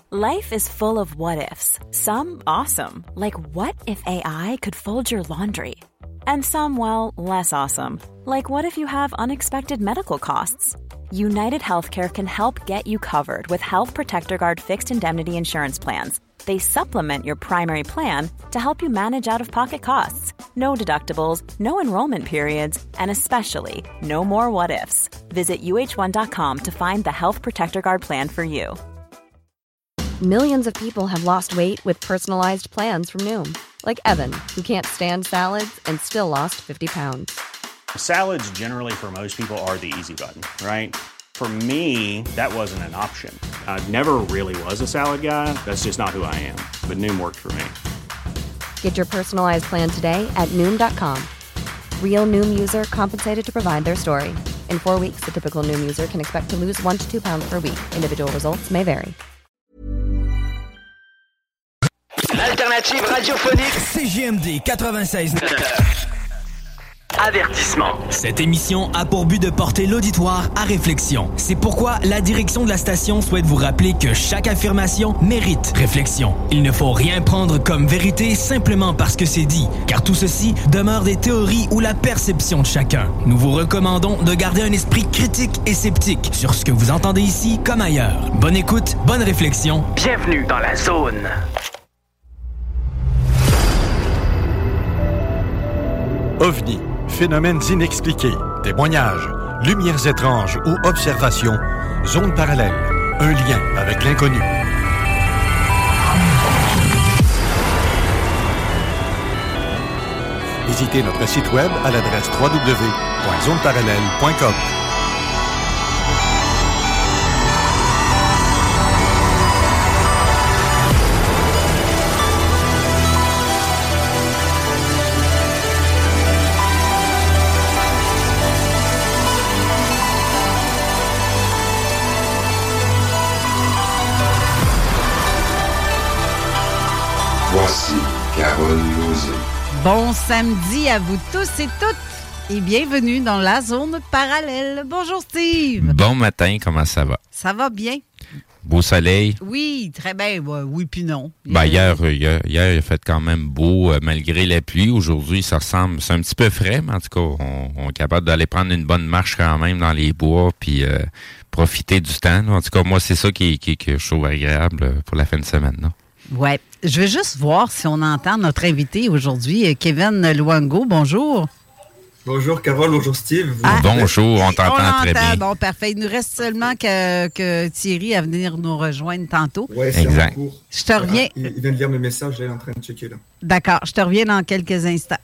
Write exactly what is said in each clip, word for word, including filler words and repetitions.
Life is full of what-ifs. Some awesome, like what if A I could fold your laundry? And some, well, less awesome, like what if you have unexpected medical costs? United Healthcare can help get you covered with Health Protector Guard fixed indemnity insurance plans. They supplement your primary plan to help you manage out-of-pocket costs. No deductibles, no enrollment periods, and especially no more what-ifs. Visit U H one dot com to find the Health Protector Guard plan for you. Millions of people have lost weight with personalized plans from Noom. Like Evan, who can't stand salads and still lost fifty pounds. Salads generally for most people are the easy button, right? For me, that wasn't an option. I never really was a salad guy. That's just not who I am. But Noom worked for me. Get your personalized plan today at Noom dot com. Real Noom user compensated to provide their story. In four weeks, the typical Noom user can expect to lose one to two pounds per week. Individual results may vary. L'alternative radiophonique C J M D quatre-vingt-seize. Avertissement. Cette émission a pour but de porter l'auditoire à réflexion. C'est pourquoi la direction de la station souhaite vous rappeler que chaque affirmation mérite réflexion. Il ne faut rien prendre comme vérité simplement parce que c'est dit, car tout ceci demeure des théories ou la perception de chacun. Nous vous recommandons de garder un esprit critique et sceptique sur ce que vous entendez ici comme ailleurs. Bonne écoute, bonne réflexion. Bienvenue dans la zone. OVNI, phénomènes inexpliqués, témoignages, lumières étranges ou observations, zone parallèle, un lien avec l'inconnu. Visitez notre site web à l'adresse w w w point zone parallèle point com. Voici Carole Lauzé. Bon samedi à vous tous et toutes et bienvenue dans la zone parallèle. Bonjour Steve. Bon matin, comment ça va? Ça va bien? Beau soleil? Oui, très bien. Ouais, oui puis non. Ben, hier, hier, hier, il a fait quand même beau euh, malgré la pluie. Aujourd'hui, ça ressemble, c'est un petit peu frais, mais en tout cas, on, on est capable d'aller prendre une bonne marche quand même dans les bois puis euh, profiter du temps. Là. En tout cas, moi, c'est ça qui, qui, que je trouve agréable pour la fin de semaine. Là. Ouais. Je vais juste voir si on entend notre invité aujourd'hui, Kevin Luango. Bonjour. Bonjour Carole, bonjour Steve. Ah, bonjour, on t'entend on très bien. Bon, parfait. Il nous reste seulement que, que Thierry à venir nous rejoindre tantôt. Oui, c'est exact. En cours. Je te reviens. Ah, il vient de lire mes messages, il est en train de checker là. D'accord, je te reviens dans quelques instants.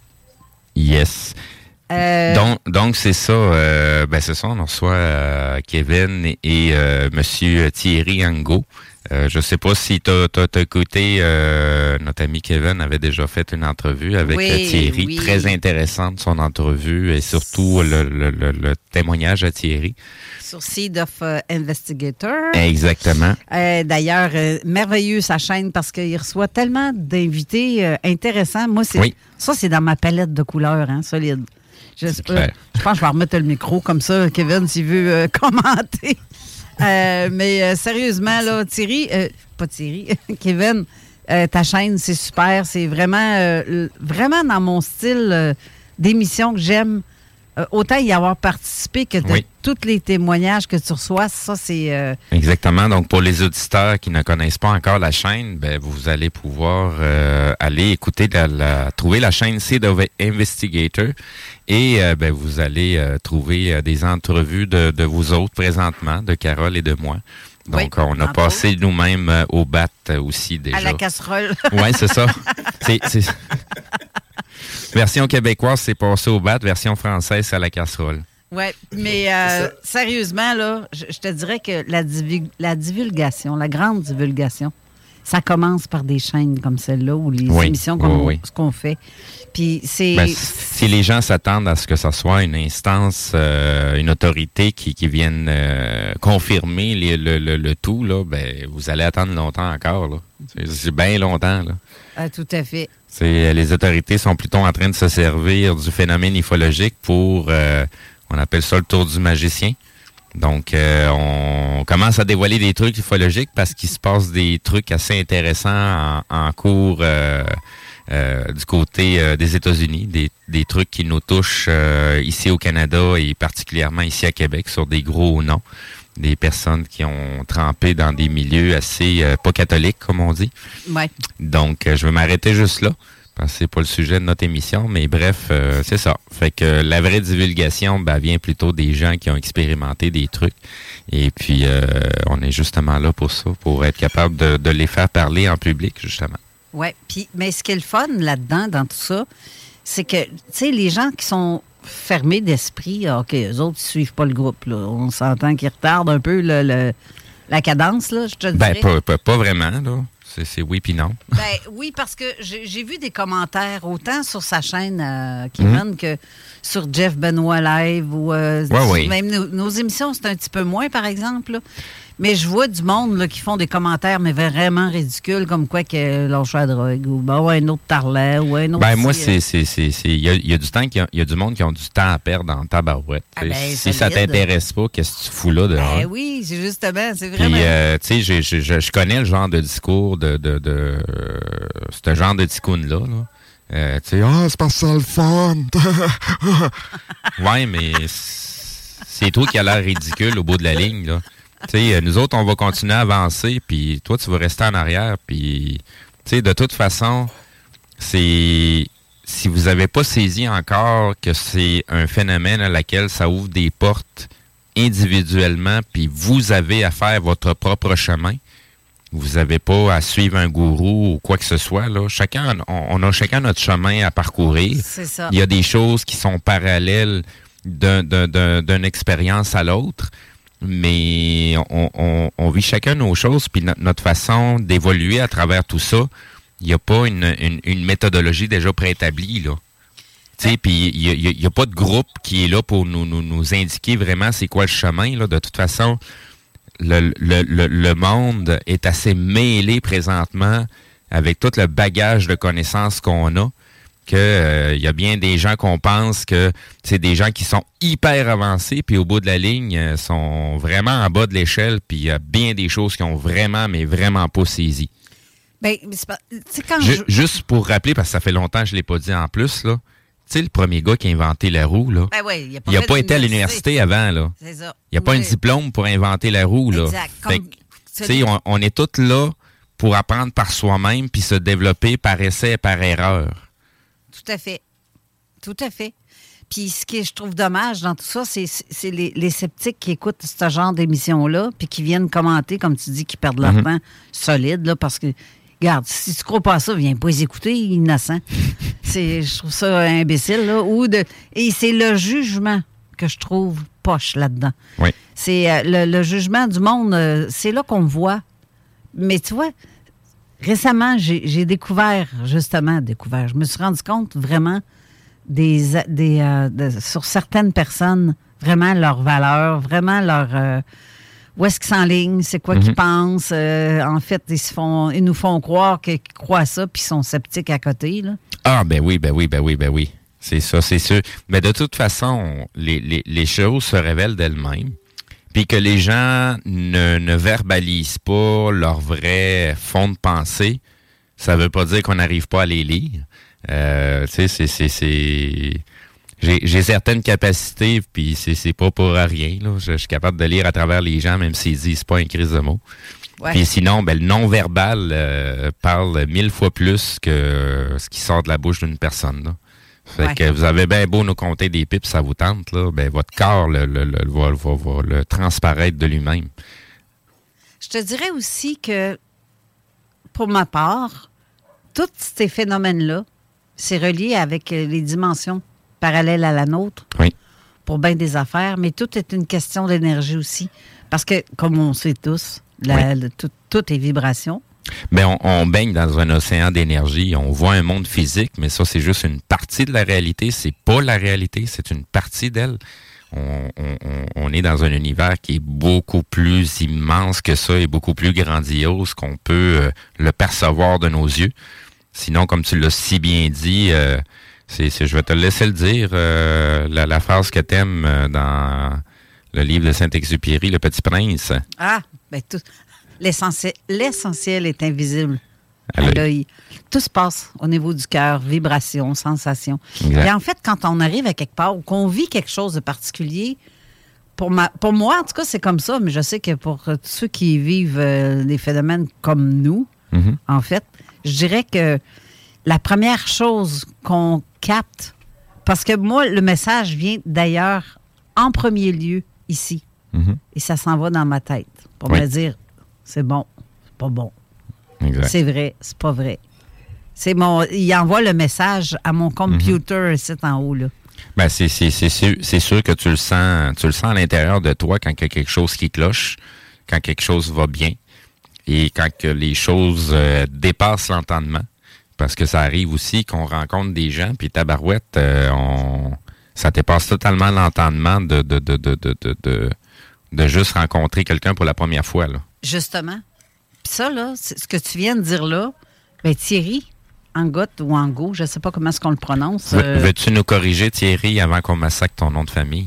Yes. Euh... Donc, donc c'est ça. Euh, ben c'est ça. On reçoit euh, Kevin et, et euh, Monsieur Thierry Angot. Euh, je sais pas si tu as écouté, euh, notre ami Kevin avait déjà fait une entrevue avec oui, Thierry. Oui. Très intéressante son entrevue et surtout le, le, le, le témoignage à Thierry. Sur Seed of uh, Investigator. Exactement. Euh, D'ailleurs, euh, merveilleux sa chaîne parce qu'il reçoit tellement d'invités euh, intéressants. Moi, c'est oui. ça, c'est dans ma palette de couleurs, hein, solide. Je, euh, je pense que je vais remettre le micro comme ça, Kevin, s'il veut euh, commenter. Euh, mais euh, sérieusement, là, Thierry, euh, pas Thierry, Kevin, euh, ta chaîne, c'est super. C'est vraiment, euh, vraiment dans mon style euh, d'émission que j'aime. Euh, autant y avoir participé que de oui. tous les témoignages que tu reçois, ça, c'est... Euh... Exactement. Donc, pour les auditeurs qui ne connaissent pas encore la chaîne, ben, vous allez pouvoir euh, aller écouter, la, la, trouver la chaîne Seed of Investigator et euh, ben, vous allez euh, trouver euh, des entrevues de, de vous autres présentement, de Carole et de moi. Donc, oui, on a passé autres. nous-mêmes euh, au bat euh, aussi déjà. À la casserole. Oui, c'est ça. c'est... c'est... Version québécoise, c'est passé au bat. Version française, c'est à la casserole. Oui, mais euh, sérieusement, là, je, je te dirais que la, divu- la divulgation, la grande divulgation, ça commence par des chaînes comme celle-là ou les oui, émissions comme oui, on, oui. ce qu'on fait. Puis c'est... Ben, si les gens s'attendent à ce que ça soit une instance, euh, une autorité qui, qui vienne euh, confirmer les, le, le, le tout, là, ben, vous allez attendre longtemps encore. Là. C'est, c'est bien longtemps. Là. Ah, tout à fait. C'est, les autorités sont plutôt en train de se servir du phénomène ufologique pour, euh, on appelle ça le tour du magicien. Donc, euh, on commence à dévoiler des trucs ufologiques parce qu'il se passe des trucs assez intéressants en, en cours euh, euh, du côté euh, des États-Unis, des, des trucs qui nous touchent euh, ici au Canada et particulièrement ici à Québec sur des gros noms, des personnes qui ont trempé dans des milieux assez euh, pas catholiques, comme on dit. Ouais. Donc, euh, je vais m'arrêter juste là. Parce que c'est pas le sujet de notre émission, mais bref, euh, c'est ça. Fait que la vraie divulgation, ben, vient plutôt des gens qui ont expérimenté des trucs. Et puis, euh, on est justement là pour ça, pour être capable de, de les faire parler en public, justement. Oui, puis, mais ce qui est le fun là-dedans, dans tout ça, c'est que, tu sais, les gens qui sont fermés d'esprit, OK, eux autres, ils suivent pas le groupe, là. On s'entend qu'ils retardent un peu le, le, la cadence, là, je te dirais. Ben, pas, pas, pas vraiment, là. C'est, c'est oui puis non. Ben oui, parce que j'ai, j'ai vu des commentaires autant sur sa chaîne euh, Kevin mmh. que sur Jeff Benoit Live ou euh, ouais, oui. même nos, nos émissions, c'est un petit peu moins, par exemple. Là. Mais je vois du monde là, qui font des commentaires, mais vraiment ridicules, comme quoi que lâche la drogue ou ben, ouais, un autre tarlet ou un autre... Ben moi, c'est c'est c'est il y a, y a du temps qu'il y a, y a du monde qui ont du temps à perdre en tabarouette. Ah ben, si solide. Ça t'intéresse pas, qu'est-ce que tu fous là dehors? Ben oui, c'est justement, c'est vraiment... Puis, euh, tu sais, je, je, je connais le genre de discours de... de, de euh, ce genre de ticoun-là, là. Euh, tu sais, ah, oh, c'est pas ça le fun! Ouais, mais c'est toi qui a l'air ridicule au bout de la ligne, là. Tu sais, nous autres, on va continuer à avancer, puis toi, tu vas rester en arrière, puis, tu sais, de toute façon, c'est... Si vous n'avez pas saisi encore que c'est un phénomène à laquelle ça ouvre des portes individuellement, puis vous avez à faire votre propre chemin, vous n'avez pas à suivre un gourou ou quoi que ce soit, là. Chacun, on, on a chacun notre chemin à parcourir. C'est ça. Il y a des choses qui sont parallèles d'un, d'un, d'un, d'une expérience à l'autre. Mais on, on, on vit chacun nos choses, puis no, notre façon d'évoluer à travers tout ça, il n'y a pas une, une, une méthodologie déjà préétablie, là. Tu sais, puis il n'y a, a, a pas de groupe qui est là pour nous, nous, nous indiquer vraiment c'est quoi le chemin, là. De toute façon, le, le, le, le monde est assez mêlé présentement avec tout le bagage de connaissances qu'on a, que euh, y a bien des gens qu'on pense que c'est des gens qui sont hyper avancés, puis au bout de la ligne, euh, sont vraiment en bas de l'échelle, puis il y a bien des choses qui ont vraiment, mais vraiment pas saisi. Ben, c'est pas, c'est quand je, je... Juste pour rappeler, parce que ça fait longtemps que je l'ai pas dit en plus, là. Tu sais, le premier gars qui a inventé la roue, là. Ben ouais, il a pas, il a pas été à l'université avant, là. C'est ça. Il n'y a pas oui. un diplôme pour inventer la roue, là. Exact. Fait que, tu sais, on, on est tous là pour apprendre par soi-même, puis se développer par essai et par erreur. Tout à fait. Tout à fait. Puis ce que je trouve dommage dans tout ça, c'est, c'est les, les sceptiques qui écoutent ce genre d'émission-là, puis qui viennent commenter, comme tu dis, qui perdent leur mm-hmm. temps solide, là, parce que, regarde, si tu crois pas à ça, viens pas les écouter, innocent. c'est, je trouve ça imbécile, là. Ou de, et c'est le jugement que je trouve poche là-dedans. Oui. C'est euh, le, le jugement du monde, euh, c'est là qu'on voit. Mais tu vois... Récemment, j'ai, j'ai découvert, justement, découvert, je me suis rendu compte vraiment des, des, euh, de, sur certaines personnes, vraiment leurs valeurs, vraiment leur... Euh, où est-ce qu'ils s'enlignent, c'est quoi mm-hmm. qu'ils pensent. Euh, en fait, ils, se font, ils nous font croire qu'ils croient à ça, puis ils sont sceptiques à côté, là. Ah, ben oui, ben oui, ben oui, ben oui. C'est ça, c'est sûr. Mais de toute façon, les, les, les choses se révèlent d'elles-mêmes. Puis que les gens ne, ne verbalisent pas leur vrai fond de pensée, ça veut pas dire qu'on n'arrive pas à les lire. Euh, tu sais, c'est, c'est, c'est... J'ai, j'ai certaines capacités, puis c'est, c'est pas pour rien, là. Je, je suis capable de lire à travers les gens, même s'ils disent pas un crise de mots. Ouais. Puis sinon, ben, le non-verbal euh, parle mille fois plus que ce qui sort de la bouche d'une personne, là. Fait ouais. que vous avez bien beau nous compter des pipes, ça vous tente, là, ben votre corps le, le, le, va, va, va le transparaître de lui-même. Je te dirais aussi que, pour ma part, tous ces phénomènes-là, c'est relié avec les dimensions parallèles à la nôtre. Oui. Pour bien des affaires, mais tout est une question d'énergie aussi. Parce que, comme on sait tous, la, oui. le, tout, tout est vibration. Ben on, on baigne dans un océan d'énergie. On voit un monde physique, mais ça, c'est juste une partie de la réalité. C'est pas la réalité, c'est une partie d'elle. On, on, on est dans un univers qui est beaucoup plus immense que ça et beaucoup plus grandiose qu'on peut euh, le percevoir de nos yeux. Sinon, comme tu l'as si bien dit, euh, c'est, c'est, je vais te laisser le dire, euh, la, la phrase que t'aimes euh, dans Le livre de Saint-Exupéry, Le Petit Prince. Ah, bien, tout. L'essentiel, l'essentiel est invisible à l'œil. Tout se passe au niveau du cœur, vibration, sensation. Exact. Et en fait, quand on arrive à quelque part ou qu'on vit quelque chose de particulier, pour, ma, pour moi, en tout cas, c'est comme ça, mais je sais que pour tous ceux qui vivent euh, des phénomènes comme nous, mm-hmm. en fait, je dirais que la première chose qu'on capte, parce que moi, le message vient d'ailleurs en premier lieu ici, mm-hmm. et ça s'en va dans ma tête pour oui. me dire, c'est bon, c'est pas bon. Exact. C'est vrai, c'est pas vrai. C'est mon, il envoie le message à mon computer mm-hmm. ici en haut, là. Ben, c'est, c'est, c'est, sûr, c'est sûr que tu le sens, tu le sens à l'intérieur de toi quand il y a quelque chose qui cloche, quand quelque chose va bien et quand que les choses euh, dépassent l'entendement. Parce que ça arrive aussi qu'on rencontre des gens, puis tabarouette, euh, on, ça dépasse totalement l'entendement de, de, de, de, de, de, de, de juste rencontrer quelqu'un pour la première fois, là. Justement. Puis ça, là, c'est ce que tu viens de dire là, bien, Thierry, Angot ou Angot, je ne sais pas comment est-ce qu'on le prononce. Euh... Veux-tu nous corriger, Thierry, avant qu'on massacre ton nom de famille?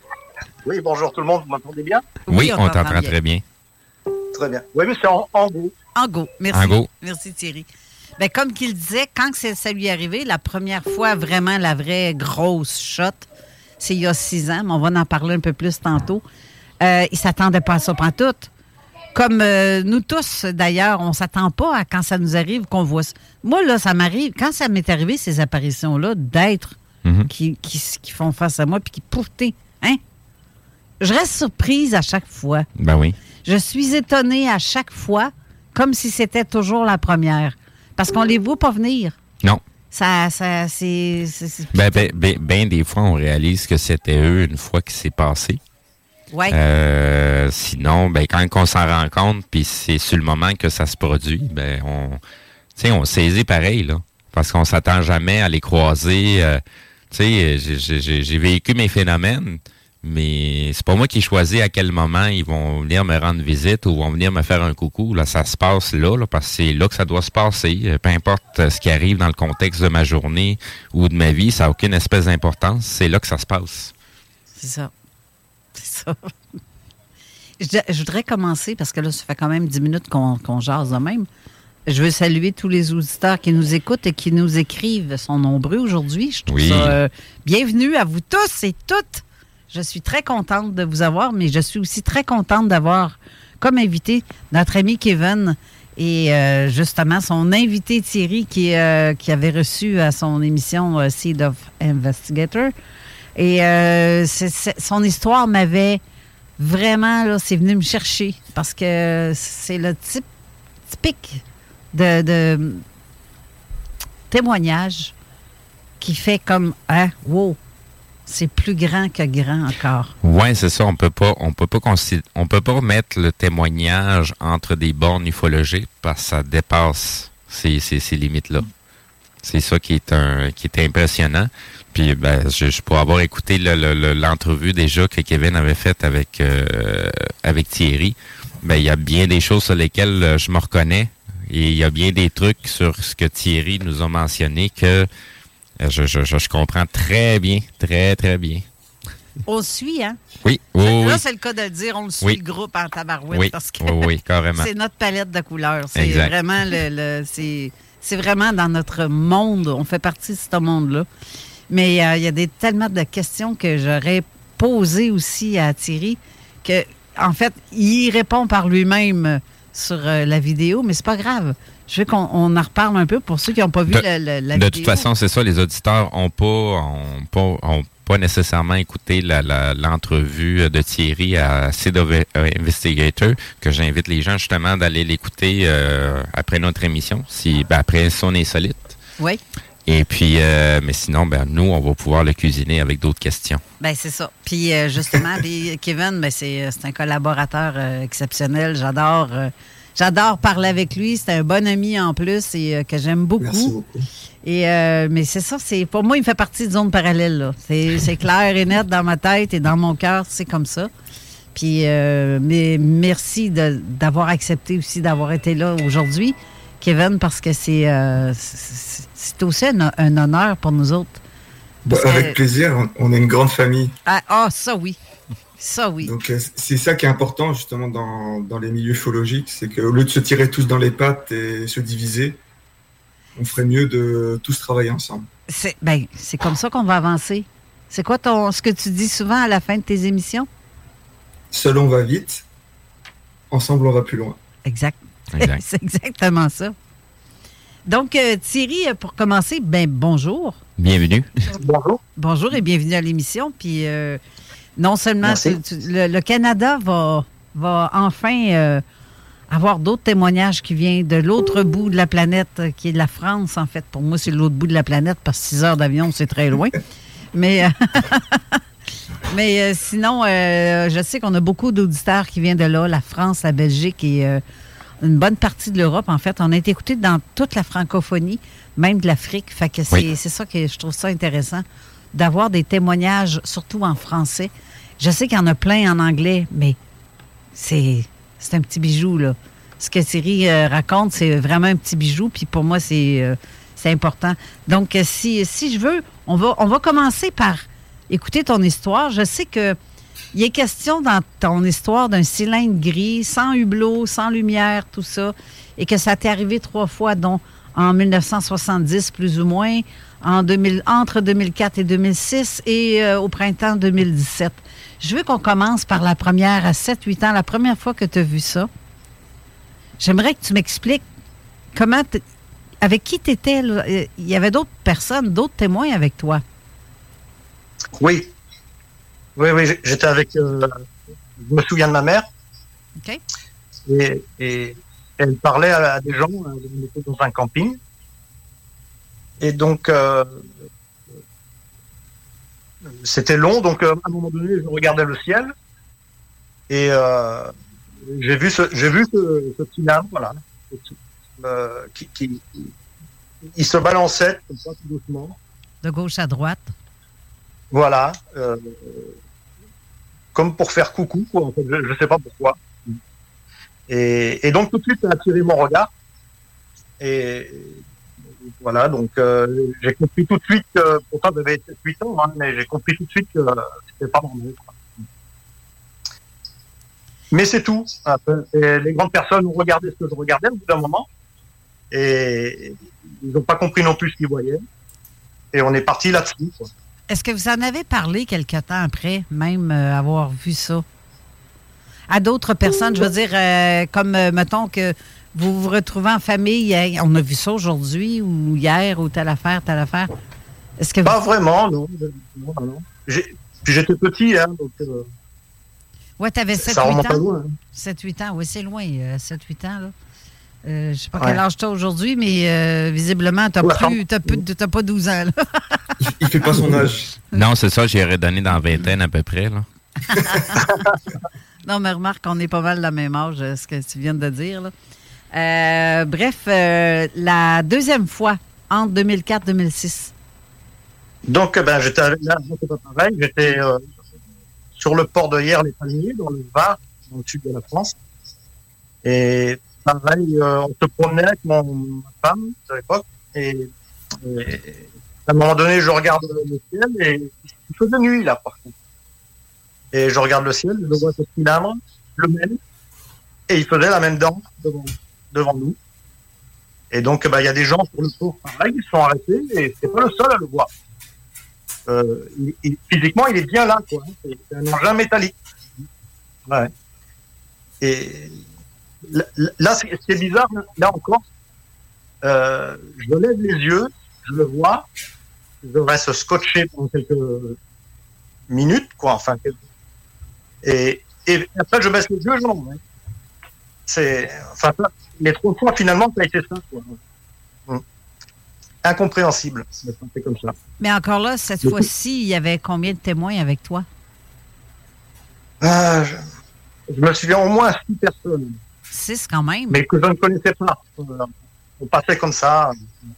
Oui, bonjour tout le monde, vous m'entendez bien? Oui, oui on, on t'entend bien. Très bien. Très bien. Oui, mais c'est en Angot. Angot, merci. Angot. Merci, Thierry. Bien, comme qu'il disait, quand c'est, ça lui est arrivé, la première fois, vraiment, la vraie grosse shot, c'est il y a six ans, mais on va en parler un peu plus tantôt. Euh, il ne s'attendait pas à ça pantoute. Comme euh, nous tous, d'ailleurs, on ne s'attend pas à quand ça nous arrive qu'on voit ça. Moi, là, ça m'arrive, quand ça m'est arrivé, ces apparitions-là, d'êtres mm-hmm. qui, qui, qui font face à moi puis qui pourtaient, hein? Je reste surprise à chaque fois. Ben oui. Je suis étonnée à chaque fois, comme si c'était toujours la première. Parce qu'on les voit pas venir. Non. Ça, ça, c'est... c'est, c'est... Ben, ben, ben, ben, des fois, on réalise que c'était eux une fois que c'est passé. Ouais. Euh, sinon, ben quand on s'en rend compte, puis c'est sur le moment que ça se produit, ben on, tu sais, on saisit pareil là, parce qu'on s'attend jamais à les croiser. Euh, tu sais, j'ai, j'ai, j'ai vécu mes phénomènes, mais c'est pas moi qui choisis à quel moment ils vont venir me rendre visite ou vont venir me faire un coucou. Là, ça se passe là, là, parce que c'est là que ça doit se passer. Peu importe ce qui arrive dans le contexte de ma journée ou de ma vie, ça n'a aucune espèce d'importance. C'est là que ça se passe. C'est ça. C'est ça. Je, je voudrais commencer, parce que là, ça fait quand même dix minutes qu'on, qu'on jase de même. Je veux saluer tous les auditeurs qui nous écoutent et qui nous écrivent. Ils sont nombreux aujourd'hui. Je trouve oui. ça... Euh, bienvenue à vous tous et toutes. Je suis très contente de vous avoir, mais je suis aussi très contente d'avoir comme invité notre ami Kevin et euh, justement son invité Thierry qui, euh, qui avait reçu à son émission euh, Seed of Investigator. Et euh, c'est, c'est, son histoire m'avait vraiment, là, c'est venu me chercher parce que c'est le type typique de, de témoignage qui fait comme, hein, wow, c'est plus grand que grand encore. Oui, c'est ça. On peut pas, on peut pas considérer, on peut pas mettre le témoignage entre des bornes ufologiques parce que ça dépasse ces, ces, ces limites-là. C'est ça qui est un, qui est impressionnant. Puis, ben, je, je pourrais avoir écouté le, le, le, l'entrevue déjà que Kevin avait faite avec euh, avec Thierry. Ben, il y a bien des choses sur lesquelles je me reconnais et il y a bien des trucs sur ce que Thierry nous a mentionné que je, je, je, je comprends très bien, très, très bien. On le suit, hein? Oui, oui, Là, oui. c'est le cas de le dire, on le suit, oui. le groupe en tabarouette. Oui, parce que oui, oui, carrément. C'est notre palette de couleurs. C'est exact. vraiment le... le c'est, c'est vraiment dans notre monde. On fait partie de ce monde-là. Mais il euh, y a des, tellement de questions que j'aurais posées aussi à Thierry que, en fait, il répond par lui-même sur euh, la vidéo, mais c'est pas grave. Je veux qu'on on en reparle un peu pour ceux qui n'ont pas vu de, la, la, la de vidéo. De toute façon, c'est ça, les auditeurs n'ont pas, ont pas, ont pas nécessairement écouté la, la, l'entrevue de Thierry à Seed of Investigator, que j'invite les gens justement d'aller l'écouter euh, après notre émission, si ben, après Son Insolite. Oui. Et puis, euh, mais sinon, ben nous, on va pouvoir le cuisiner avec d'autres questions. Ben c'est ça. Puis euh, justement, puis Kevin, ben c'est, c'est un collaborateur euh, exceptionnel. J'adore, euh, j'adore parler avec lui. C'est un bon ami en plus et euh, que j'aime beaucoup. Merci beaucoup. Et euh, mais c'est ça, c'est pour moi, il fait partie de zone parallèle. Là. C'est, c'est clair et net dans ma tête et dans mon cœur, c'est comme ça. Puis, euh, mais merci de, d'avoir accepté aussi d'avoir été là aujourd'hui, Kevin, parce que c'est, euh, c'est, c'est aussi un, un honneur pour nous autres. Bah, avec que, plaisir, on est une grande famille. Ah, oh, ça oui. Ça, oui. Donc, euh, c'est ça qui est important, justement, dans, dans les milieux ufologiques, c'est qu'au lieu de se tirer tous dans les pattes et se diviser, on ferait mieux de tous travailler ensemble. C'est, ben, c'est comme ça qu'on va avancer. C'est quoi ton, ce que tu dis souvent à la fin de tes émissions? Seul, on va vite. Ensemble, on va plus loin. Exact. Exact. C'est exactement ça. Donc, euh, Thierry, pour commencer, ben bonjour. Bienvenue. Bonjour. Bonjour et bienvenue à l'émission. Puis, euh, non seulement tu, tu, le, le Canada va, va enfin euh, avoir d'autres témoignages qui viennent de l'autre bout de la planète, euh, qui est de la France, en fait. Pour moi, c'est l'autre bout de la planète, parce que six heures d'avion, c'est très loin. Mais, euh, mais euh, sinon, euh, je sais qu'on a beaucoup d'auditeurs qui viennent de là, la France, la Belgique et euh, une bonne partie de l'Europe, en fait. On a été écoutés dans toute la francophonie, même de l'Afrique. Fait que c'est, oui. c'est ça que je trouve ça intéressant, d'avoir des témoignages, surtout en français. Je sais qu'il y en a plein en anglais, mais c'est, c'est un petit bijou, là. Ce que Thierry euh, raconte, c'est vraiment un petit bijou, puis pour moi, c'est, euh, c'est important. Donc, si, si je veux, on va, on va commencer par écouter ton histoire. Je sais que il est question dans ton histoire d'un cylindre gris, sans hublot, sans lumière, tout ça, et que ça t'est arrivé trois fois, dont en dix-neuf cent soixante-dix, plus ou moins, en deux mille, entre deux mille quatre et deux mille six, et euh, au printemps deux mille dix-sept. Je veux qu'on commence par la première, à sept huit ans, la première fois que tu as vu ça. J'aimerais que tu m'expliques comment, avec qui tu étais. Là? Il y avait d'autres personnes, d'autres témoins avec toi. Oui. Oui, oui, j'étais avec... Euh, je me souviens de ma mère. OK. Et, et elle parlait à, à des gens. On était dans un camping. Et donc, euh, c'était long. Donc, euh, à un moment donné, je regardais le ciel. Et euh, j'ai vu ce, j'ai vu ce, ce petit lame, voilà, euh, qui, qui, qui, il se balançait comme ça, tout doucement. De gauche à droite. Voilà. Euh, comme pour faire coucou, quoi. En fait, je ne sais pas pourquoi. Et, et donc, tout de suite, ça a attiré mon regard. Et voilà, donc euh, j'ai compris tout de suite, que, pourtant j'avais sept huit ans, hein, mais j'ai compris tout de suite que euh, c'était pas normal. Mais c'est tout. Et les grandes personnes ont regardé ce que je regardais au bout d'un moment. Et ils n'ont pas compris non plus ce qu'ils voyaient. Et on est parti là-dessus, quoi. Est-ce que vous en avez parlé quelque temps après, même euh, avoir vu ça? À d'autres personnes, je veux dire, euh, comme, euh, mettons, que vous vous retrouvez en famille, euh, on a vu ça aujourd'hui, ou hier, ou telle affaire, telle affaire. Est-ce que Pas vous... vraiment, non. non, non. J'ai... Puis j'étais petit, hein, donc... Euh... Oui, tu avais sept huit ans. Loin, hein. sept huit ans, oui, c'est loin, euh, sept huit ans, là. Euh, je ne sais pas ouais. quel âge tu as aujourd'hui, mais euh, visiblement, tu n'as pas douze ans. Là. Il ne fait pas son âge. Non, c'est ça, j'aurais donné dans la vingtaine à peu près. Là. Non, mais remarque qu'on est pas mal de la même âge, ce que tu viens de dire. Là. Euh, bref, euh, la deuxième fois, entre deux mille quatre et deux mille six. Donc, ben, j'étais avec là, j'étais pas pareil. J'étais euh, sur le port de Hyères-les-Palmiers, dans le Var, dans le sud de la France. Et pareil, euh, on se promenait avec mon, ma femme à l'époque, et, et à un moment donné, je regarde le ciel, et il faisait nuit là, par contre. Et je regarde le ciel, je vois ce cylindre, le même, et il faisait la même danse devant, devant nous. Et donc, bah, il y a des gens sur le port, pareil, ils se sont arrêtés, et c'est pas le seul à le voir. Euh, il, il, physiquement, il est bien là, quoi. C'est, c'est un engin métallique. Ouais. Et là, ce qui est bizarre, là encore, euh, je lève les yeux, je le vois, je reste scotché pendant quelques minutes, quoi, enfin, quelques... et, et après je baisse les yeux, je l'en hein. C'est, enfin, les trois fois, finalement, ça a été ça, quoi. Hum. Incompréhensible, c'est comme ça. Mais encore là, cette Mais fois-ci, il y avait combien de témoins avec toi? Euh, je, je me souviens au moins six personnes. Six quand même. Mais que je ne connaissais pas. On passait comme ça.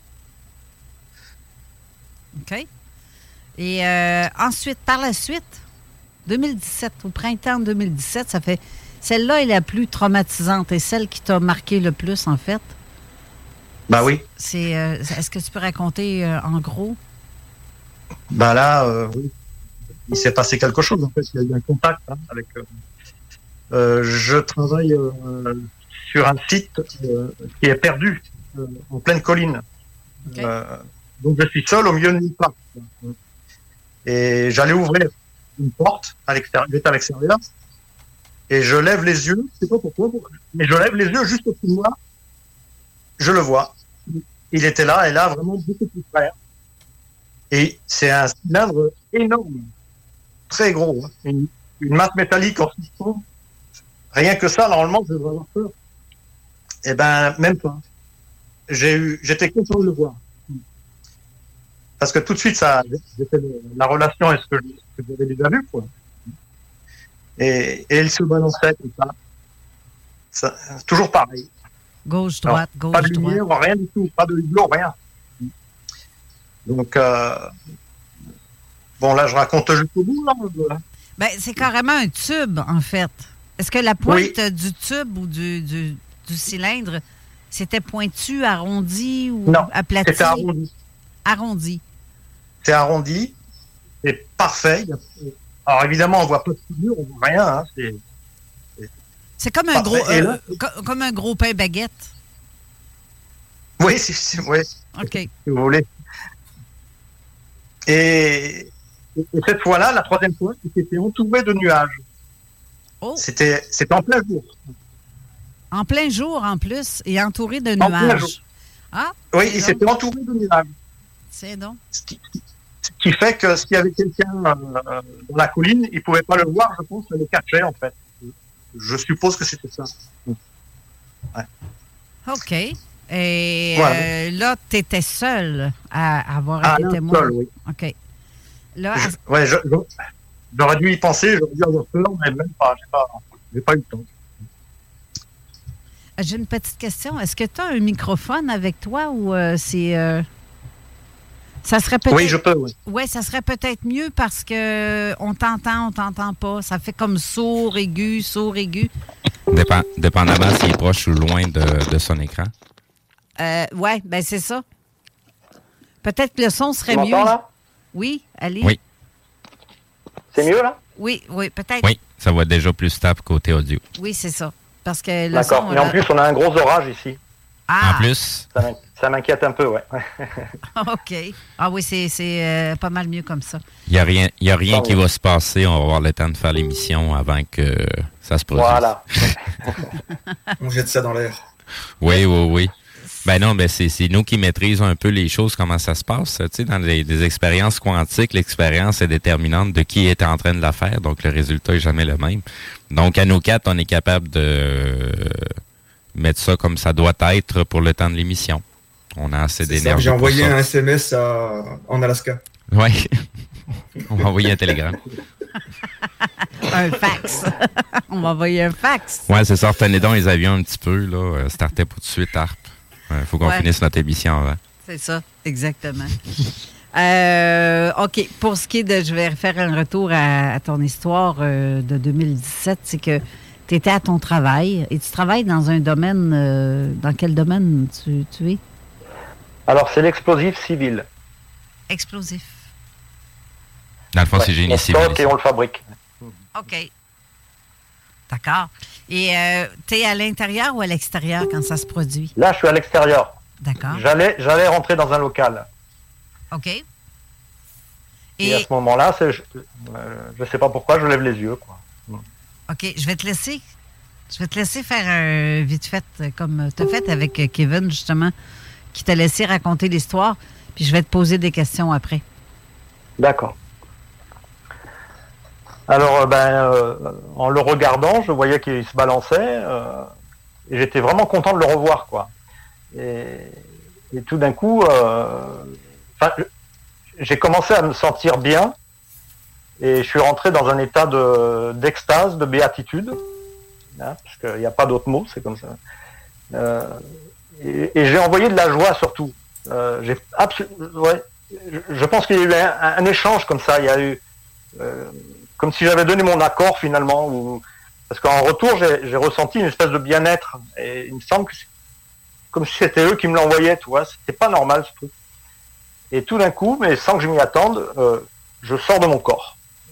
OK. Et euh, ensuite, par la suite, deux mille dix-sept, au printemps deux mille dix-sept, ça fait... Celle-là est la plus traumatisante et celle qui t'a marqué le plus, en fait. Ben oui. C'est, euh, est-ce que tu peux raconter euh, en gros? Ben là, euh, oui. il s'est passé quelque chose. En fait, il y a eu un contact hein, avec. Euh, euh, je travaille euh, sur un site euh, qui est perdu euh, en pleine colline. Okay. Euh, donc je suis seul au milieu de nulle part. Et j'allais ouvrir une porte à l'extérieur, j'étais à l'extérieur, et je lève les yeux, je sais pas pourquoi, mais je lève les yeux juste au-dessus de moi, je le vois. Il était là, et là, vraiment beaucoup plus près. Et c'est un cylindre énorme, très gros, hein. une, une masse métallique en suspens. Rien que ça, normalement, je devrais avoir peur. Eh ben, même pas. J'ai eu, j'étais content de le voir. Parce que tout de suite, ça, j'ai fait la relation est ce que, que j'avais déjà vu, quoi. Et, et il se balançait comme ça. ça toujours pareil. Gauche, droite, Alors, gauche, pas de lumière, droite. rien du tout, pas de hublot, rien. Donc, euh, bon, là, je raconte jusqu'au bout, là. Ben, c'est carrément un tube, en fait. Est-ce que la pointe oui. du tube ou du, du, du cylindre, c'était pointu, arrondi ou non, aplati? C'était arrondi. Arrondi. C'est arrondi. C'est parfait. Alors, évidemment, on ne voit pas de figure, on ne voit rien. Hein. C'est, c'est, c'est comme un, gros, euh, co- comme un gros pain baguette. Oui, c'est, c'est, oui. OK. Si vous voulez. Et, et cette fois-là, la troisième fois, c'était entouré de nuages. Oh. C'était, c'était en plein jour. En plein jour, en plus, et entouré de en nuages. Ah, oui, il s'était entouré de nuages. C'est donc. Ce qui, ce qui fait que s'il y avait quelqu'un euh, dans la colline, il ne pouvait pas le voir, je pense, ça le cachait, en fait. Je suppose que c'était ça. Ouais. OK. Et voilà. euh, là, tu étais seul à avoir ah, été témoin. Seul, oui. OK. Là, je, à... ouais, je, je, j'aurais dû y penser, j'aurais dû avoir peur, mais même pas. J'ai pas, j'ai pas eu le temps. J'ai une petite question. Est-ce que tu as un microphone avec toi ou euh, c'est... Euh... Ça serait peut-être... Oui, je peux, oui. Oui, ça serait peut-être mieux parce que on t'entend, on t'entend pas. Ça fait comme sourd, aigu, sourd, aigu. Dépend, dépendamment s'il est proche ou loin de, de son écran. Euh, oui, ben c'est ça. Peut-être que le son serait tu mieux. Là? Oui, allez. Oui. C'est mieux, là? Oui, oui, peut-être. Oui, ça va déjà plus stable côté audio. Oui, c'est ça. Parce que le D'accord. son, Mais là... en plus, on a un gros orage ici. Ah. En plus. Ça, m'inquiète, ça m'inquiète un peu, ouais. OK. Ah oui, c'est, c'est euh, pas mal mieux comme ça. Il n'y a rien, y a rien qui va se passer. On va avoir le temps de faire l'émission avant que ça se produise. Voilà. On jette ça dans l'air. Oui, oui, oui. Ben non, ben c'est, c'est nous qui maîtrisons un peu les choses, comment ça se passe. Tu sais, dans les, des expériences quantiques, l'expérience est déterminante de qui est en train de la faire, donc le résultat est jamais le même. Donc, à nous quatre, on est capable de mettre ça comme ça doit être pour le temps de l'émission. On a assez c'est d'énergie. Ça, j'ai envoyé pour ça. un S M S à, en Alaska. Oui. On va envoyer un télégramme. Un fax. On va envoyer un fax. Oui, c'est ça. Retenez donc les avions un petit peu. Là. Startez pour tout de suite, A R P. Il faut qu'on ouais. finisse notre émission avant. C'est ça, exactement. euh, OK. Pour ce qui est de... Je vais faire un retour à, à ton histoire euh, de deux mille dix-sept. C'est que tu étais à ton travail et tu travailles dans un domaine... Euh, dans quel domaine tu, tu es? Alors, c'est l'explosif civil. Explosif. Dans le fond, ouais, c'est génie on civil. Et on le fabrique. OK. D'accord. Et euh, tu es à l'intérieur ou à l'extérieur quand ça se produit? Là, je suis à l'extérieur. D'accord. J'allais, j'allais rentrer dans un local. OK. Et, Et à ce moment-là, c'est, je ne sais pas pourquoi, je lève les yeux, quoi. OK. Je vais te laisser. Je vais te laisser faire un vite fait, comme tu as fait avec Kevin, justement, qui t'a laissé raconter l'histoire. Puis je vais te poser des questions après. D'accord. Alors, ben, euh, en le regardant, je voyais qu'il se balançait euh, et j'étais vraiment content de le revoir, quoi. Et, et tout d'un coup, euh, j'ai commencé à me sentir bien et je suis rentré dans un état de, d'extase, de béatitude, hein, parce qu'il n'y a pas d'autre mot, c'est comme ça. Euh, et, et j'ai envoyé de la joie surtout. Euh, j'ai absolu- ouais, je, je pense qu'il y a eu un, un échange comme ça. Il y a eu euh, comme si j'avais donné mon accord finalement, ou, parce qu'en retour j'ai, j'ai ressenti une espèce de bien-être et il me semble que c'est comme si c'était eux qui me l'envoyaient, tu vois, c'était pas normal ce truc. Et tout d'un coup, mais sans que je m'y attende, euh, je sors de mon corps.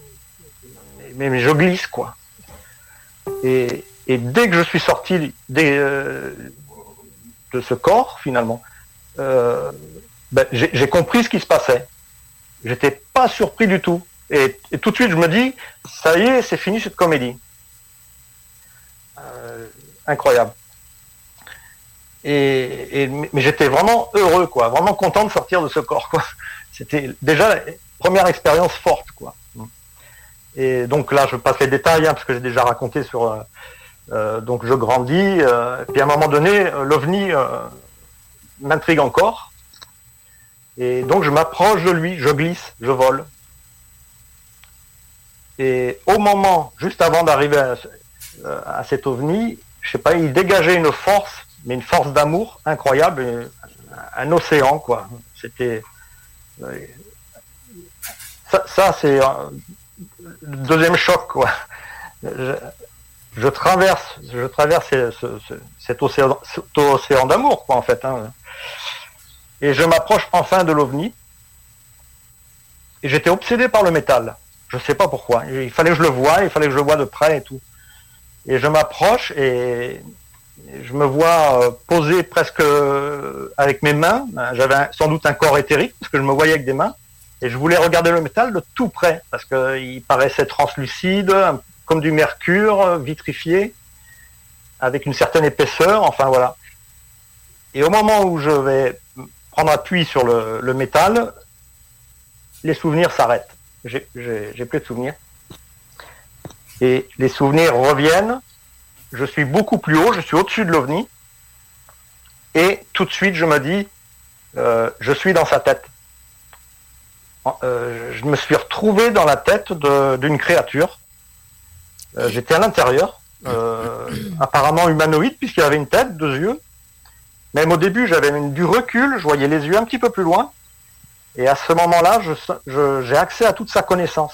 mais, mais je glisse, quoi. Et, et dès que je suis sorti des, euh, de ce corps, finalement, euh, ben, j'ai, j'ai compris ce qui se passait. J'étais pas surpris du tout. Et, et tout de suite, je me dis, ça y est, c'est fini cette comédie. Euh, incroyable. Et, et, mais j'étais vraiment heureux, quoi, vraiment content de sortir de ce corps, quoi. C'était déjà la première expérience forte, quoi. Et donc là, je passe les détails, hein, parce que j'ai déjà raconté sur. Euh, euh, donc je grandis, euh, et puis à un moment donné, euh, l'OVNI euh, m'intrigue encore. Et donc je m'approche de lui, je glisse, je vole. Et au moment, juste avant d'arriver à, à cet OVNI, je sais pas, il dégageait une force, mais une force d'amour incroyable, un océan, quoi. C'était ça, ça c'est le deuxième choc, quoi. Je, je traverse, je traverse ce, ce, ce, cet océan, cet océan d'amour, quoi, en fait. Hein. Et je m'approche enfin de l'OVNI. Et j'étais obsédé par le métal. Je sais pas pourquoi. Il fallait que je le voie, il fallait que je le voie de près et tout. Et je m'approche et je me vois euh, poser presque euh, avec mes mains. J'avais un, sans doute un corps éthérique parce que je me voyais avec des mains. Et je voulais regarder le métal de tout près parce qu'il paraissait translucide, comme du mercure, vitrifié, avec une certaine épaisseur. Enfin voilà. Et au moment où je vais prendre appui sur le, le métal, les souvenirs s'arrêtent. J'ai, j'ai, j'ai plus de souvenirs. Et les souvenirs reviennent. Je suis beaucoup plus haut, je suis au-dessus de l'OVNI. Et tout de suite, je me dis, euh, je suis dans sa tête. Euh, je me suis retrouvé dans la tête de, d'une créature. Euh, j'étais à l'intérieur, euh, apparemment humanoïde, puisqu'il avait une tête, deux yeux. Même au début, j'avais du recul, je voyais les yeux un petit peu plus loin. Et à ce moment-là, je, je, j'ai accès à toute sa connaissance.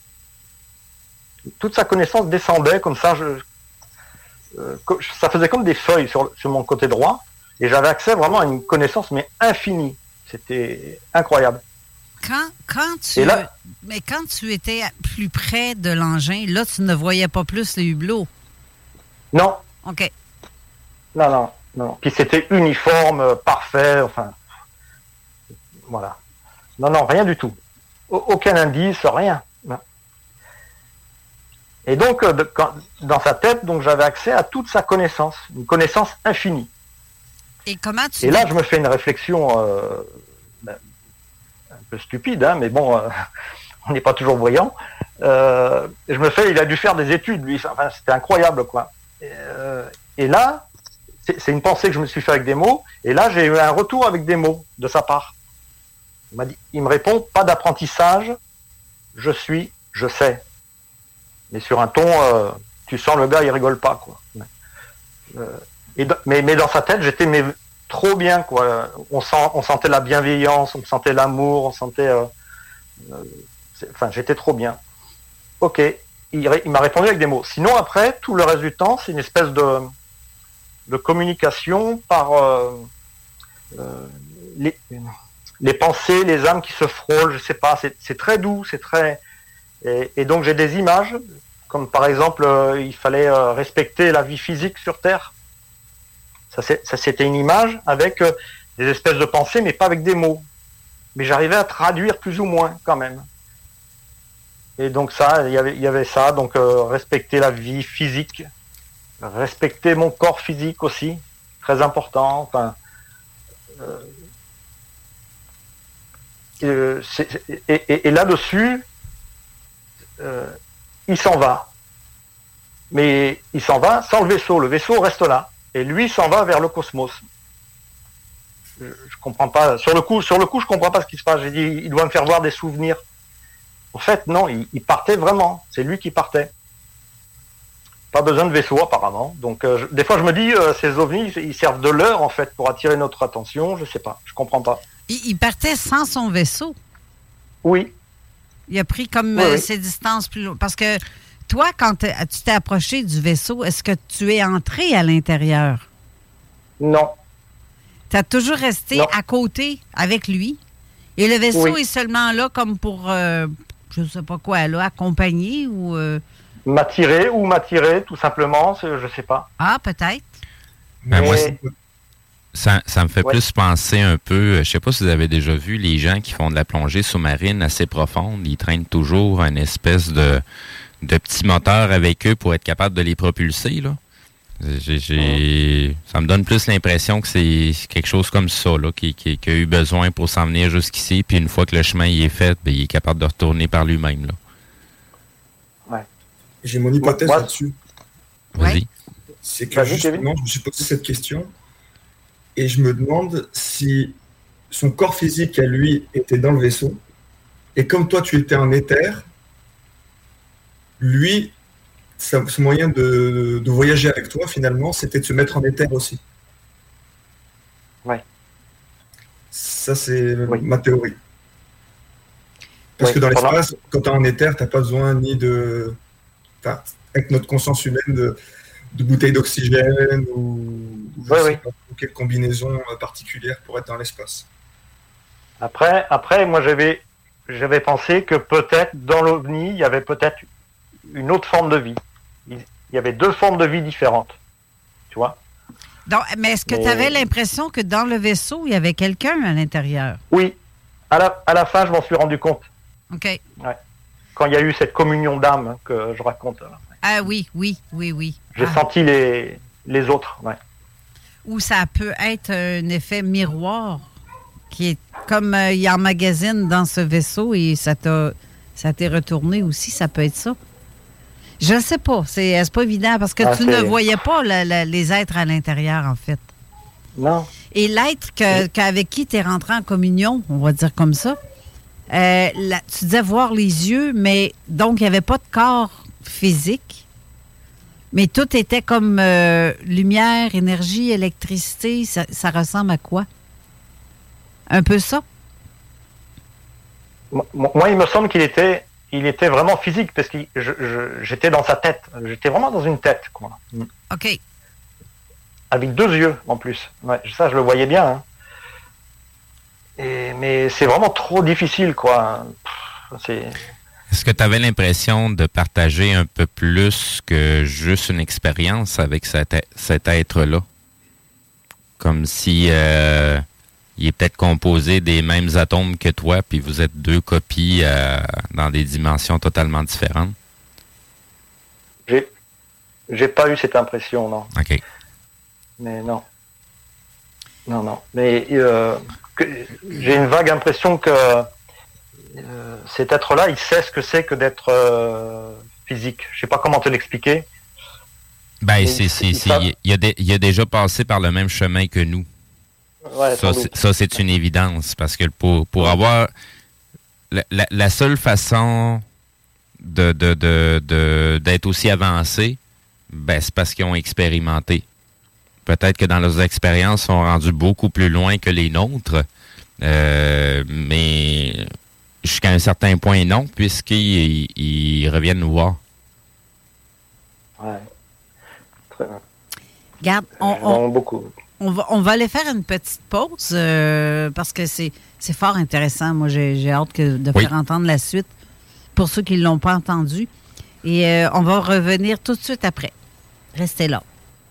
Toute sa connaissance descendait comme ça. Je, euh, ça faisait comme des feuilles sur, sur mon côté droit. Et j'avais accès vraiment à une connaissance, mais infinie. C'était incroyable. Quand, quand tu, là, mais quand tu étais plus près de l'engin, là, tu ne voyais pas plus les hublots? Non. OK. Non, non, non. Puis c'était uniforme, parfait, enfin... Voilà. Non, non, rien du tout. Aucun indice, rien. Non. Et donc, de, quand, dans sa tête, donc j'avais accès à toute sa connaissance, une connaissance infinie. Et comment tu... Et là, je me fais une réflexion euh, ben, un peu stupide, hein, mais bon, euh, on n'est pas toujours brillant. Euh, je me fais, il a dû faire des études, lui. Enfin, c'était incroyable, quoi. Et, euh, et là, c'est, c'est une pensée que je me suis fait avec des mots. Et là, j'ai eu un retour avec des mots de sa part. Il m'a dit, il me répond, pas d'apprentissage, je suis, je sais. Mais sur un ton, euh, tu sens le gars, il rigole pas, quoi. Euh, et de, mais, mais dans sa tête, j'étais mais, trop bien, quoi. On, sent, on sentait la bienveillance, on sentait l'amour, on sentait... Euh, euh, enfin, j'étais trop bien. Ok, il, il m'a répondu avec des mots. Sinon, après, tout le reste du temps, c'est une espèce de, de communication par euh, euh, les... les pensées, les âmes qui se frôlent, je sais pas, c'est, c'est très doux, c'est très... Et, et donc j'ai des images, comme par exemple, euh, il fallait euh, respecter la vie physique sur Terre. Ça, c'est, ça c'était une image avec euh, des espèces de pensées, mais pas avec des mots. Mais j'arrivais à traduire plus ou moins, quand même. Et donc ça, il y avait, il y avait ça, donc euh, respecter la vie physique, respecter mon corps physique aussi, très important, enfin... Euh, Euh, c'est, et, et, et là-dessus, euh, il s'en va. Mais il s'en va sans le vaisseau. Le vaisseau reste là. Et lui s'en va vers le cosmos. Je, je comprends pas. Sur le coup, sur le coup, je comprends pas ce qui se passe. J'ai dit, il doit me faire voir des souvenirs. En fait, non, il, il partait vraiment. C'est lui qui partait. Pas besoin de vaisseau, apparemment. Donc, euh, je, des fois, je me dis, euh, ces ovnis, ils servent de leurre, en fait, pour attirer notre attention. Je sais pas. Je comprends pas. Il partait sans son vaisseau. Oui. Il a pris comme oui, euh, oui. ses distances plus loin. Parce que toi, quand tu t'es approché du vaisseau, est-ce que tu es entré à l'intérieur? Non. Tu as toujours resté non. à côté avec lui. Et le vaisseau oui. est seulement là comme pour, euh, je ne sais pas quoi, elle a accompagné ou... Euh... M'attirer ou m'attirer, tout simplement, je ne sais pas. Ah, peut-être. Ben, Mais... moi, ça, ça me fait ouais. plus penser un peu, je ne sais pas si vous avez déjà vu les gens qui font de la plongée sous-marine assez profonde, ils traînent toujours une espèce de, de petit moteur avec eux pour être capable de les propulser, là. J'ai, j'ai... Ça me donne plus l'impression que c'est quelque chose comme ça, là, qui, qui, qui a eu besoin pour s'en venir jusqu'ici, puis une fois que le chemin y est fait, ben, il est capable de retourner par lui-même, là. Ouais. J'ai mon hypothèse Moi, là-dessus. Vas-y. Ouais. C'est que Vas-y, justement, Kevin. je me suis posé cette question et je me demande si son corps physique à lui était dans le vaisseau et comme toi tu étais en éther, lui, son moyen de, de voyager avec toi finalement, c'était de se mettre en éther aussi. Ouais. Ça c'est Oui. ma théorie. Parce Oui, que dans pendant- l'espace, quand tu es en éther, tu n'as pas besoin ni de... Enfin, avec notre conscience humaine, de, de bouteilles d'oxygène ou, ou je Oui, sais oui. pas quelle combinaison euh, particulière pour être dans l'espace. Après, après, moi, j'avais, j'avais pensé que peut-être dans l'OVNI, il y avait peut-être une autre forme de vie. Il il y avait deux formes de vie différentes. Tu vois? Donc, mais est-ce que Mais- tu avais l'impression que dans le vaisseau, il y avait quelqu'un à l'intérieur? Oui. À la, à la fin, je m'en suis rendu compte. OK. Quand il y a eu cette communion d'âme hein, que je raconte. Ah oui, oui, oui, oui. J'ai Ah. senti les, les autres. Ouais. Ou ça peut être un effet miroir qui est comme euh, il emmagasine dans ce vaisseau et ça t'a ça t'est retourné aussi, ça peut être ça. Je ne sais pas, c'est, c'est pas évident parce que Ah, tu c'est- ne voyais pas la- la- les êtres à l'intérieur, en fait. Non. Et l'être que, qu'avec qui tu es rentré en communion, on va dire comme ça, euh, là, tu disais voir les yeux, mais donc il n'y avait pas de corps physique, mais tout était comme euh, lumière, énergie, électricité. Ça, ça ressemble à quoi? Un peu ça? Moi, moi, il me semble qu'il était, il était vraiment physique parce que je, je- j'étais dans sa tête. J'étais vraiment dans une tête, quoi. OK. Avec deux yeux en plus. Ouais, ça, je le voyais bien. hein. Et, mais c'est vraiment trop difficile, quoi. Pff, C'est... Est-ce que tu avais l'impression de partager un peu plus que juste une expérience avec cet, cet être-là? Comme si euh, il est peut-être composé des mêmes atomes que toi, puis vous êtes deux copies euh, dans des dimensions totalement différentes? J'ai, j'ai pas eu cette impression, non. OK. Mais non. Non, non. Mais euh, que- j'ai une vague impression que euh, cet être-là, il sait ce que c'est que d'être euh, physique. Je sais pas comment te l'expliquer. Ben, Mais c'est, il- c'est, il c'est, savent- il, a dé- il a déjà passé par le même chemin que nous. Ouais, Ça, sans c'est, doute. ça, c'est une évidence, parce que pour, pour avoir... La, la- la seule façon de, de, de, de- d'être aussi avancé, ben, c'est parce qu'ils ont expérimenté. Peut-être que dans leurs expériences, ils sont rendus beaucoup plus loin que les nôtres, euh, mais jusqu'à un certain point, non, puisqu'ils ils, ils reviennent nous voir. Ouais. Très bien. Regarde, on, on, Vraiment beaucoup. on va, on va aller faire une petite pause euh, parce que c'est, c'est fort intéressant. Moi, j'ai, j'ai hâte que, de Oui. faire entendre la suite pour ceux qui ne l'ont pas entendu. Et euh, on va revenir tout de suite après. Restez là.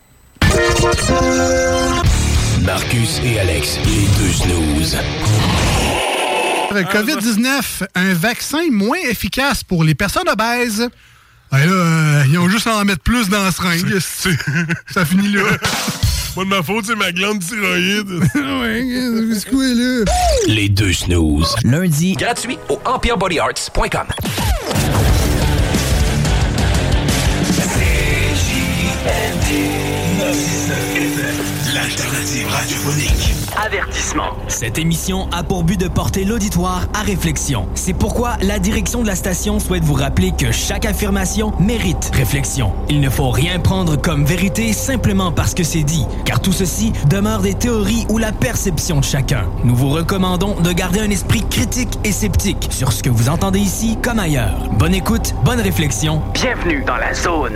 Marcus et Alex, les deux snooze. covid dix-neuf, un vaccin moins efficace pour les personnes obèses. Ben là, euh, ils ont juste à en mettre plus dans la seringue. Ça finit là. Pas de ma faute, c'est ma glande thyroïde. Ouais, c'est quoi, là? Les deux snooze. Lundi, Gratuit au empire body arts point com. L'alternative radiophonique. Avertissement. cette émission a pour but de porter l'auditoire à réflexion. C'est pourquoi la direction de la station souhaite vous rappeler que chaque affirmation mérite réflexion. Il ne faut rien prendre comme vérité simplement parce que c'est dit, car tout ceci demeure des théories ou la perception de chacun. Nous vous recommandons de garder un esprit critique et sceptique sur ce que vous entendez ici comme ailleurs. Bonne écoute, bonne réflexion. Bienvenue dans la zone.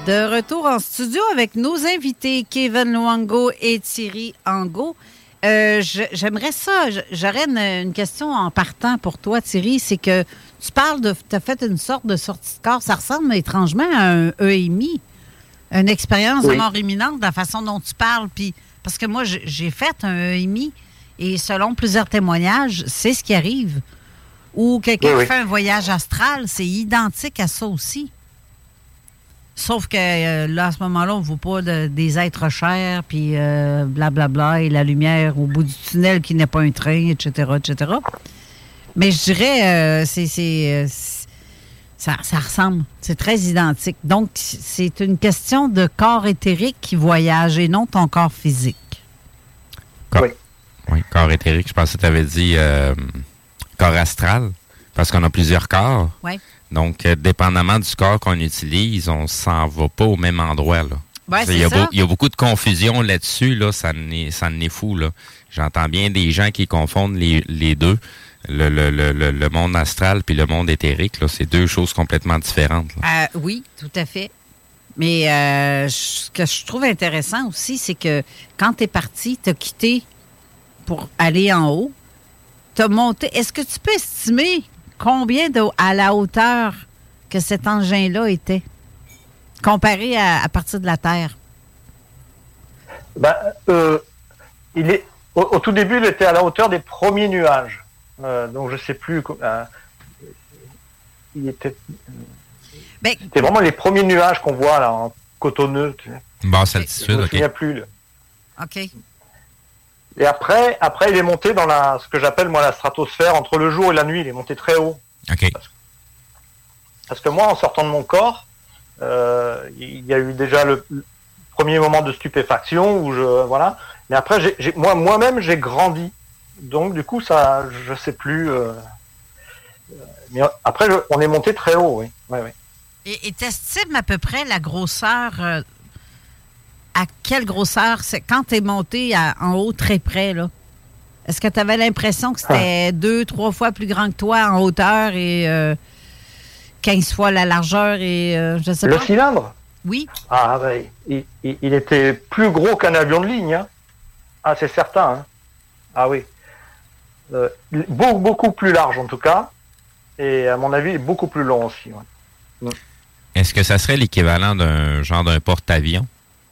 De retour en studio avec nos invités Kevin Luongo et Thierry Angot. Euh, je, j'aimerais ça, j'aurais une, une question en partant pour toi, Thierry, c'est que tu parles de, tu as fait une sorte de sortie de corps, ça ressemble étrangement à un E M I, une expérience oui. de mort imminente, de la façon dont tu parles, puis parce que moi, j'ai fait un E M I et selon plusieurs témoignages, c'est ce qui arrive. Ou quelqu'un oui, oui. fait un voyage astral, c'est identique à ça aussi. Sauf que euh, là, à ce moment-là, on ne voit pas de, des êtres chers, puis euh, blablabla, et la lumière au bout du tunnel qui n'est pas un train, et cetera, et cetera. Mais je dirais, euh, c'est, c'est, c'est, ça, ça ressemble. C'est très identique. Donc, c'est une question de corps éthérique qui voyage et non ton corps physique. Corps, oui. oui, corps éthérique. Je pensais que tu avais dit euh, corps astral, parce qu'on a plusieurs corps. Oui. Donc, euh, dépendamment du corps qu'on utilise, on s'en va pas au même endroit, là. Ouais, c'est il, y a ça. beau, il y a beaucoup de confusion là-dessus, là, ça en est, ça en est fou, là. J'entends bien des gens qui confondent les, les deux, le, le, le, le monde astral puis le monde éthérique, là, c'est deux choses complètement différentes. Euh, oui, tout à fait. Mais euh, ce que je trouve intéressant aussi, c'est que quand tu es parti, tu as quitté pour aller en haut, tu as monté. Est-ce que tu peux estimer combien de, à la hauteur que cet engin-là était, comparé à, à partir de la Terre? Ben, euh, il est, au, au tout début, il était à la hauteur des premiers nuages. Euh, donc, je ne sais plus. Euh, il était. Ben, c'était vraiment les premiers nuages qu'on voit là, en cotonneux. Tu sais. Basse altitude, je ne me OK. souviens plus. Là. OK. Et après, après, il est monté dans la, ce que j'appelle moi la stratosphère, entre le jour et la nuit. Il est monté très haut. OK. Parce, parce que moi, en sortant de mon corps, euh, il y a eu déjà le, le premier moment de stupéfaction où je, voilà. Mais après, j'ai, j'ai, moi, moi-même, j'ai grandi. Donc, du coup, ça, je sais plus. Euh, mais après, je, on est monté très haut, oui. Ouais, ouais. Et t'estimes à peu près la grosseur, euh, à quelle grosseur, c'est quand tu es monté à, en haut très près, là? Est-ce que tu avais l'impression que c'était ah. deux, trois fois plus grand que toi en hauteur et euh, quinze fois la largeur et euh, je sais Le pas? Le cylindre? Oui. Ah, ben, il, il, il était plus gros qu'un avion de ligne, hein. Ah, c'est certain, hein. Ah oui. Euh, beaucoup, beaucoup plus large, en tout cas. Et à mon avis, beaucoup plus long aussi, ouais. Est-ce que ça serait l'équivalent d'un genre d'un porte-avions?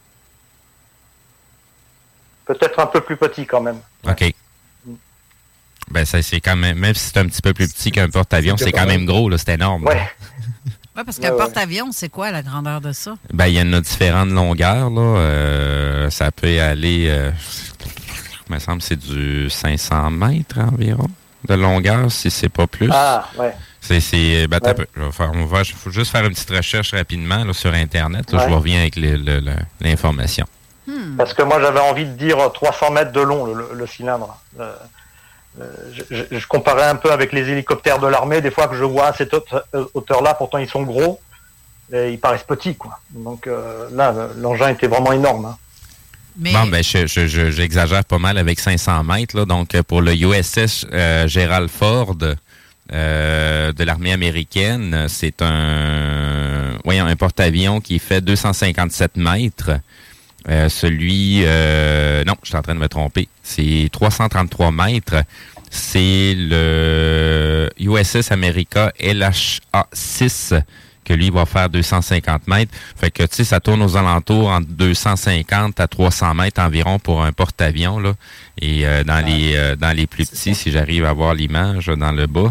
Peut-être un peu plus petit quand même. OK. Ben ça c'est quand même, même si c'est un petit peu plus petit qu'un porte-avions, c'est, c'est quand même, même gros, là, c'est énorme. Ouais. Oui, parce qu'un ouais, porte-avions, c'est quoi la grandeur de ça? Ben, il y en a différentes longueurs, là. Euh, ça peut aller, euh, il me semble que c'est du cinq cents mètres environ de longueur, si c'est pas plus. Ah, ouais. C'est, c'est, ben, ouais. peu, je vais faire, on va, faut juste faire une petite recherche rapidement là, sur Internet. Là, ouais. Je vous reviens avec le, le, le, l'information. Hmm. Parce que moi, j'avais envie de dire trois cents mètres de long, le, le, le cylindre. Euh, euh, je, je, je comparais un peu avec les hélicoptères de l'armée. Des fois que je vois à cette hauteur-là, pourtant ils sont gros, et ils paraissent petits, quoi. Donc euh, là, l'engin était vraiment énorme. Hein. Mais... Bon, ben, je, je, je, j'exagère pas mal avec cinq cents mètres. Là. Donc, pour le U S S euh, Gerald Ford euh, de l'armée américaine, c'est un, oui, un porte-avions qui fait deux cent cinquante-sept mètres. Euh, celui, euh, non, je suis en train de me tromper. C'est trois cent trente-trois mètres. C'est le U S S America L H A six que lui va faire deux cent cinquante mètres. Fait que, tu sais, ça tourne aux alentours entre deux cent cinquante à trois cents mètres environ pour un porte-avions, là. Et euh, dans, ah, les, euh, dans les plus petits, si j'arrive à voir l'image dans le bas,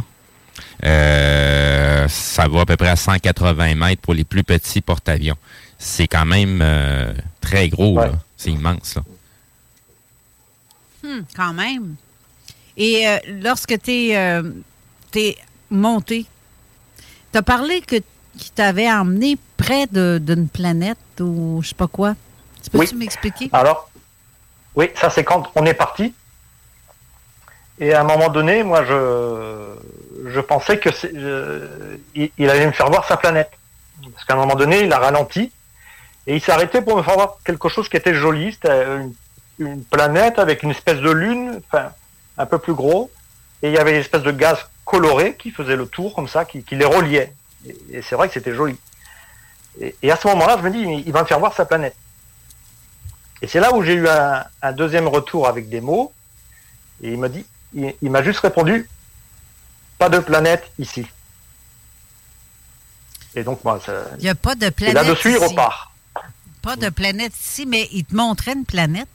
euh, ça va à peu près à cent quatre-vingts mètres pour les plus petits porte-avions. C'est quand même euh, très gros, ouais. Là. C'est immense, là. Hum, quand même. Et euh, lorsque tu es euh, monté, tu as parlé que qui t'avait emmené près de, d'une planète ou je sais pas quoi. Tu peux-tu oui. m'expliquer? Alors, oui, ça c'est quand on est parti. Et à un moment donné, moi, je, je pensais que c'est, je, il, il allait me faire voir sa planète. Parce qu'à un moment donné, il a ralenti et il s'est arrêté pour me faire voir quelque chose qui était joli. C'était une, une planète avec une espèce de lune, enfin, un peu plus gros. Et il y avait une espèce de gaz coloré qui faisait le tour comme ça, qui, qui les reliait. Et, et c'est vrai que c'était joli. Et, et à ce moment-là, je me dis, il va me faire voir sa planète. Et c'est là où j'ai eu un, un deuxième retour avec des mots. Et il m'a dit, il, il m'a juste répondu, pas de planète ici. Et donc moi, ça... il n'y a pas de planète. Et là-dessus, ici. il repart. Pas de planète ici, mais il te montrait une planète.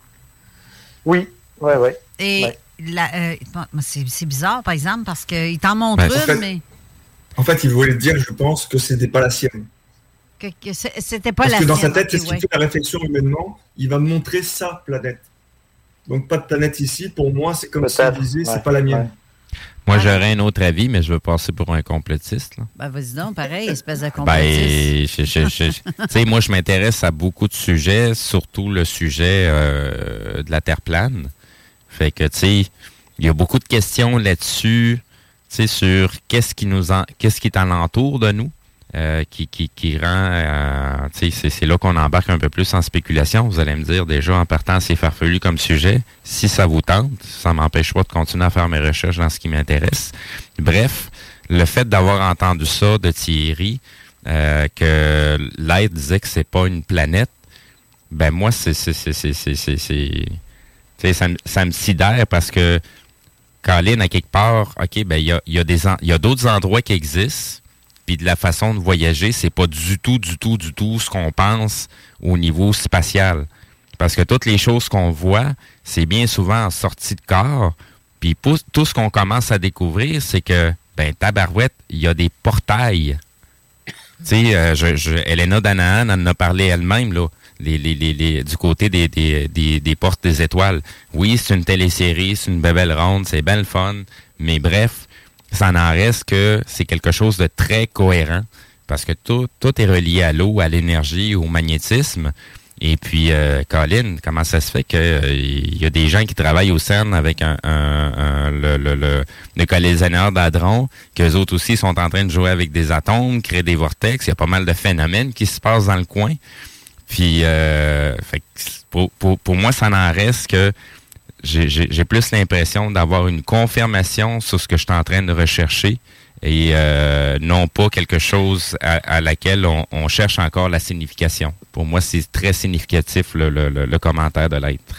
Oui, ouais, ouais. Et ouais. La, euh, c'est, c'est bizarre, par exemple, parce qu'il t'en montre ouais, une, en fait, mais. En fait, il voulait dire, je pense, que c'était pas la sienne. Que, que c'était pas Parce la que dans sienne, sa tête, okay, c'est ce ouais. qu'il fait la réflexion humainement, il va me montrer sa planète. Donc, pas de planète ici, pour moi, c'est comme s'il disait, ouais, c'est pas la mienne. Ouais. Moi, j'aurais un autre avis, mais je veux passer pour un complotiste. Là. Ben, vas-y donc, pareil, espèce de complotiste. Ben, je, je, je, tu sais, moi, je m'intéresse à beaucoup de sujets, surtout le sujet euh, de la Terre plane. Fait que, tu sais, il y a beaucoup de questions là-dessus, tu sais, sur qu'est-ce qui nous en, qu'est-ce qui est alentour de nous, euh, qui, qui, qui rend, euh, tu sais, c'est, c'est là qu'on embarque un peu plus en spéculation. Vous allez me dire, déjà, en partant, c'est farfelu comme sujet. Si ça vous tente, ça m'empêche pas de continuer à faire mes recherches dans ce qui m'intéresse. Bref, le fait d'avoir entendu ça de Thierry, euh, que l'être disait que c'est pas une planète, ben moi, c'est, c'est, c'est, c'est, c'est, c'est, c'est tu sais, ça, ça me sidère parce que Colin, à quelque part, OK, ben il y a, y a des en, y a d'autres endroits qui existent, puis de la façon de voyager, c'est pas du tout, du tout, du tout ce qu'on pense au niveau spatial. Parce que toutes les choses qu'on voit, c'est bien souvent en sortie de corps, puis pour, tout ce qu'on commence à découvrir, c'est que, ben, tabarouette, il y a des portails. Tu sais, euh, je, je, Elena Danahan en a parlé elle-même, là. Les, les, les, les, du côté des, des, des, des portes des étoiles. Oui, c'est une télésérie, c'est une belle ronde, c'est bien le fun, mais bref, ça n'en reste que c'est quelque chose de très cohérent, parce que tout, tout est relié à l'eau, à l'énergie, au magnétisme. Et puis, euh, Colin, comment ça se fait que euh, il y a des gens qui travaillent au CERN avec un, un, un le, le, le, le collisionnaire d'hadrons, qu'eux autres aussi sont en train de jouer avec des atomes, créer des vortex, il y a pas mal de phénomènes qui se passent dans le coin. Puis, euh, fait que pour, pour, pour moi, ça n'en reste que j'ai, j'ai, j'ai plus l'impression d'avoir une confirmation sur ce que je suis en train de rechercher et euh, non pas quelque chose à, à laquelle on, on cherche encore la signification. Pour moi, c'est très significatif le, le, le, le commentaire de l'être.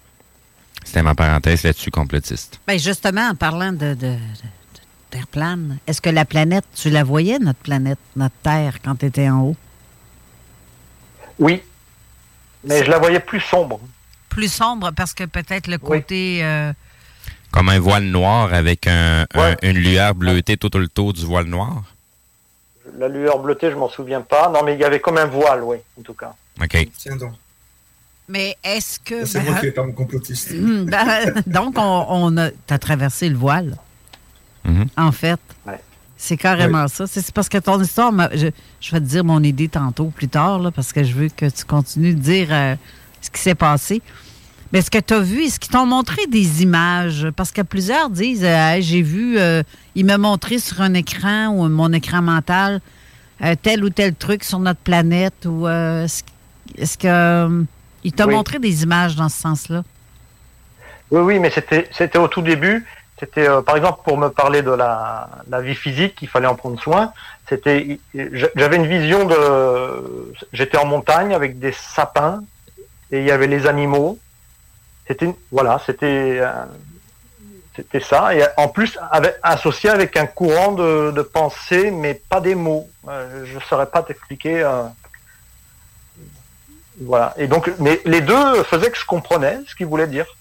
C'était ma parenthèse là-dessus, complotiste. Bien, justement, en parlant de, de, de, de Terre plane, est-ce que la planète, tu la voyais, notre planète, notre Terre, quand tu étais en haut? Oui, mais je la voyais plus sombre. Plus sombre parce que peut-être le côté... Oui. Euh... Comme un voile noir avec un, ouais. un, une lueur bleutée tout le tour du voile noir? La lueur bleutée, je m'en souviens pas. Non, mais il y avait comme un voile, oui, en tout cas. OK. Tiens donc. Mais est-ce que... C'est ben, moi qui n'ai pas mon complotiste. Ben, donc, on, on a... Tu as traversé le voile, mm-hmm. en fait. Ouais. C'est carrément oui. ça. C'est, c'est parce que ton histoire, je, je vais te dire mon idée tantôt, plus tard, là, parce que je veux que tu continues de dire euh, ce qui s'est passé. Mais est-ce que tu as vu, est-ce qu'ils t'ont montré des images? Parce que plusieurs disent, euh, j'ai vu, euh, il m'a montré sur un écran ou mon écran mental euh, tel ou tel truc sur notre planète. Ou euh, est-ce, est-ce que euh, il t'a oui. montré des images dans ce sens-là? Oui, oui, mais c'était, c'était au tout début. C'était, euh, par exemple, pour me parler de la, la vie physique, il fallait en prendre soin. C'était, j'avais une vision de, j'étais en montagne avec des sapins et il y avait les animaux. C'était, voilà, c'était, euh, c'était ça. Et en plus, avec, associé avec un courant de, de pensée, mais pas des mots. Euh, je ne saurais pas t'expliquer. Euh, voilà. Et donc, mais les deux faisaient que je comprenais ce qu'ils voulaient dire.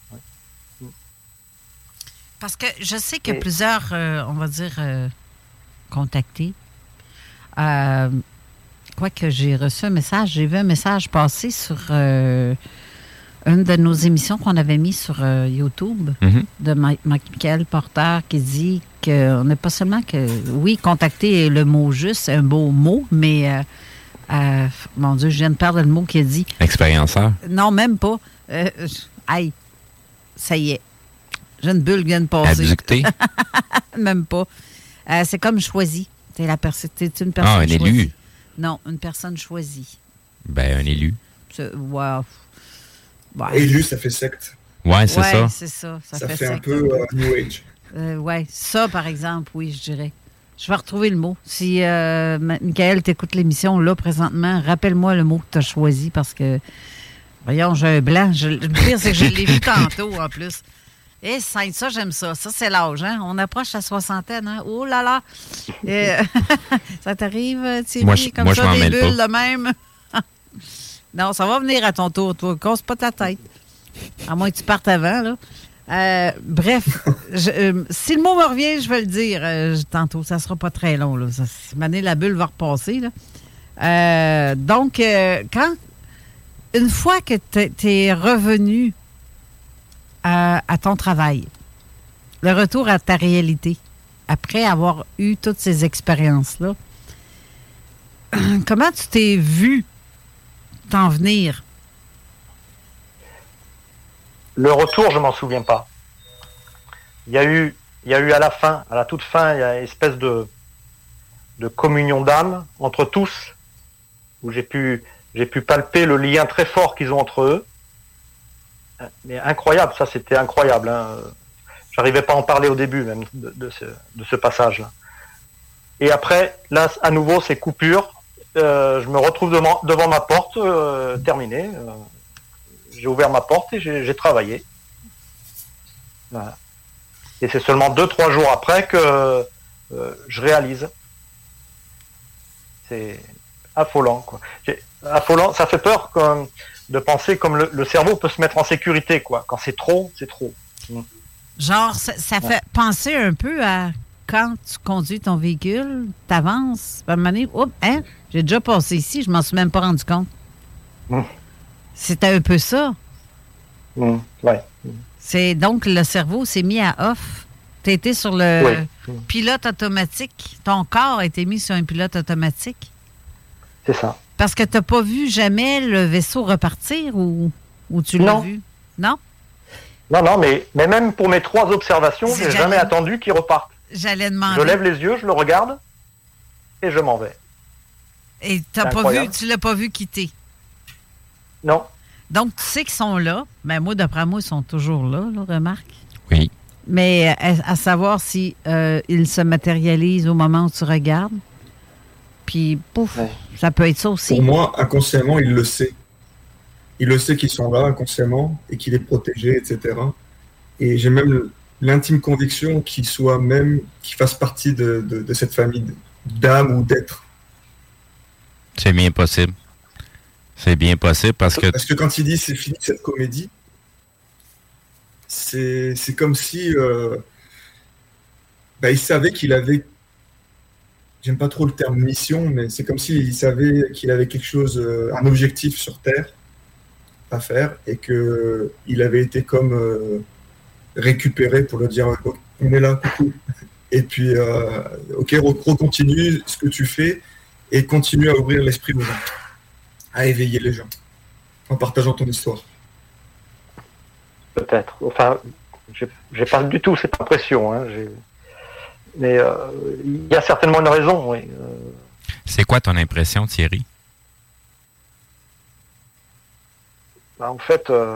Parce que je sais que plusieurs, euh, on va dire, euh, contactés, euh, quoique j'ai reçu un message, j'ai vu un message passer sur euh, une de nos émissions qu'on avait mis sur euh, YouTube mm-hmm. de Mike, Michael Porter qui dit qu'on n'est pas seulement que, oui, contacter est le mot juste, c'est un beau mot, mais, euh, euh, mon Dieu, je viens de perdre le mot qu'il a dit. Expérienceur? Non, même pas. Euh, aïe, ça y est. J'ai une bulle qui vient de passer. Abducté? Même pas. Euh, c'est comme choisi. T'es la perso- t'es une personne Ah, un choisie. élu? Non, une personne choisie. Ben, un élu. C'est, wow. Ouais. Élu, ça fait secte. Ouais, c'est ouais, ça. c'est ça. Ça, ça fait, fait secte. un peu euh, New Age. Euh, ouais, ça, par exemple, oui, je dirais. Je vais retrouver le mot. Si euh, Michael t'écoute l'émission là présentement, rappelle-moi le mot que tu as choisi parce que, voyons, j'ai un blanc. Je, le pire, c'est que je l'ai vu tantôt en plus. Et ça, ça j'aime ça. Ça, c'est l'âge. Hein? On approche la soixantaine. Hein? Oh là là! Et, ça t'arrive, Thierry, moi, je, comme moi, ça, je m'en des mêle bulles pas. de même? Non, ça va venir à ton tour, toi. Casse pas ta tête. À moins que tu partes avant, là. Euh, bref, je, euh, si le mot me revient, je vais le dire euh, tantôt. Ça sera pas très long. Là. Ça, mané, la bulle va repasser. Là. Euh, donc, euh, quand une fois que tu es revenu à, à ton travail, le retour à ta réalité, après avoir eu toutes ces expériences-là, comment tu t'es vu t'en venir? Le retour, je m'en souviens pas. Il y a eu, il y a eu à la fin, à la toute fin, il y a une espèce de, de communion d'âme entre tous, où j'ai pu, j'ai pu palper le lien très fort qu'ils ont entre eux. Mais incroyable, ça c'était incroyable. Hein. J'arrivais pas à en parler au début même de, de ce, de ce passage-là. Et après, là, à nouveau, c'est coupure. Euh, je me retrouve devant, devant ma porte, euh, terminé. Euh, J'ai ouvert ma porte et j'ai, j'ai travaillé. Voilà. Et c'est seulement deux, trois jours après que euh, je réalise. C'est affolant, quoi. J'ai, affolant, ça fait peur comme, de penser comme le, le cerveau peut se mettre en sécurité, quoi. Quand c'est trop, c'est trop. Mmh. Genre, ça, ça fait ouais. penser un peu à quand tu conduis ton véhicule, t'avances, à un moment donné, oups, hein, j'ai déjà passé ici, je m'en suis même pas rendu compte. Mmh. C'était un peu ça. Mmh, ouais. C'est donc le cerveau s'est mis à off. Tu as été sur le oui. pilote automatique. Ton corps a été mis sur un pilote automatique. C'est ça. Parce que tu n'as pas vu jamais le vaisseau repartir ou, ou tu l'as non. vu? Non? Non, non, mais, mais même pour mes trois observations, je n'ai jamais attendu qu'il reparte. J'allais demander. Je lève les yeux, je le regarde et je m'en vais. Et t'as pas vu, tu l'as pas vu quitter? Non. Donc, tu sais qu'ils sont là. Ben moi, d'après moi, ils sont toujours là, là remarque. Oui. Mais à, à savoir si euh, ils se matérialisent au moment où tu regardes. Puis, pouf, ouais. ça peut être ça aussi. Pour moi, inconsciemment, il le sait. Il le sait qu'ils sont là, inconsciemment, et qu'il est protégé, et cetera. Et j'ai même l'intime conviction qu'il soit même, qu'il fasse partie de, de, de cette famille d'âmes ou d'êtres. C'est bien possible. C'est bien possible parce que... Parce que quand il dit c'est fini cette comédie, c'est, c'est comme si euh, bah, il savait qu'il avait, j'aime pas trop le terme mission, mais c'est comme s'il savait qu'il avait quelque chose, euh, un objectif sur Terre à faire et qu'il avait été comme euh, récupéré pour le dire oh, on est là, coucou. Et puis, euh, ok, recontinue ce que tu fais et continue à ouvrir l'esprit aux gens, à éveiller les gens, en partageant ton histoire. Peut-être. Enfin, j'ai, j'ai pas du tout cette impression. Hein. J'ai... Mais euh, il y a certainement une raison, oui. Euh... C'est quoi ton impression, Thierry? Ben, en fait, euh...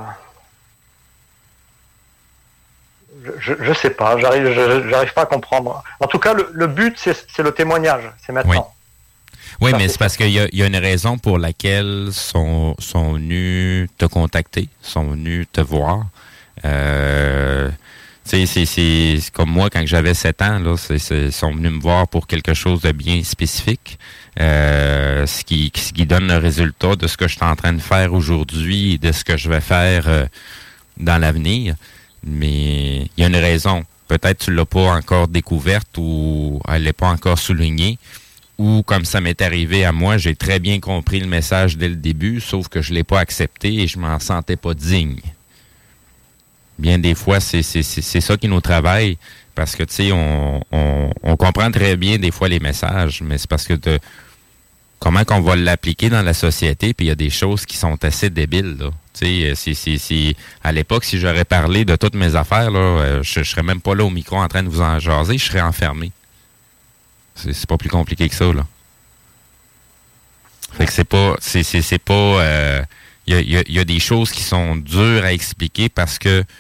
je, je sais pas. J'arrive, je, j'arrive pas à comprendre. En tout cas, le, le but, c'est, c'est le témoignage. C'est maintenant. Oui. Oui, mais c'est parce qu'il y a, il y a une raison pour laquelle sont, sont venus te contacter, sont venus te voir. Euh, tu sais, c'est, c'est, c'est comme moi, quand j'avais sept ans, là, c'est, c'est, sont venus me voir pour quelque chose de bien spécifique, euh, ce qui, ce qui donne le résultat de ce que je suis en train de faire aujourd'hui et de ce que je vais faire euh, dans l'avenir. Mais il y a une raison. Peut-être tu l'as pas encore découverte ou elle n'est pas encore soulignée. Ou, comme ça m'est arrivé à moi, j'ai très bien compris le message dès le début, sauf que je ne l'ai pas accepté et je m'en sentais pas digne. Bien des fois, c'est, c'est, c'est, c'est ça qui nous travaille, parce que, tu sais, on, on, on comprend très bien des fois les messages, mais c'est parce que de comment qu'on va l'appliquer dans la société, puis il y a des choses qui sont assez débiles, là. Tu sais, c'est, c'est, c'est, à l'époque, si j'aurais parlé de toutes mes affaires, là, je ne serais même pas là au micro en train de vous en jaser, je serais enfermé. C'est, c'est pas plus compliqué que ça, là. Fait que c'est pas... C'est, c'est, c'est pas... Il euh, y, a, y, a, y a des choses qui sont dures à expliquer parce que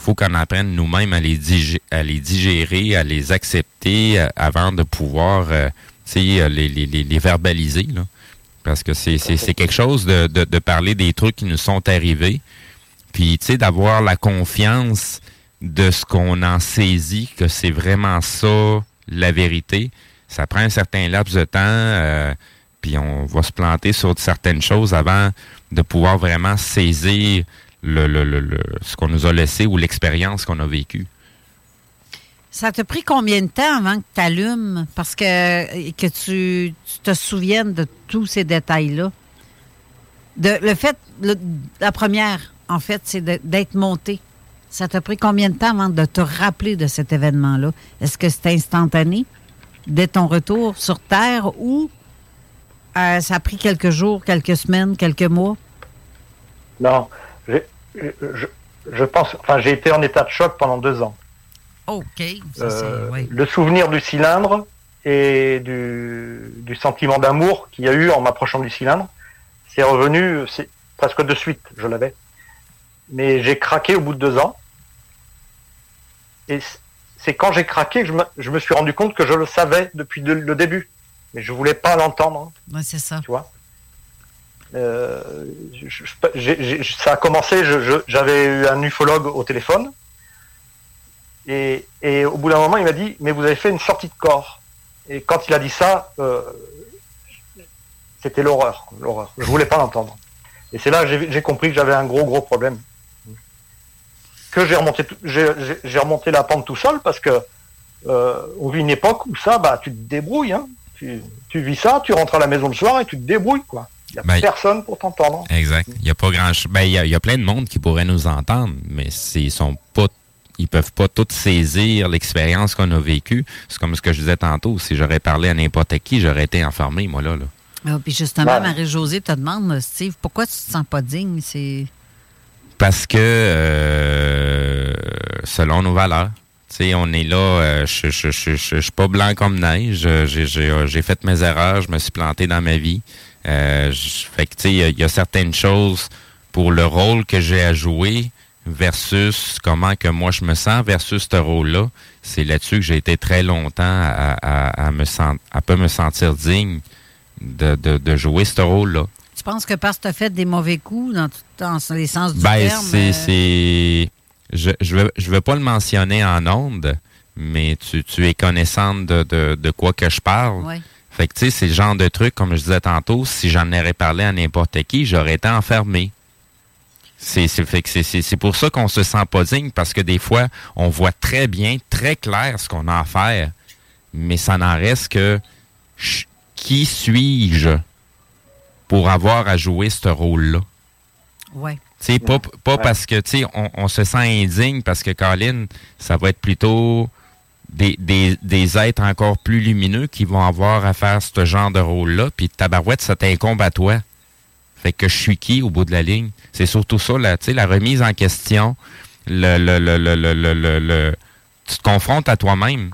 faut qu'on apprenne nous-mêmes à les, digé- à les digérer, à les accepter euh, avant de pouvoir euh, les, les, les, les verbaliser. Là. Parce que c'est, c'est, c'est quelque chose de, de, de parler des trucs qui nous sont arrivés. Puis, tu sais, d'avoir la confiance de ce qu'on en saisit, que c'est vraiment ça, la vérité. Ça prend un certain laps de temps, euh, puis on va se planter sur certaines choses avant de pouvoir vraiment saisir Le, le, le, le, ce qu'on nous a laissé ou l'expérience qu'on a vécue. Ça t'a pris combien de temps avant que tu allumes? Parce que, que tu, tu te souviennes de tous ces détails-là. De, le fait, le, la première, en fait, c'est de, d'être monté. Ça t'a pris combien de temps avant de te rappeler de cet événement-là? Est-ce que c'est instantané dès ton retour sur Terre ou euh, ça a pris quelques jours, quelques semaines, quelques mois? Non. J'ai, je, je pense, enfin, j'ai été en état de choc pendant deux ans. OK. Ça, euh, oui. Le souvenir du cylindre et du, du sentiment d'amour qu'il y a eu en m'approchant du cylindre, c'est revenu c'est presque de suite, je l'avais. Mais j'ai craqué au bout de deux ans. Et c'est quand j'ai craqué que je me, je me suis rendu compte que je le savais depuis de, le début. Mais je voulais pas l'entendre. Oui, c'est ça. Tu vois. Euh, je, je, j'ai, j'ai, ça a commencé, je, je, j'avais eu un ufologue au téléphone et, et au bout d'un moment il m'a dit mais vous avez fait une sortie de corps, et quand il a dit ça euh, c'était l'horreur, l'horreur, je voulais pas l'entendre, et c'est là que j'ai, j'ai compris que j'avais un gros gros problème, que j'ai remonté, j'ai, j'ai, j'ai remonté la pente tout seul parce que euh, on vit une époque où ça bah tu te débrouilles, hein. tu, tu vis ça, tu rentres à la maison le soir et tu te débrouilles quoi. Il n'y a ben, personne pour t'entendre. Exact. Il n'y a pas grand chose. Ben, il y a, il y a plein de monde qui pourrait nous entendre, mais ils sont pas, ils peuvent pas tous saisir l'expérience qu'on a vécue. C'est comme ce que je disais tantôt. Si j'aurais parlé à n'importe qui, j'aurais été enfermé, moi, là. là. Ah, puis justement, ouais. Marie-Josée te demande, Steve, pourquoi tu te sens pas digne? C'est... Parce que, euh, selon nos valeurs, tu sais, on est là, euh, je je, je, je, je suis pas blanc comme neige. J'ai, j'ai, j'ai fait mes erreurs, je me suis planté dans ma vie. Euh, je, fait que, tu sais, il y, y a certaines choses pour le rôle que j'ai à jouer versus comment que moi je me sens versus ce rôle-là. C'est là-dessus que j'ai été très longtemps à, à, à me sent, à pas me sentir digne de, de, de jouer ce rôle-là. Tu penses que parce que tu as fait des mauvais coups dans, tout, dans les sens du ben, terme? c'est, euh... c'est... Je je veux, je veux pas le mentionner en ondes, mais tu, tu es connaissante de, de, de quoi que je parle. Oui. Fait que, tu sais, c'est le genre de truc, comme je disais tantôt, si j'en aurais parlé à n'importe qui, j'aurais été enfermé. C'est, c'est, fait que c'est, c'est, c'est pour ça qu'on se sent pas digne, parce que des fois, on voit très bien, très clair ce qu'on a à faire, mais ça n'en reste que ch- qui suis-je pour avoir à jouer ce rôle-là? Ouais. Tu sais, pas, pas ouais. parce que, tu sais, on, on se sent indigne, parce que, Colin, ça va être plutôt des, des, des êtres encore plus lumineux qui vont avoir à faire ce genre de rôle-là, puis tabarouette, ça t'incombe à toi. Fait que je suis qui au bout de la ligne? C'est surtout ça, là, tu sais, la remise en question, le, le, le, le, le, le, le, le tu te confrontes à toi-même.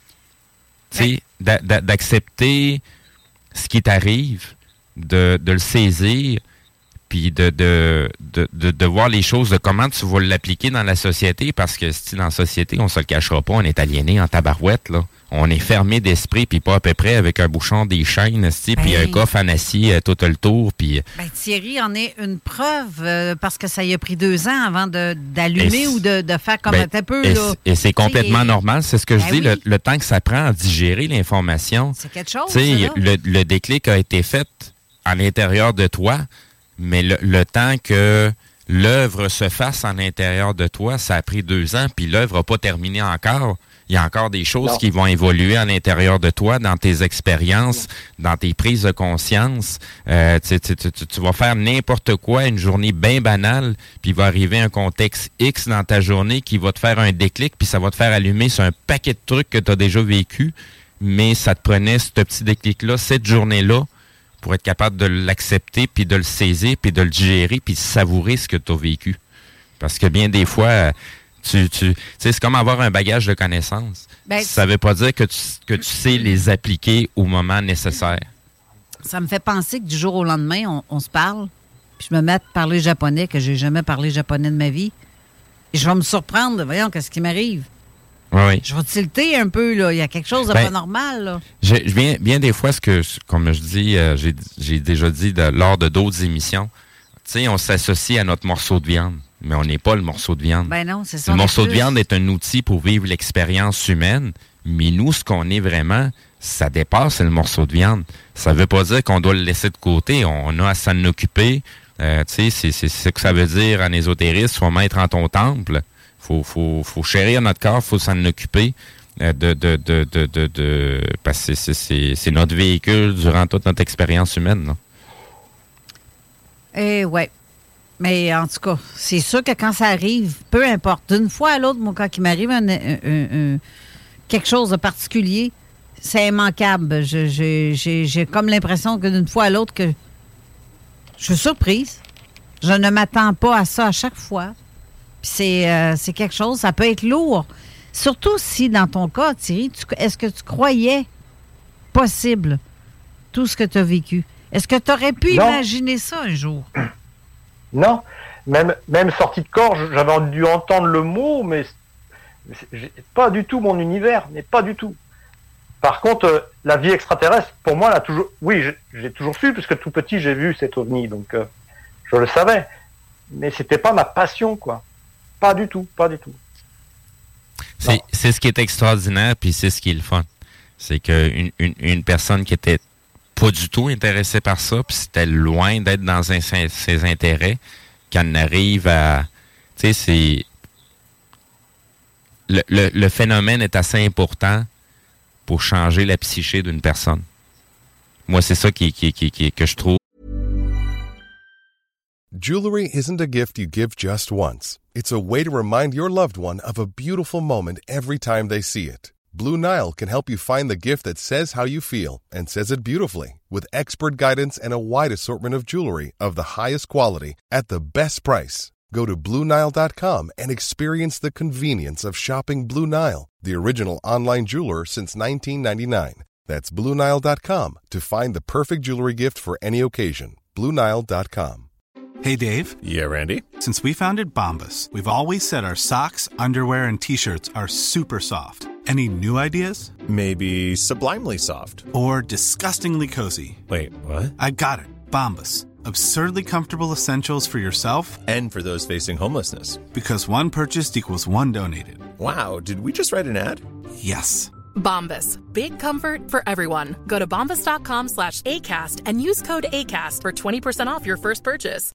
Tu sais, d'a, d'a, d'accepter ce qui t'arrive, de, de le saisir, puis de, de, de, de, de voir les choses, de comment tu vas l'appliquer dans la société, parce que si dans la société, on se le cachera pas, on est aliéné en tabarouette, là. On est fermé d'esprit, puis pas à peu près avec un bouchon, des chaînes, ben, puis un coffre en acier euh, tout le tour. Puis ben, Thierry en est une preuve, euh, parce que ça y a pris deux ans avant de, d'allumer ou de, de faire comme ben, un peu. Et, là. et c'est complètement et... normal, c'est ce que ben je dis, oui. le, le temps que ça prend à digérer l'information. C'est quelque chose, ça, le, le déclic a été fait à l'intérieur de toi, mais le, le temps que l'œuvre se fasse en l'intérieur de toi, ça a pris deux ans, puis l'œuvre n'a pas terminé encore. Il y a encore des choses non. qui vont évoluer à l'intérieur de toi, dans tes expériences, non. dans tes prises de conscience. Euh, tu, tu, tu, tu vas faire n'importe quoi, une journée bien banale, puis il va arriver un contexte X dans ta journée qui va te faire un déclic, puis ça va te faire allumer sur un paquet de trucs que tu as déjà vécu, mais ça te prenait ce petit déclic-là, cette journée-là, pour être capable de l'accepter, puis de le saisir, puis de le digérer, puis de savourer ce que tu as vécu. Parce que bien des fois... Tu, tu, tu sais, c'est comme avoir un bagage de connaissances. Ben, ça ne veut pas dire que tu, que tu sais les appliquer au moment nécessaire. Ça me fait penser que du jour au lendemain, on, on se parle, puis je me mets à parler japonais, que j'ai jamais parlé japonais de ma vie. Et je vais me surprendre. Voyons, qu'est-ce qui m'arrive? Oui, oui. Je vais tilter un peu, là. Il y a quelque chose de Ben, pas normal, là. Je, je bien, bien des fois, ce que, comme je dis, euh, j'ai, j'ai déjà dit de, lors de d'autres émissions, tu sais, on s'associe à notre morceau de viande, mais on n'est pas le morceau de viande. Ben non, c'est ça. Le morceau de viande est un outil pour vivre l'expérience humaine, mais nous, ce qu'on est vraiment, ça dépasse le morceau de viande. Ça veut pas dire qu'on doit le laisser de côté. On a à s'en occuper. Euh, tu sais, c'est, c'est, c'est ce que ça veut dire en ésotérisme, faut mettre en ton temple. Faut, faut, faut chérir notre corps, faut s'en occuper. Euh, de, de, de, de, de, de, parce que c'est, c'est, c'est notre véhicule durant toute notre expérience humaine. Là. Eh ouais. Mais en tout cas, c'est sûr que quand ça arrive, peu importe, d'une fois à l'autre, moi, quand il m'arrive un, un, un, un, quelque chose de particulier, c'est immanquable. Je, je, j'ai, j'ai comme l'impression que d'une fois à l'autre, que je suis surprise. Je ne m'attends pas à ça à chaque fois. Puis c'est, euh, c'est quelque chose, ça peut être lourd. Surtout si, dans ton cas, Thierry, tu, est-ce que tu croyais possible tout ce que tu as vécu? Est-ce que tu aurais pu non. imaginer ça un jour? Non. Même, même sortie de corps, j'avais dû entendre le mot, mais c'est pas du tout mon univers, mais pas du tout. Par contre, euh, la vie extraterrestre, pour moi, là, toujours, oui, j'ai, j'ai toujours su, puisque tout petit, j'ai vu cet ovni, donc euh, je le savais. Mais c'était pas ma passion, quoi. Pas du tout, pas du tout. C'est, c'est ce qui est extraordinaire, puis c'est ce qui est le fun. C'est qu'une une, une personne qui était pas du tout intéressée par ça, puis c'était loin d'être dans un, ses, ses intérêts, quand on arrive à... Tu sais, c'est... Le, le, le phénomène est assez important pour changer la psyché d'une personne. Moi, c'est ça qui, qui, qui, qui, que je trouve. Jewelry isn't a gift you give just once. It's a way to remind your loved one of a beautiful moment every time they see it. Blue Nile can help you find the gift that says how you feel and says it beautifully, with expert guidance and a wide assortment of jewelry of the highest quality at the best price. Go to Blue Nile dot com and experience the convenience of shopping Blue Nile, the original online jeweler since nineteen ninety-nine. That's Blue Nile dot com to find the perfect jewelry gift for any occasion. Blue Nile dot com. Hey, Dave. Yeah, Randy. Since we founded Bombas, we've always said our socks, underwear, and T-shirts are super soft. Any new ideas? Maybe sublimely soft. Or disgustingly cozy. Wait, what? I got it. Bombas. Absurdly comfortable essentials for yourself and for those facing homelessness. Because one purchased equals one donated. Wow, did we just write an ad? Yes. Bombas. Big comfort for everyone. Go to bombas dot com slash ACAST and use code ACAST for twenty percent off your first purchase.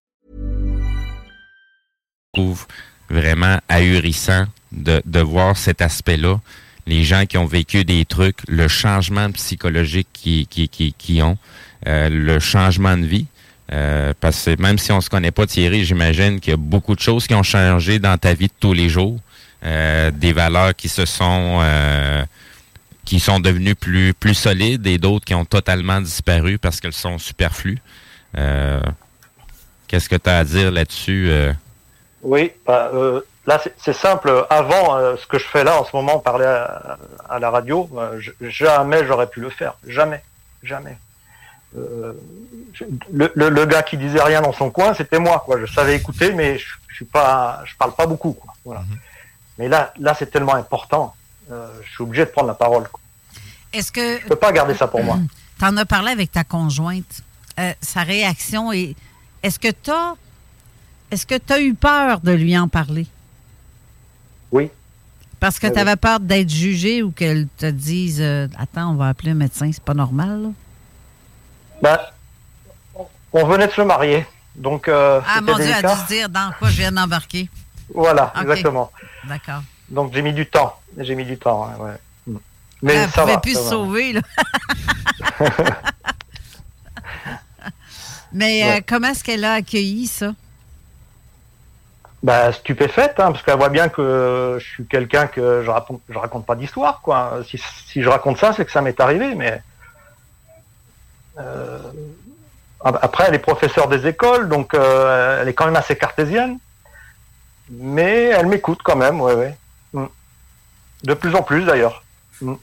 Je trouve vraiment ahurissant de, de voir cet aspect-là. Les gens qui ont vécu des trucs, le changement psychologique qu'ils qui, qui, qui ont, euh, le changement de vie. Euh, parce que même si on se connaît pas, Thierry, j'imagine qu'il y a beaucoup de choses qui ont changé dans ta vie de tous les jours. Euh, des valeurs qui se sont euh, qui sont devenues plus plus solides et d'autres qui ont totalement disparu parce qu'elles sont superflues. Euh, qu'est-ce que tu as à dire là-dessus? Euh? Oui, bah, euh, là c'est, c'est simple. Avant, euh, ce que je fais là en ce moment, parler à, à la radio, euh, je, jamais j'aurais pu le faire. Jamais, jamais. Euh, je, le, le, le gars qui disait rien dans son coin, c'était moi, quoi. Je savais écouter, mais je, je suis pas, je parle pas beaucoup, quoi. Voilà. Mm-hmm. Mais là, là, c'est tellement important. Euh, je suis obligé de prendre la parole, quoi. Est-ce que je peux pas garder ça pour moi. T'en as parlé avec ta conjointe. Euh, sa réaction est. Est-ce que t'as, est-ce que t'as eu peur de lui en parler? Oui. Parce que oui, t'avais oui. peur d'être jugé ou qu'elle te dise euh, attends, on va appeler un médecin, c'est pas normal, là? Ben, on venait de se marier, donc. Euh, ah mon Dieu, délicat. elle a dû se dire dans quoi je viens d'embarquer. Voilà, okay. Exactement. D'accord. Donc j'ai mis du temps, j'ai mis du temps, hein, ouais. Mais elle ça pouvait va. plus ça se va. sauver, là. Mais ouais. euh, comment est-ce qu'elle a accueilli ça? Ben, stupéfaite, hein, parce qu'elle voit bien que je suis quelqu'un que je raconte, je raconte pas d'histoire, quoi. Si, si je raconte ça, c'est que ça m'est arrivé, mais. Euh, après, elle est professeure des écoles, donc euh, elle est quand même assez cartésienne, mais elle m'écoute quand même, ouais, ouais. Mm. De plus en plus d'ailleurs. Mm.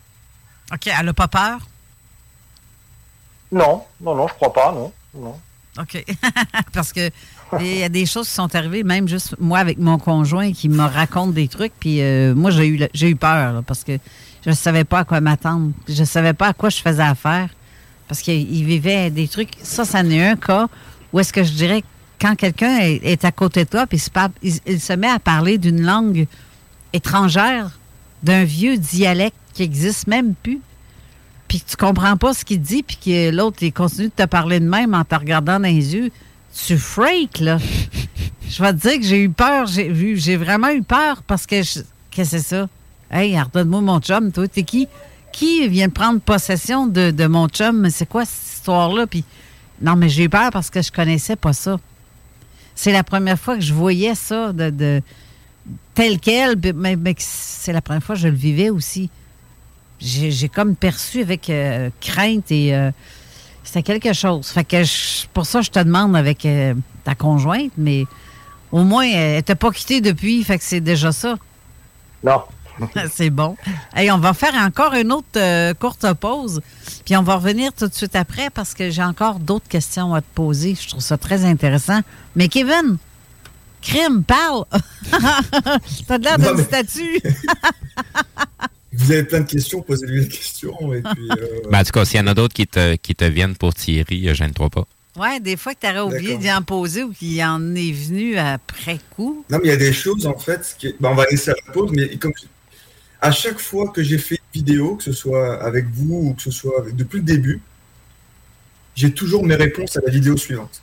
OK, elle n'a pas peur? Non, non, non, je crois pas, non. non. OK. Parce que il y a des choses qui sont arrivées, même juste moi avec mon conjoint qui me raconte des trucs, puis euh, moi, j'ai eu, j'ai eu peur, là, parce que je ne savais pas à quoi m'attendre. Je ne savais pas à quoi je faisais affaire, parce qu'il vivait des trucs. Ça, ça n'est un cas où est-ce que je dirais que quand quelqu'un est, est à côté de toi, puis il, il se met à parler d'une langue étrangère, d'un vieux dialecte qui n'existe même plus, puis que tu comprends pas ce qu'il dit, puis que l'autre, il continue de te parler de même en te regardant dans les yeux, tu freaks, là. Je vais te dire que j'ai eu peur, j'ai vu, j'ai vraiment eu peur, parce que, je, qu'est-ce que c'est ça? Hey, redonne-moi mon chum, toi, t'es qui? Qui vient de prendre possession de, de mon chum? C'est quoi cette histoire-là? Puis, non, mais j'ai eu peur parce que je connaissais pas ça. C'est la première fois que je voyais ça de, de tel quel, mais, mais c'est la première fois que je le vivais aussi. J'ai, j'ai comme perçu avec euh, crainte et euh, c'était quelque chose. Fait que je, pour ça, je te demande avec euh, ta conjointe, mais au moins, elle t'a pas quitté depuis, fait que c'est déjà ça. Non. C'est bon. Hey, on va faire encore une autre euh, courte pause, puis on va revenir tout de suite après parce que j'ai encore d'autres questions à te poser. Je trouve ça très intéressant. Mais Kevin, crime, parle! T'as de l'air d'un statut! Vous avez plein de questions, posez-lui les questions. Et puis, euh... ben, en tout cas, s'il y en a d'autres qui te, qui te viennent pour Thierry, gêne-toi pas. Oui, des fois que tu aurais oublié d'y en poser ou qu'il en est venu après coup. Non, mais il y a des choses, en fait, qui... ben, on va laisser la pause, mais comme à chaque fois que j'ai fait une vidéo, que ce soit avec vous ou que ce soit avec... depuis le début, j'ai toujours mes réponses à la vidéo suivante.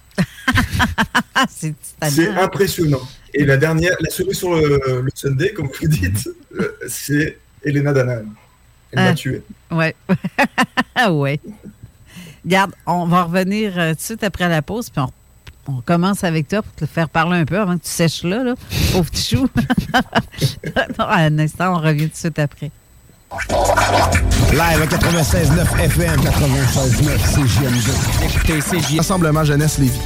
c'est c'est impressionnant. Et la dernière, la cerise sur le, le Sunday, comme vous dites, c'est Elena Danaan. Elle ah, m'a tué. Ouais. ouais. Regarde, on va revenir euh, tout de suite après la pause, puis on, on commence avec toi pour te faire parler un peu avant que tu sèches là, là. Pauvre petit chou. Un instant, on revient tout de suite après. Live à quatre-vingt-seize neuf F M, quatre-vingt-seize neuf C J M G. Écoutez C J M. Rassemblement Jeunesse Lévis.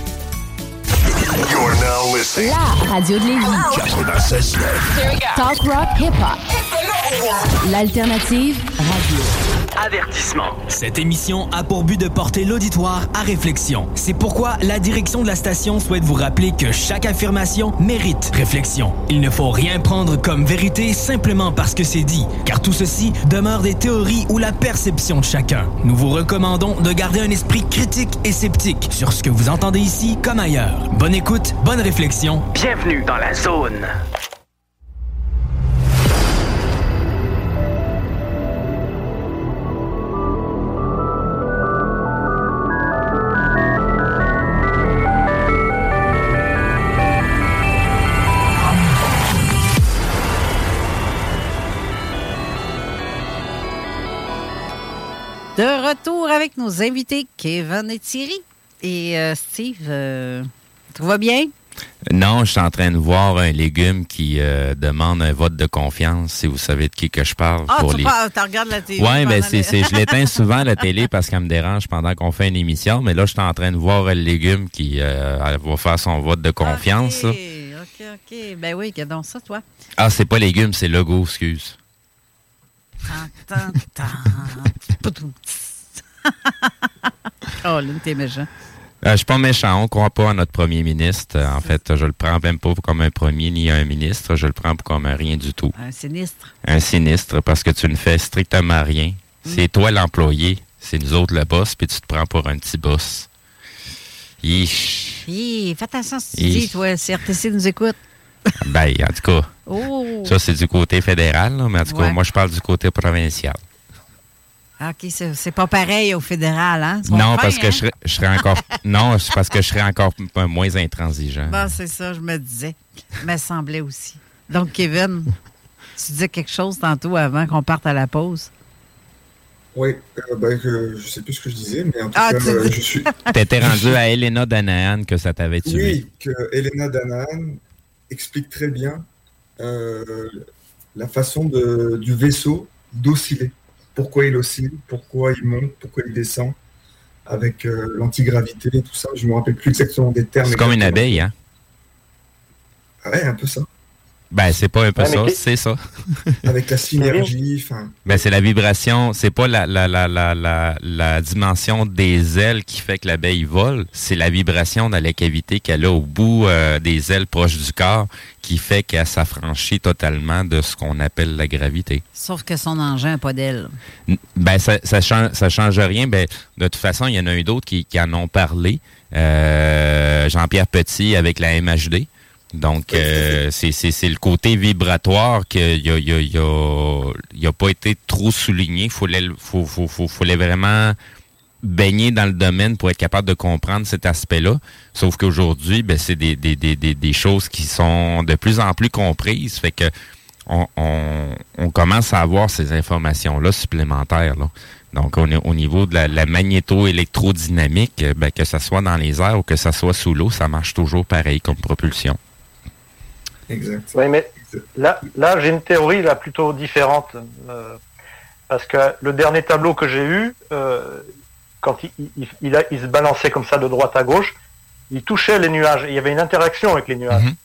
You're now listening. La radio de Lévis. quatre-vingt-seize neuf. Talk rock hip-hop. L'alternative radio. Avertissement. Cette émission a pour but de porter l'auditoire à réflexion. C'est pourquoi la direction de la station souhaite vous rappeler que chaque affirmation mérite réflexion. Il ne faut rien prendre comme vérité simplement parce que c'est dit, car tout ceci demeure des théories ou la perception de chacun. Nous vous recommandons de garder un esprit critique et sceptique sur ce que vous entendez ici comme ailleurs. Bonne écoute, bonne réflexion. Bienvenue dans la zone. De retour avec nos invités, Kevin et Thierry. Et euh, Steve, euh, tout va bien? Non, je suis en train de voir un légume qui euh, demande un vote de confiance, si vous savez de qui que je parle. Ah, pour tu les... parles, tu regardes la télé. Oui, mais c'est, les... c'est, je l'éteins souvent, la télé, parce qu'elle me dérange pendant qu'on fait une émission. Mais là, je suis en train de voir le légume qui euh, va faire son vote de confiance. OK, OK, OK. Ben oui, qu'est-ce donc ça, toi? Ah, c'est pas légume, c'est logo, excuse. Oh, là, t'es méchant. Euh, je suis pas méchant, on ne croit pas à notre premier ministre. En fait, je le prends même pas comme un premier ni un ministre, je le prends comme un rien du tout. Un sinistre. Un sinistre, parce que tu ne fais strictement rien. Mm. C'est toi l'employé, c'est nous autres le boss, puis tu te prends pour un petit boss. Yish. Hi, fais attention à ce que tu dis, toi, C R T C nous écoute. Ben, en tout cas, oh. ça c'est du côté fédéral, là, mais en tout cas, ouais. Moi je parle du côté provincial. OK, c'est, c'est pas pareil au fédéral, hein? Non, fin, parce hein? que je serais, je serais encore. Non, c'est parce que je serais encore moins intransigeant. Bon, c'est ça, je me disais. Me semblait aussi. Donc, Kevin, tu disais quelque chose tantôt avant qu'on parte à la pause? Oui, euh, ben, je, je sais plus ce que je disais, mais en tout ah, cas, tu... euh, je suis. T'étais rendu à Elena Danaan que ça t'avait tué. Oui, que Elena Danaan explique très bien euh, la façon de, du vaisseau d'osciller. Pourquoi il oscille, pourquoi il monte, pourquoi il descend, avec euh, l'antigravité et tout ça. Je ne me rappelle plus exactement des termes. C'est comme une abeille, hein? Ouais, un peu ça. Ben, c'est pas un peu Ouais, ça, mais- c'est ça. Avec la synergie, enfin. Ben, c'est la vibration, c'est pas la, la, la, la, la, la dimension des ailes qui fait que l'abeille vole, c'est la vibration dans la cavité qu'elle a au bout euh, des ailes proches du corps qui fait qu'elle s'affranchit totalement de ce qu'on appelle la gravité. Sauf que son engin n'a pas d'aile. N- Ben, ça, ça change, ça change rien. Ben, de toute façon, il y en a eu d'autres qui, qui en ont parlé. Euh, Jean-Pierre Petit avec la M H D. Donc, euh, c'est, c'est, c'est le côté vibratoire qu'il y a, il y a, il y a, il y a pas été trop souligné. Il fallait, faut, faut, faut, fallait vraiment baigner dans le domaine pour être capable de comprendre cet aspect-là. Sauf qu'aujourd'hui, ben, c'est des, des, des, des, des choses qui sont de plus en plus comprises. Fait que on, on, on commence à avoir ces informations-là supplémentaires, là. Donc, on est au niveau de la, la magnéto-électrodynamique, ben, que ce soit dans les airs ou que ce soit sous l'eau, ça marche toujours pareil comme propulsion. Exact. Oui, mais là, là j'ai une théorie là plutôt différente. euh, parce que le dernier tableau que j'ai eu, euh, quand il, il, il, a, il se balançait comme ça de droite à gauche, il touchait les nuages. Il y avait une interaction avec les nuages. Mm-hmm.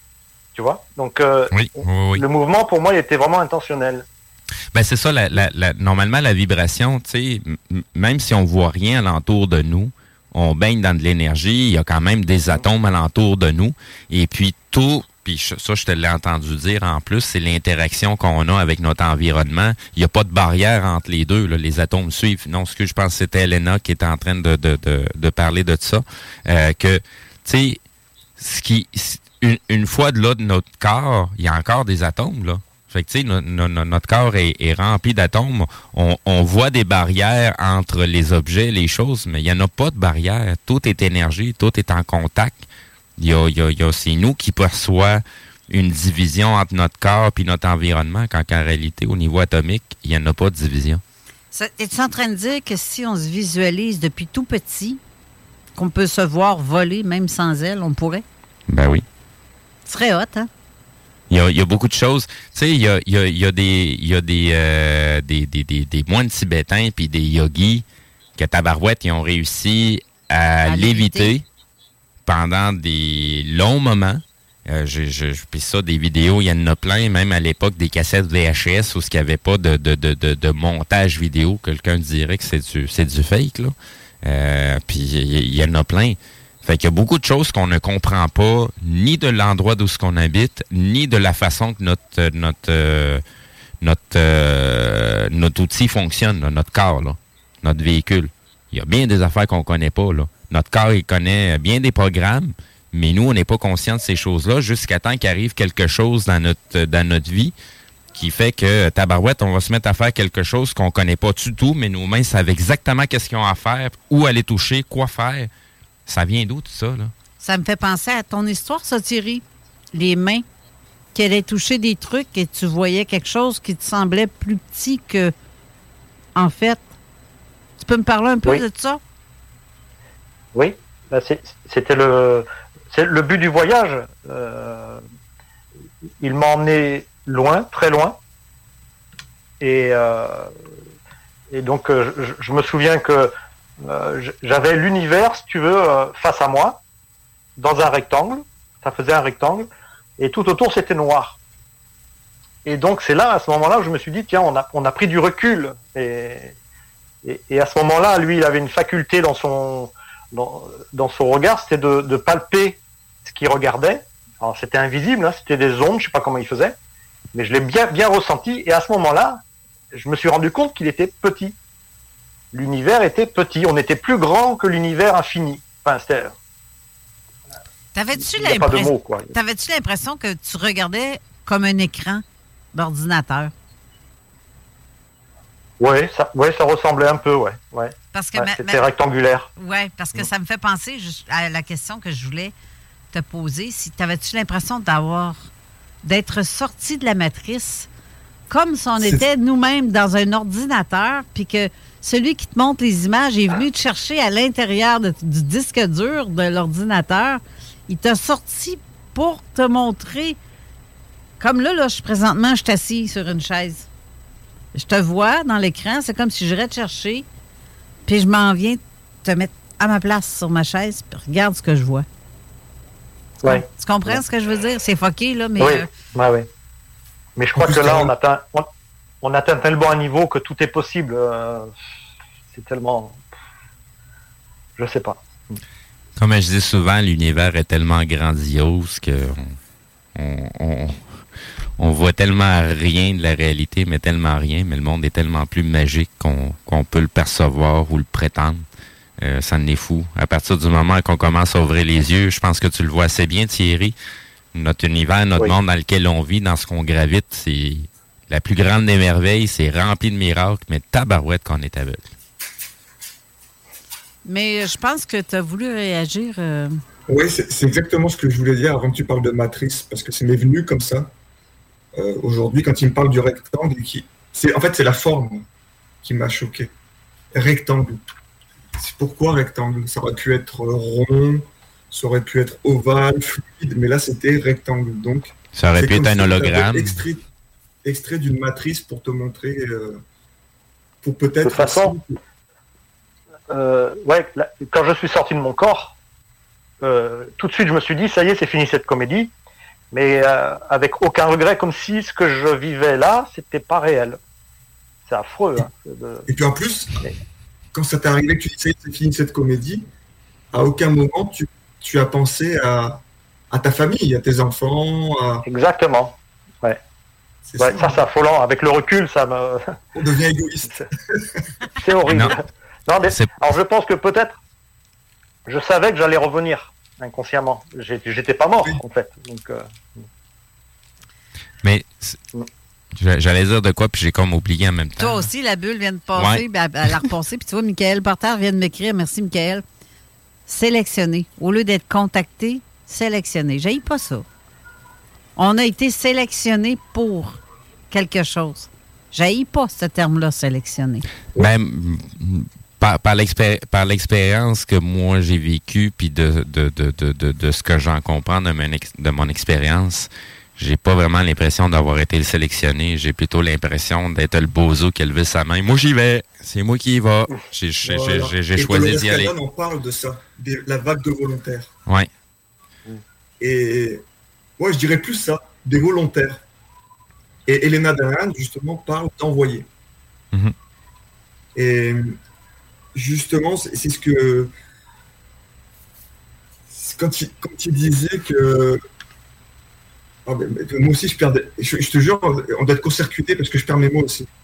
Tu vois? Donc, euh, oui, oui, oui. le mouvement, pour moi, il était vraiment intentionnel. Ben c'est ça, la, la, la, normalement, la vibration, tu sais, m- même si on voit rien alentour de nous, on baigne dans de l'énergie, il y a quand même des atomes alentour de nous, et puis tout, puis ça, je te l'ai entendu dire en plus, c'est l'interaction qu'on a avec notre environnement. Il n'y a pas de barrière entre les deux, là, les atomes suivent. Non, ce que je pense que c'était Elena qui était en train de, de, de, de parler de ça, euh, que, tu sais, ce qui, une, une fois de là de notre corps, il y a encore des atomes, là. Fait que, tu sais, no, no, no, notre corps est, est rempli d'atomes. On, on voit des barrières entre les objets, les choses, mais il n'y en a pas de barrière. Tout est énergie, tout est en contact. Il y a, il y a, il y a, c'est nous qui perçoit une division entre notre corps et notre environnement, quand en réalité, au niveau atomique, il n'y en a pas de division. Ça, es-tu en train de dire que si on se visualise depuis tout petit, qu'on peut se voir voler, même sans elle, on pourrait? Ben oui. Ce serait hot, hein? Il y a, il y a beaucoup de choses. Tu sais, il y a, il y a, il y a des, il y a des, euh, des, des, des, des moines tibétains puis des yogis que tabarouette, ils ont réussi à, à léviter. léviter pendant des longs moments. Euh, je, je, je, puis ça, des vidéos, il y en a plein, même à l'époque des cassettes V H S où il n'y avait pas de, de, de, de, de montage vidéo. Quelqu'un dirait que c'est du, c'est du fake, là. Euh, puis il y en a plein. Fait qu'il y a beaucoup de choses qu'on ne comprend pas, ni de l'endroit d'où ce qu'on habite, ni de la façon que notre notre euh, notre euh, notre outil fonctionne, là, notre corps, là, notre véhicule. Il y a bien des affaires qu'on connaît pas, là. Notre corps, il connaît bien des programmes, mais nous, on n'est pas conscient de ces choses-là jusqu'à temps qu'il arrive quelque chose dans notre dans notre vie qui fait que, tabarouette, on va se mettre à faire quelque chose qu'on connaît pas du tout, mais nos mains savent exactement qu'est-ce qu'ils ont à faire, où aller toucher, quoi faire. Ça vient d'où, tout ça, là? Ça me fait penser à ton histoire, ça, Thierry. Les mains, qu'elle ait touché des trucs et tu voyais quelque chose qui te semblait plus petit que... En fait, tu peux me parler un peu oui. de ça? Oui. Ben, c'est, c'était le, c'est le but du voyage. Euh, il m'a emmené loin, très loin. Et, euh, et donc, euh, je, je me souviens que Euh, j'avais l'univers, si tu veux, euh, face à moi, dans un rectangle. Ça faisait un rectangle, et tout autour c'était noir. Et donc c'est là, à ce moment-là, où je me suis dit tiens, on a on a pris du recul. Et et, et à ce moment-là, lui, il avait une faculté dans son dans, dans son regard, c'était de, de palper ce qu'il regardait. Alors c'était invisible, hein, c'était des ondes, je sais pas comment il faisait, mais je l'ai bien bien ressenti. Et à ce moment-là, je me suis rendu compte qu'il était petit. L'univers était petit. On était plus grand que l'univers infini. Enfin, c'était... T'avais-tu, Il y a pas de mots, quoi. T'avais-tu l'impression que tu regardais comme un écran d'ordinateur? Oui, ça, ouais, ça ressemblait un peu, ouais. ouais. Parce que ouais, ma, c'était ma... rectangulaire. Oui, parce que ça me fait penser à la question que je voulais te poser. Si t'avais-tu l'impression d'avoir d'être sorti de la matrice comme si on C'est... était nous-mêmes dans un ordinateur, puis que celui qui te montre les images est venu te chercher à l'intérieur de, du disque dur de l'ordinateur. Il t'a sorti pour te montrer. Comme là, là, je, présentement, je suis assis sur une chaise. Je te vois dans l'écran. C'est comme si j'irais te chercher, puis je m'en viens te mettre à ma place sur ma chaise, puis regarde ce que je vois. Ouais. Tu comprends ouais. ce que je veux dire? C'est fucké, là, mais... Oui, euh... ouais, ouais. Mais je crois que là, on atteint, on, on atteint tellement un niveau que tout est possible. Euh, c'est tellement... Je sais pas. Comme je dis souvent, l'univers est tellement grandiose que on, on, on voit tellement rien de la réalité, mais tellement rien, mais le monde est tellement plus magique qu'on, qu'on peut le percevoir ou le prétendre. Euh, ça en est fou. À partir du moment qu'on commence à ouvrir les yeux, je pense que tu le vois assez bien, Thierry. Notre univers, notre oui. monde dans lequel on vit, dans ce qu'on gravite, c'est la plus grande des merveilles, c'est rempli de miracles, mais tabarouette qu'on est aveugle. Mais je pense que tu as voulu réagir. Euh... Oui, c'est, c'est exactement ce que je voulais dire avant que tu parles de matrice, parce que c'est m'est venu comme ça. Euh, aujourd'hui, quand il me parle du rectangle, qui, c'est, en fait, c'est la forme qui m'a choqué. Rectangle. C'est pourquoi rectangle? Ça aurait pu être rond, ça aurait pu être ovale, fluide, mais là, c'était rectangle. Donc, ça aurait pu être un hologramme. Extrait, extrait d'une matrice pour te montrer, euh, pour peut-être... De toute façon... Euh, ouais, là, quand je suis sorti de mon corps, euh, tout de suite je me suis dit ça y est, c'est fini cette comédie, mais euh, avec aucun regret, comme si ce que je vivais là, c'était pas réel. C'est affreux. Hein, de... Et puis en plus, mais... quand ça t'est arrivé que tu disais c'est fini cette comédie, à aucun moment tu, tu as pensé à, à ta famille, à tes enfants. À... Exactement. Ouais. C'est ouais, ça, ça c'est affolant. Avec le recul, ça me. On devient égoïste. C'est horrible. Non. Non, mais c'est... alors je pense que peut-être, je savais que j'allais revenir inconsciemment. J'étais, j'étais pas mort, oui. en fait. Donc, euh... Mais j'allais dire de quoi, puis j'ai comme oublié en même temps. Toi aussi, la bulle vient de passer, ouais. ben, elle a repassé. Puis tu vois, Michael Porter vient de m'écrire. Merci, Michael. Sélectionné. Au lieu d'être contacté, sélectionné. J'haïs pas ça. On a été sélectionné pour quelque chose. J'haïs pas ce terme-là, sélectionné. Même... Par, par, l'expéri- par l'expérience que moi j'ai vécue, puis de, de, de, de, de, de ce que j'en comprends de mon, ex- de mon expérience, j'ai pas vraiment l'impression d'avoir été le sélectionné. J'ai plutôt l'impression d'être le bozo qui a levé sa main. Moi, j'y vais. C'est moi qui y va. J'ai, j'ai, voilà. j'ai, j'ai choisi d'y aller. On parle de ça, de la vague de volontaires. Oui. Et moi, je dirais plus ça, des volontaires. Et Elena Dahan, justement, parle d'envoyer. Mm-hmm. Et... Justement, c'est, c'est ce que... C'est quand, il, quand il disait que... Oh, mais, mais, moi aussi, je perds... Des, je, je te jure, on doit être court-circuité parce que je perds mes mots aussi.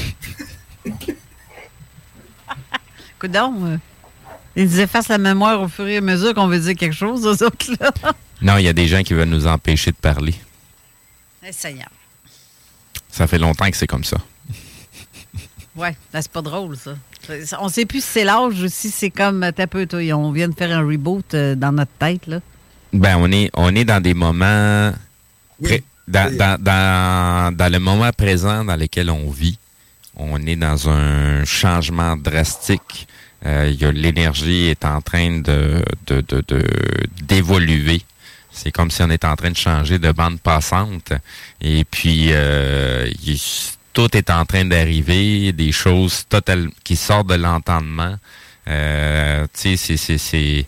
Écoute donc, euh, ils effacent la mémoire au fur et à mesure qu'on veut dire quelque chose, aux autres-là. Non, il y a des gens qui veulent nous empêcher de parler. Eh, Seigneur. Ça fait longtemps que c'est comme ça. Ouais, ben, c'est pas drôle, ça. On sait plus si c'est l'âge ou si c'est comme t'as peu, toi, on vient de faire un reboot euh, dans notre tête, là. Ben, on est, on est dans des moments. Oui. Pré- dans, oui. Dans, dans, dans le moment présent dans lequel on vit, on est dans un changement drastique. Euh, y a, l'énergie est en train de, de, de, de, d'évoluer. C'est comme si on était en train de changer de bande passante. Et puis, euh, y, tout est en train d'arriver, des choses totales qui sortent de l'entendement. Euh, tu sais, c'est, c'est, c'est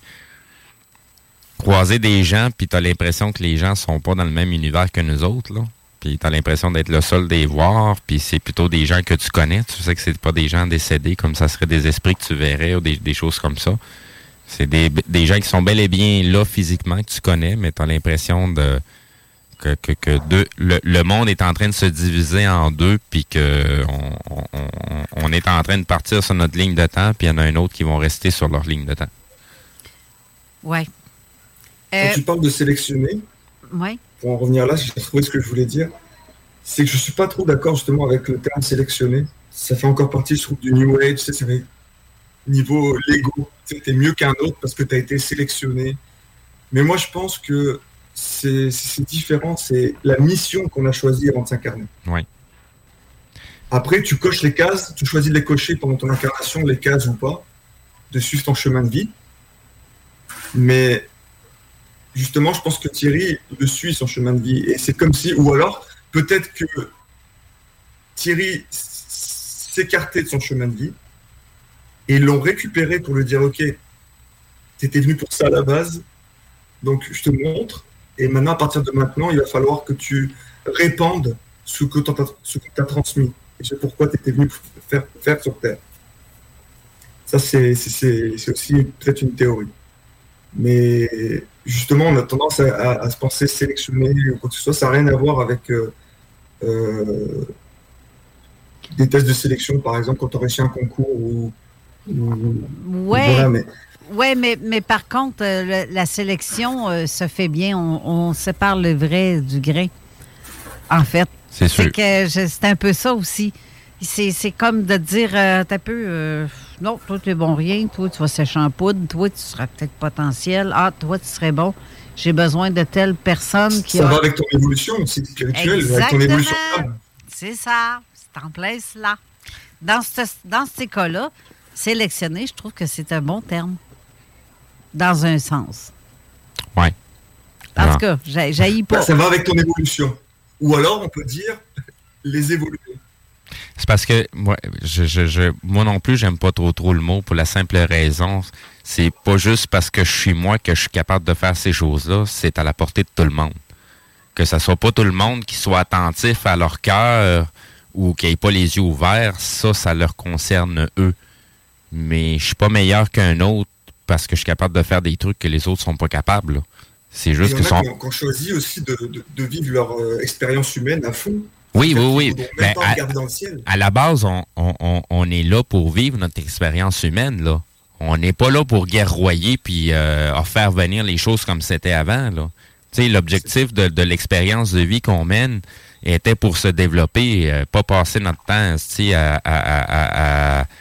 croiser des gens, puis t'as l'impression que les gens sont pas dans le même univers que nous autres, là. Puis t'as l'impression d'être le seul des voir, puis c'est plutôt des gens que tu connais. Tu sais que c'est pas des gens décédés, comme ça serait des esprits que tu verrais ou des, des choses comme ça. C'est des, des gens qui sont bel et bien là physiquement, que tu connais, mais t'as l'impression de que, que, que deux, le, le monde est en train de se diviser en deux, puis que on, on, on est en train de partir sur notre ligne de temps, puis il y en a un autre qui vont rester sur leur ligne de temps. Ouais. Euh... Quand tu parles de sélectionner, ouais. Pour en revenir là, j'ai retrouvé ce que je voulais dire, c'est que je suis pas trop d'accord justement avec le terme sélectionner. Ça fait encore partie, je trouve, du New Age, tu sais, ça fait niveau Lego, tu sais, t'es mieux qu'un autre parce que tu as été sélectionné. Mais moi, je pense que c'est, c'est différent, c'est la mission qu'on a choisie avant de s'incarner. Oui. Après, tu coches les cases, tu choisis de les cocher pendant ton incarnation, les cases ou pas, de suivre ton chemin de vie. Mais justement, je pense que Thierry le suit, son chemin de vie. Et c'est comme si, ou alors, peut-être que Thierry s'écartait de son chemin de vie et ils l'ont récupéré pour lui dire, OK, t'étais venu pour ça à la base, Donc, je te montre. Et maintenant, à partir de maintenant, il va falloir que tu répandes ce que tu as transmis. Et c'est pourquoi tu étais venu faire, faire sur Terre. Ça, c'est, c'est, c'est, c'est aussi peut-être une théorie. Mais justement, on a tendance à, à, à se penser sélectionner ou quoi que ce soit. Ça n'a rien à voir avec euh, euh, des tests de sélection, par exemple, quand tu as réussi un concours ou... ou ouais. Voilà, mais... Oui, mais, mais par contre, euh, le, la sélection euh, se fait bien. On, on sépare le vrai du grain, en fait. C'est sûr. C'est, que je, c'est un peu ça aussi. C'est, c'est comme de dire, euh, t'as peu, euh, non, toi, tu es bon rien. Toi, tu vas sécher en poudre. Toi, tu seras peut-être potentiel. Ah, toi, tu serais bon. J'ai besoin de telle personne qui Ça a... va avec ton évolution aussi spirituelle, Exactement. avec ton évolution d'âme. C'est ça. C'est en plein cela. Dans, ce, dans ces cas-là, sélectionner, je trouve que c'est un bon terme. Dans un sens. Oui. En tout cas, j'ai, j'haïs pas. Ça va avec ton évolution. Ou alors, on peut dire les évoluer. C'est parce que moi, je, je, je, moi non plus, j'aime pas trop trop le mot pour la simple raison. C'est pas juste parce que je suis moi que je suis capable de faire ces choses-là. C'est à la portée de tout le monde. Que ça soit pas tout le monde qui soit attentif à leur cœur ou qui ait pas les yeux ouverts, ça, ça leur concerne eux. Mais je suis pas meilleur qu'un autre parce que je suis capable de faire des trucs que les autres sont pas capables. Là. C'est juste que sont... sont... qu'on choisit aussi de, de, de vivre leur euh, expérience humaine à fond. Oui, oui, oui. Ben, à, dans le ciel. à la base, on, on, on est là pour vivre notre expérience humaine, là. On n'est pas là pour guerroyer puis euh, faire venir les choses comme c'était avant, là. Tu sais, l'objectif de, de l'expérience de vie qu'on mène était pour se développer, euh, pas passer notre temps, tu sais, à, à, à, à,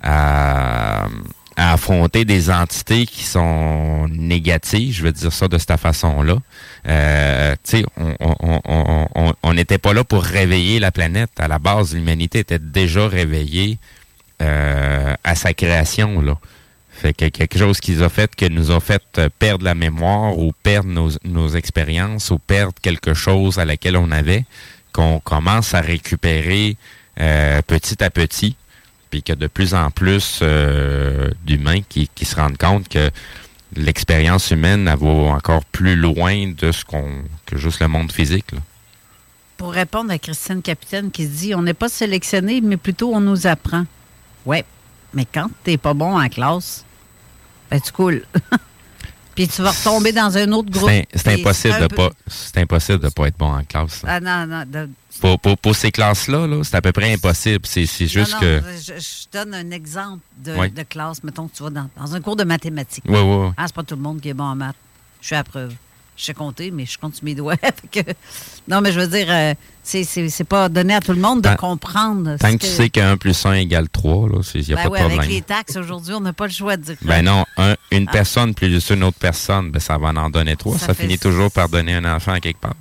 à à affronter des entités qui sont négatives, je veux dire ça de cette façon-là. Euh, tu sais, on on on on on n'était pas là pour réveiller la planète. À la base, l'humanité était déjà réveillée euh, à sa création, là. Fait que quelque chose qui nous a fait, que nous a fait perdre la mémoire ou perdre nos, nos expériences ou perdre quelque chose à laquelle on avait, qu'on commence à récupérer euh, petit à petit. Puis qu'il y a de plus en plus euh, d'humains qui, qui se rendent compte que l'expérience humaine, elle va encore plus loin de ce qu'on que juste le monde physique. Là. Pour répondre à Christine Capitaine qui se dit, on n'est pas sélectionné, mais plutôt on nous apprend. Ouais, mais quand t'es pas bon en classe, ben tu coules. Puis tu vas retomber dans un autre groupe. C'est, c'est impossible c'est de peu... pas c'est impossible de pas être bon en classe. Ah non, non. De... Pour, pour, pour ces classes-là, là, c'est à peu près impossible. C'est, c'est juste non, non, que... Je, je donne un exemple de, oui. de classe. Mettons que tu vas dans, dans un cours de mathématiques. Oui, oui, oui. Ah, c'est pas tout le monde qui est bon en maths. Je suis à preuve. Je sais compter, mais je compte sur mes doigts. que... Non, mais je veux dire, euh, c'est, c'est, c'est pas donné à tout le monde de tant, comprendre. Tant que, que tu sais qu'un plus un égale trois, il n'y a ben pas ouais, de problème. Avec les taxes, aujourd'hui, on n'a pas le choix de dire ça. Ben non, un, une ah. personne plus une autre personne, ben ça va en donner trois. Ça, ça finit fait... toujours par donner un enfant à quelque part.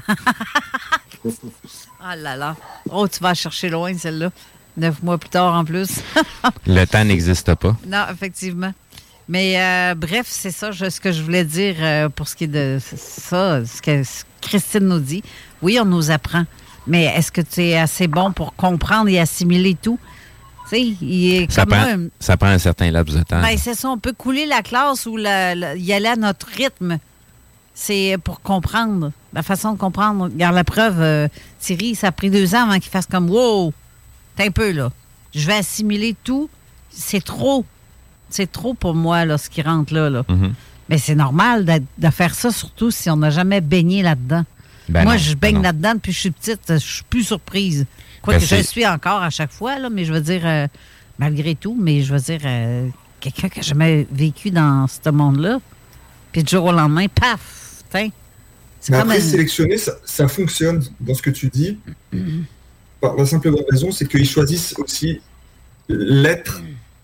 Oh là là. Oh, tu vas chercher loin, celle-là. Neuf mois plus tard, en plus. Le temps n'existe pas. Non, effectivement. Mais euh, bref, c'est ça je, ce que je voulais dire euh, pour ce qui est de ça, ce que Christine nous dit. Oui, on nous apprend. Mais est-ce que tu es assez bon pour comprendre et assimiler tout? Tu sais, il est ça, comme prend, moi, ça prend un certain laps de temps. Ben, c'est ça, on peut couler la classe ou la, la, y aller à notre rythme. C'est pour comprendre, la façon de comprendre. Regarde la preuve, euh, Thierry, ça a pris deux ans avant qu'il fasse comme « Wow! T'es un peu, là. Je vais assimiler tout. C'est trop. C'est trop pour moi, là, ce qui rentre là. là. Mm-hmm. Mais c'est normal de, de faire ça, surtout si on n'a jamais baigné là-dedans. Ben moi, non, je baigne ben là-dedans depuis que je suis petite. Je suis plus surprise. Quoique ben je suis encore à chaque fois, là, mais je veux dire, euh, malgré tout, mais je veux dire, euh, quelqu'un qui n'a jamais vécu dans ce monde-là, puis du jour au lendemain, paf! T'in, c'est mais après, une... sélectionner, ça, ça fonctionne dans ce que tu dis. Mm-hmm. Par la simple raison, c'est qu'ils choisissent aussi l'être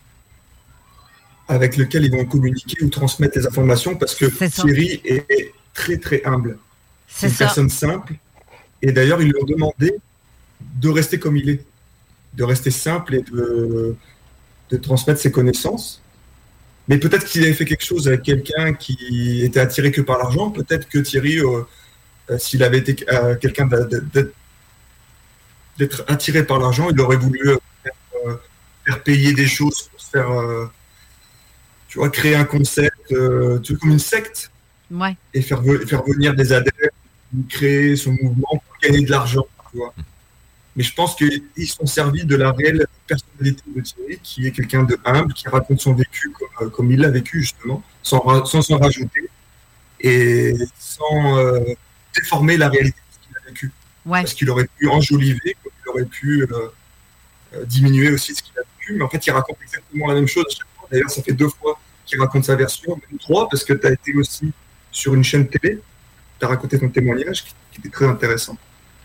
avec lequel ils vont communiquer ou transmettre les informations, parce que Thierry est très, très humble. C'est, c'est une ça. personne simple. Et d'ailleurs, ils lui ont demandé de rester comme il est, de rester simple et de, de transmettre ses connaissances. Mais peut-être qu'il avait fait quelque chose avec quelqu'un qui était attiré que par l'argent. Peut-être que Thierry, euh, euh, s'il avait été euh, quelqu'un de, de, de, d'être attiré par l'argent, il aurait voulu euh, faire, euh, faire payer des choses pour se faire... Euh, tu vois, créer un concept, euh, tu vois, comme une secte. Ouais. Et faire, faire venir des adeptes, créer son mouvement pour gagner de l'argent, tu vois. Mais je pense qu'ils sont servis de la réelle personnalité de Thierry, qui est quelqu'un de humble, qui raconte son vécu comme, comme il l'a vécu, justement, sans, sans s'en rajouter, et sans euh, déformer la réalité de ce qu'il a vécu. Ouais. Parce qu'il aurait pu enjoliver, comme il aurait pu euh, euh, diminuer aussi ce qu'il a vécu, mais en fait, il raconte exactement la même chose à chaque fois. D'ailleurs, ça fait deux fois qu'il raconte sa version, même trois, parce que tu as été aussi sur une chaîne télé, tu as raconté ton témoignage, qui, qui était très intéressant.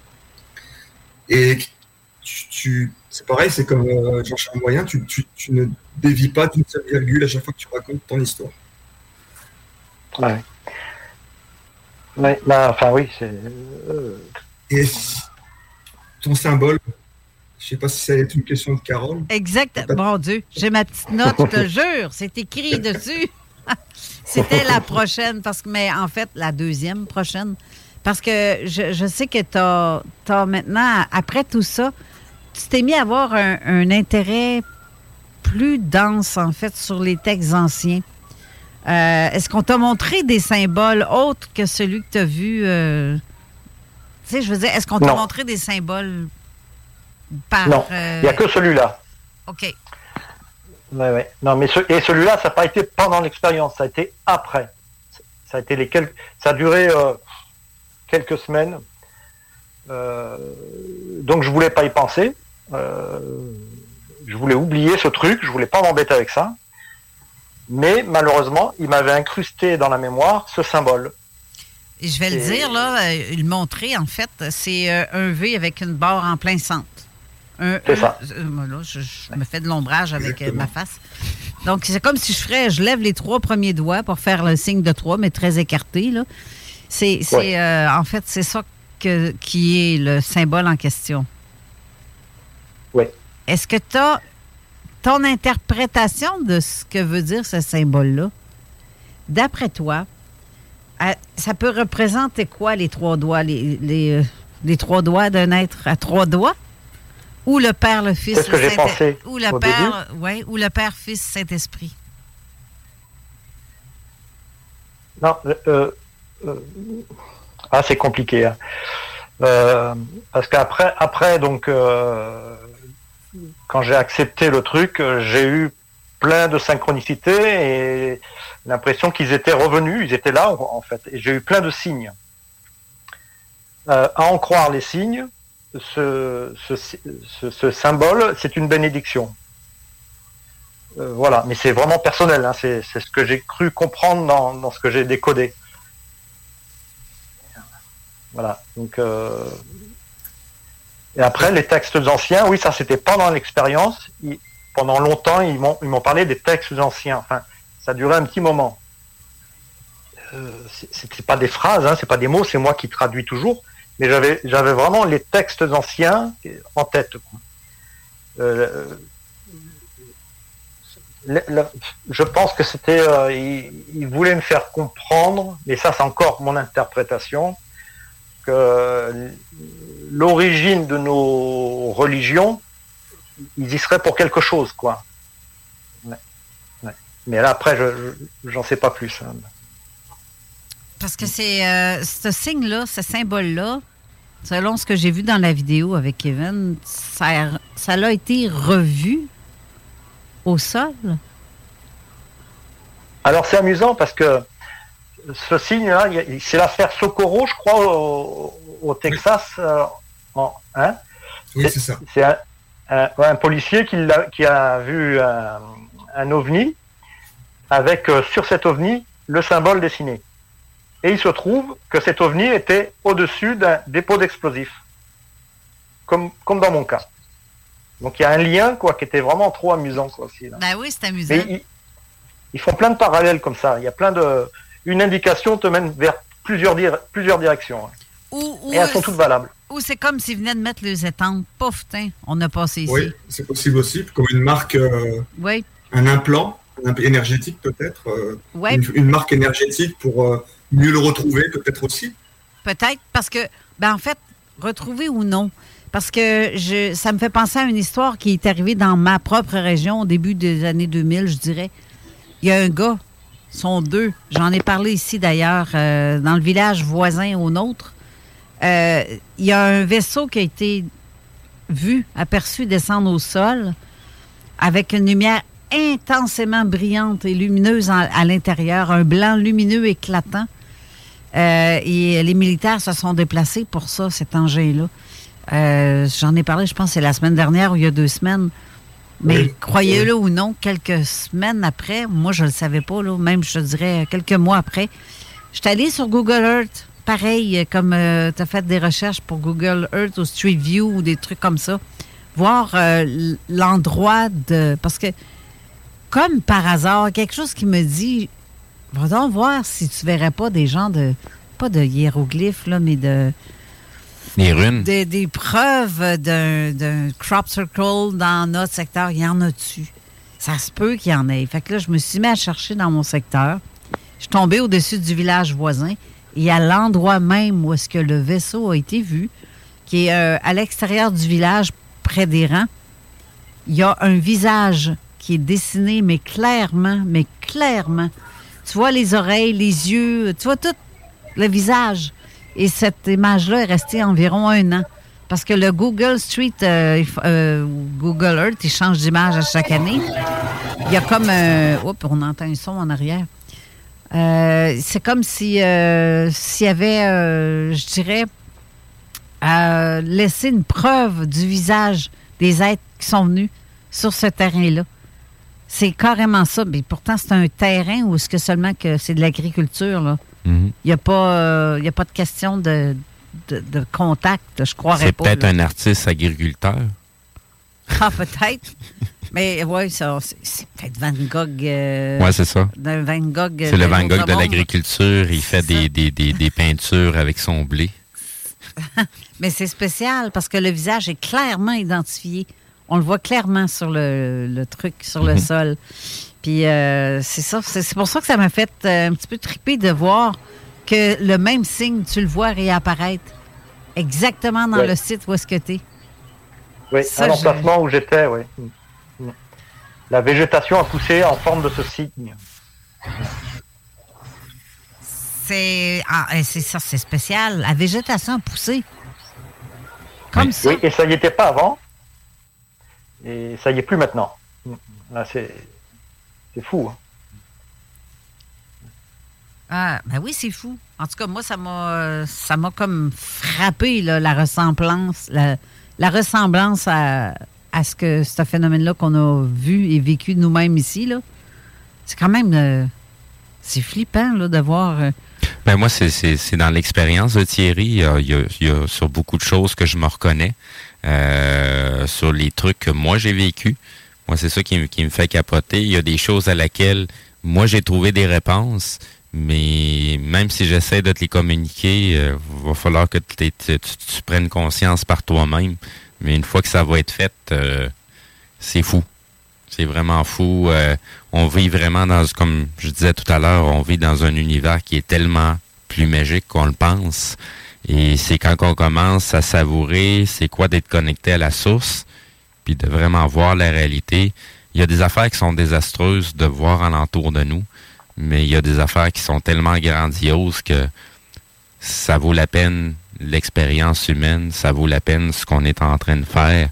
Et tu, tu, c'est pareil, c'est comme euh, Jean-Charles Moyen, tu, tu, tu ne dévies pas d'une seule virgule à chaque fois que tu racontes ton histoire. Ouais. Ouais, là, enfin oui, c'est... Euh... Et ton symbole, je ne sais pas si ça va être une question de Carole. Exact. Mon Dieu, j'ai ma petite note, je te jure, c'est écrit dessus. C'était la prochaine, parce que, mais en fait, la deuxième prochaine. Parce que je, je sais que tu as maintenant, après tout ça, tu t'es mis à avoir un, un intérêt plus dense, en fait, sur les textes anciens. Euh, est-ce qu'on t'a montré des symboles autres que celui que tu as vu? Euh, tu sais, je veux dire, est-ce qu'on t'a non. montré des symboles par... Non, il euh... n'y a que celui-là. OK. Ouais, ouais. Non, mais ce, et celui-là, ça n'a pas été pendant l'expérience, ça a été après. Ça a été les quelques... Ça a duré... Euh, quelques semaines. Euh, donc, je voulais pas y penser. Euh, je voulais oublier ce truc. Je voulais pas m'embêter avec ça. Mais, malheureusement, il m'avait incrusté dans la mémoire ce symbole. Et je vais Et... le dire, là, euh, le montrer, en fait, c'est euh, un V avec une barre en plein centre. Un, c'est un, ça. Euh, là, je, je me fais de l'ombrage avec euh, ma face. Donc, c'est comme si je ferais, je lève les trois premiers doigts pour faire le signe de trois, mais très écarté, là. C'est, c'est ouais. euh, en fait, c'est ça que, qui est le symbole en question. Oui. Est-ce que tu as ton interprétation de ce que veut dire ce symbole-là? D'après toi, ça peut représenter quoi, les trois doigts? Les, les, les trois doigts d'un être à trois doigts? Ou le Père, le Fils, c'est ce que le j'ai pensé ou le Père, ouais, ou le Père, Fils, Saint-Esprit? Non, euh... Euh, ah, c'est compliqué. Hein. Euh, parce qu'après, après, donc, euh, quand j'ai accepté le truc, j'ai eu plein de synchronicités et l'impression qu'ils étaient revenus, ils étaient là, en fait. Et j'ai eu plein de signes. Euh, à en croire les signes, ce, ce, ce, ce symbole, c'est une bénédiction. Euh, voilà, mais c'est vraiment personnel. Hein. C'est, c'est ce que j'ai cru comprendre dans, dans ce que j'ai décodé. Voilà, donc euh... et après les textes anciens, oui, ça c'était pendant l'expérience. Ils... Pendant longtemps, ils m'ont ils m'ont parlé des textes anciens. Enfin, ça durait un petit moment. Euh, c'est, c'est pas des phrases, hein, c'est pas des mots, c'est moi qui traduis toujours. Mais j'avais j'avais vraiment les textes anciens en tête. Quoi. Euh, le, le, je pense que c'était, euh, ils, ils voulaient me faire comprendre, mais ça c'est encore mon interprétation. Que l'origine de nos religions, ils y seraient pour quelque chose, quoi. Ouais. Ouais. Mais là, après, je, je, j'en sais pas plus. Hein. Parce que c'est euh, ce signe-là, ce symbole-là, selon ce que j'ai vu dans la vidéo avec Kevin, ça, ça a été revu au sol. Alors, c'est amusant parce que ce signe-là, c'est l'affaire Socorro, je crois, au, au Texas. Euh, en, hein oui, c'est, c'est ça. C'est un, un, un policier qui, l'a, qui a vu un, un ovni avec, euh, sur cet ovni, le symbole dessiné. Et il se trouve que cet ovni était au-dessus d'un dépôt d'explosifs, comme, comme dans mon cas. Donc il y a un lien, quoi, qui était vraiment trop amusant, quoi, aussi. Là. Ben oui, c'est amusant. Mais ils, ils font plein de parallèles comme ça. Il y a plein de... Une indication te mène vers plusieurs, dir- plusieurs directions. Hein. Ou, ou, et elles sont toutes valables. Ou c'est comme s'ils venaient de mettre les étampes. Pouf, on a passé ici. Oui, c'est possible aussi. Comme une marque, euh, oui. un implant, un implant énergétique peut-être. Euh, oui. une, une marque énergétique pour euh, mieux le retrouver peut-être aussi. Peut-être parce que, ben en fait, retrouver ou non. Parce que je, ça me fait penser à une histoire qui est arrivée dans ma propre région au début des années deux mille, je dirais. Il y a un gars sont deux. J'en ai parlé ici, d'ailleurs, euh, dans le village voisin au nôtre. Euh, il y a un vaisseau qui a été vu, aperçu descendre au sol avec une lumière intensément brillante et lumineuse en, à l'intérieur, un blanc lumineux éclatant. Euh, et les militaires se sont déplacés pour ça, cet engin-là. Euh, j'en ai parlé, je pense, c'est la semaine dernière ou il y a deux semaines. Mais oui. Croyez-le oui. ou non, quelques semaines après, moi, je ne le savais pas, là, même, je te dirais, quelques mois après, je suis allée sur Google Earth, pareil, comme euh, tu as fait des recherches pour Google Earth ou Street View ou des trucs comme ça, voir euh, l'endroit de... Parce que, comme par hasard, quelque chose qui me dit, va donc voir si tu verrais pas des gens de... Pas de hiéroglyphes, là, mais de... Des runes. Des, des preuves d'un, d'un crop circle dans notre secteur. Il y en a dessus. Ça se peut qu'il y en ait. Fait que là, je me suis mis à chercher dans mon secteur. Je suis tombée au-dessus du village voisin. Et à l'endroit même où est-ce que le vaisseau a été vu, qui est euh, à l'extérieur du village, près des rangs, il y a un visage qui est dessiné, mais clairement, mais clairement. Tu vois les oreilles, les yeux, tu vois tout le visage. Et cette image-là est restée environ un an. Parce que le Google Street, euh, euh, Google Earth, il change d'image à chaque année. Il y a comme un... Oups, on entend un son en arrière. Euh, c'est comme si euh, s'il y avait, euh, je dirais, euh, laissé une preuve du visage des êtres qui sont venus sur ce terrain-là. C'est carrément ça. Mais pourtant, c'est un terrain où est-ce que seulement que c'est de l'agriculture, là. Il n'y a, euh, a pas de question de, de, de contact, je croirais c'est pas. C'est peut-être là. un artiste agriculteur. Ah, peut-être. Mais oui, c'est, c'est peut-être Van Gogh. Euh, oui, c'est ça. D'un Van Gogh. C'est le Van Gogh de l'agriculture. Il fait des, des, des, des peintures avec son blé. Mais c'est spécial parce que le visage est clairement identifié. On le voit clairement sur le, le truc, sur le mm-hmm. sol. Puis euh, c'est ça, c'est, c'est pour ça que ça m'a fait euh, un petit peu triper de voir que le même signe, tu le vois réapparaître exactement dans oui. le site où est-ce que tu es. Oui, ça, à l'emplacement je... où j'étais, oui. La végétation a poussé en forme de ce signe. C'est, ah, c'est ça, c'est spécial. La végétation a poussé. Comme oui. ça. Oui, et ça n'y était pas avant. Et ça y est plus maintenant. Là, c'est... C'est fou. Hein? Ah, ben oui, c'est fou. En tout cas, moi, ça m'a ça m'a comme frappé, là, la ressemblance, la, la ressemblance à, à ce que ce phénomène-là qu'on a vu et vécu nous-mêmes ici, là. C'est quand même... Euh, c'est flippant, là, de voir... Euh, ben moi, c'est, c'est, c'est dans l'expérience de Thierry. Il y, a, il, y a, il y a sur beaucoup de choses que je me reconnais, euh, sur les trucs que moi, j'ai vécu. Moi, c'est ça qui, qui me fait capoter. Il y a des choses à laquelle moi, j'ai trouvé des réponses, mais même si j'essaie de te les communiquer, il euh, va falloir que tu, tu, tu prennes conscience par toi-même. Mais une fois que ça va être fait, euh, c'est fou. C'est vraiment fou. Euh, on vit vraiment dans, comme je disais tout à l'heure, on vit dans un univers qui est tellement plus magique qu'on le pense. Et c'est quand on commence à savourer c'est quoi d'être connecté à la source, puis de vraiment voir la réalité. Il y a des affaires qui sont désastreuses de voir alentour de nous, mais il y a des affaires qui sont tellement grandioses que ça vaut la peine l'expérience humaine, ça vaut la peine ce qu'on est en train de faire.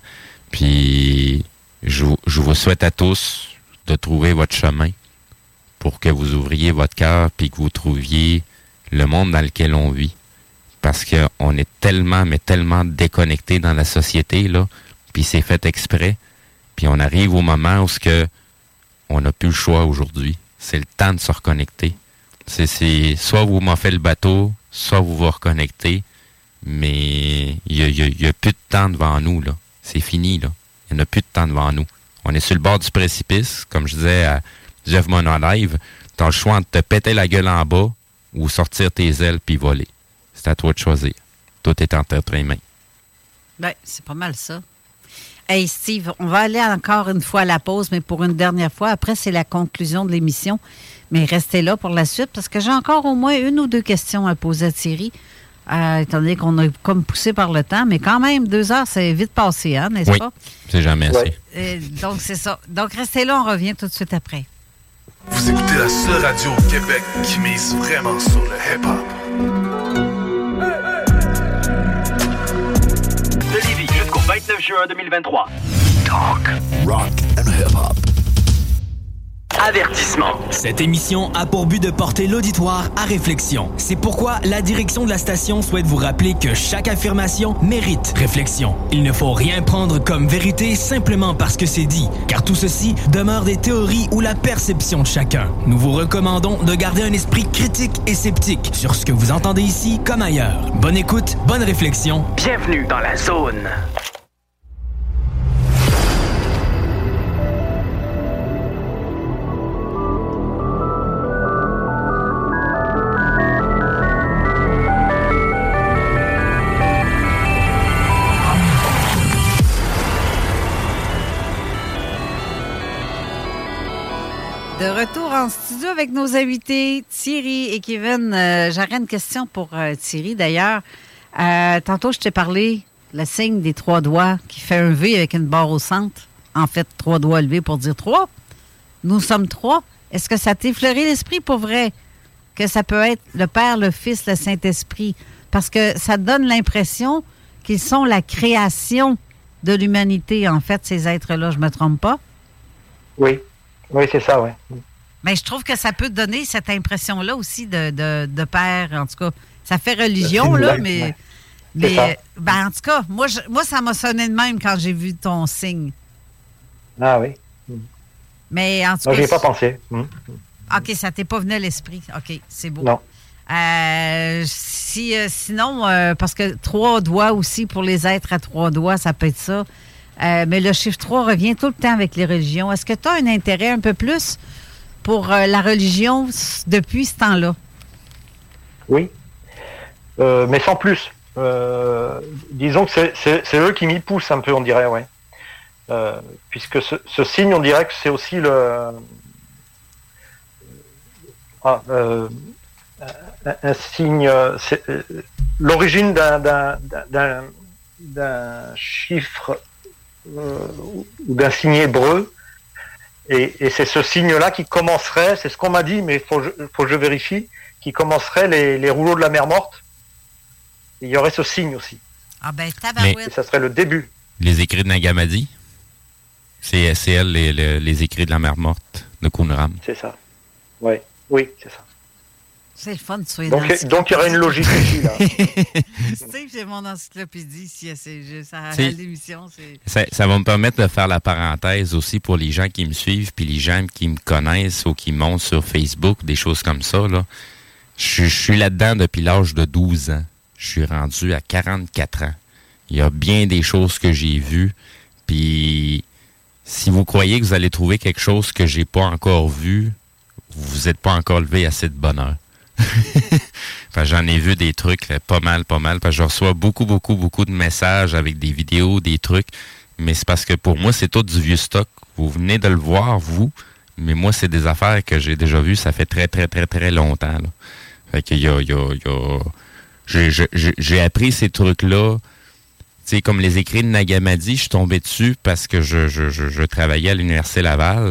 Puis je, je vous souhaite à tous de trouver votre chemin pour que vous ouvriez votre cœur puis que vous trouviez le monde dans lequel on vit. Parce qu'on est tellement, mais tellement déconnecté dans la société, là, puis c'est fait exprès. Puis on arrive au moment où ce que on n'a plus le choix aujourd'hui. C'est le temps de se reconnecter. C'est, c'est soit vous m'en faites le bateau, soit vous vous reconnectez, mais il y a, y a, y a plus de temps devant nous, là. C'est fini, là. Il n'y en a plus de temps devant nous. On est sur le bord du précipice, comme je disais à Jeff Mono Live. T'as le choix de te péter la gueule en bas ou sortir tes ailes puis voler. C'est à toi de choisir. Tout est entre tes mains. Bien, c'est pas mal ça. Hey Steve, on va aller encore une fois à la pause, mais pour une dernière fois. Après, c'est la conclusion de l'émission. Mais restez là pour la suite parce que j'ai encore au moins une ou deux questions à poser à Thierry. Euh, étant donné qu'on a comme poussé par le temps, mais quand même, deux heures, c'est vite passé, hein, n'est-ce oui, pas? C'est jamais assez. Et donc, c'est ça. Donc, restez là, on revient tout de suite après. Vous écoutez la seule radio au Québec qui mise vraiment sur le hip-hop. De Lévis jusqu'au vingt-neuf juin deux mille vingt-trois. Talk, rock and hip-hop. Avertissement. Cette émission a pour but de porter l'auditoire à réflexion. C'est pourquoi la direction de la station souhaite vous rappeler que chaque affirmation mérite réflexion. Il ne faut rien prendre comme vérité simplement parce que c'est dit, car tout ceci demeure des théories ou la perception de chacun. Nous vous recommandons de garder un esprit critique et sceptique sur ce que vous entendez ici comme ailleurs. Bonne écoute, bonne réflexion. Bienvenue dans la zone. De retour en studio avec nos invités Thierry et Kevin. Euh, J'aurais une question pour euh, Thierry d'ailleurs. Euh, tantôt, je t'ai parlé le signe des trois doigts qui fait un V avec une barre au centre. En fait, trois doigts levés pour dire trois. Nous sommes trois. Est-ce que ça t'a effleuré l'esprit pour vrai? Que ça peut être le Père, le Fils, le Saint-Esprit? Parce que ça donne l'impression qu'ils sont la création de l'humanité, en fait, ces êtres-là. Je me trompe pas? Oui. Oui, c'est ça, oui. Mais je trouve que ça peut donner cette impression-là aussi de, de, de père, en tout cas. Ça fait religion, là, mais... Ouais. mais ben, en tout cas, moi, je, moi, ça m'a sonné de même quand j'ai vu ton signe. Ah oui. Mais en tout Moi, cas... j'y ai pas pensé. Mmh. OK, ça t'est pas venu à l'esprit. OK, c'est beau. Non. Euh, si, euh, sinon, euh, parce que trois doigts aussi, pour les êtres à trois doigts, ça peut être ça. Euh, mais le chiffre trois revient tout le temps avec les religions. Est-ce que tu as un intérêt un peu plus pour euh, la religion depuis ce temps-là? Oui, euh, mais sans plus. Euh, disons que c'est, c'est, c'est eux qui m'y poussent un peu, on dirait, ouais. Euh, puisque ce, ce signe, on dirait que c'est aussi le... Ah, euh, un, un signe... C'est l'origine d'un, d'un, d'un, d'un chiffre... Euh, ou d'un signe hébreu, et, et c'est ce signe-là qui commencerait, c'est ce qu'on m'a dit, mais il faut, faut que je vérifie, qui commencerait les, les rouleaux de la mer morte. Et il y aurait ce signe aussi. Ah ben, tabarouette. Et ça serait le début. Les écrits de Nagamadi, c'est, c'est elle, les, les, les écrits de la mer morte de Qumran. C'est ça. Ouais. Oui, c'est ça. C'est le fun de soigner. Donc, donc il y aurait une logique ici, là. Steve, j'ai mon encyclopédie ici, c'est juste à C'est, l'émission. C'est... Ça, ça va me permettre de faire la parenthèse aussi pour les gens qui me suivent, puis les gens qui me connaissent ou qui montent sur Facebook, des choses comme ça, là. Je, je suis là-dedans depuis l'âge de douze ans. Je suis rendu à quarante-quatre ans. Il y a bien des choses que j'ai vues, puis si vous croyez que vous allez trouver quelque chose que j'ai pas encore vu, vous n'êtes pas encore levé assez de bonheur. Enfin, j'en ai vu des trucs là, pas mal, pas mal. Parce que je reçois beaucoup, beaucoup, beaucoup de messages avec des vidéos, des trucs. Mais c'est parce que pour moi, c'est tout du vieux stock. Vous venez de le voir, vous. Mais moi, c'est des affaires que j'ai déjà vues. Ça fait très, très, très, très longtemps. Là. Fait qu'il y a... Il y a, il y a... J'ai, j'ai, j'ai appris ces trucs-là. Tu sais, comme les écrits de Nagamadi, je suis tombé dessus parce que je, je, je, je travaillais à l'Université Laval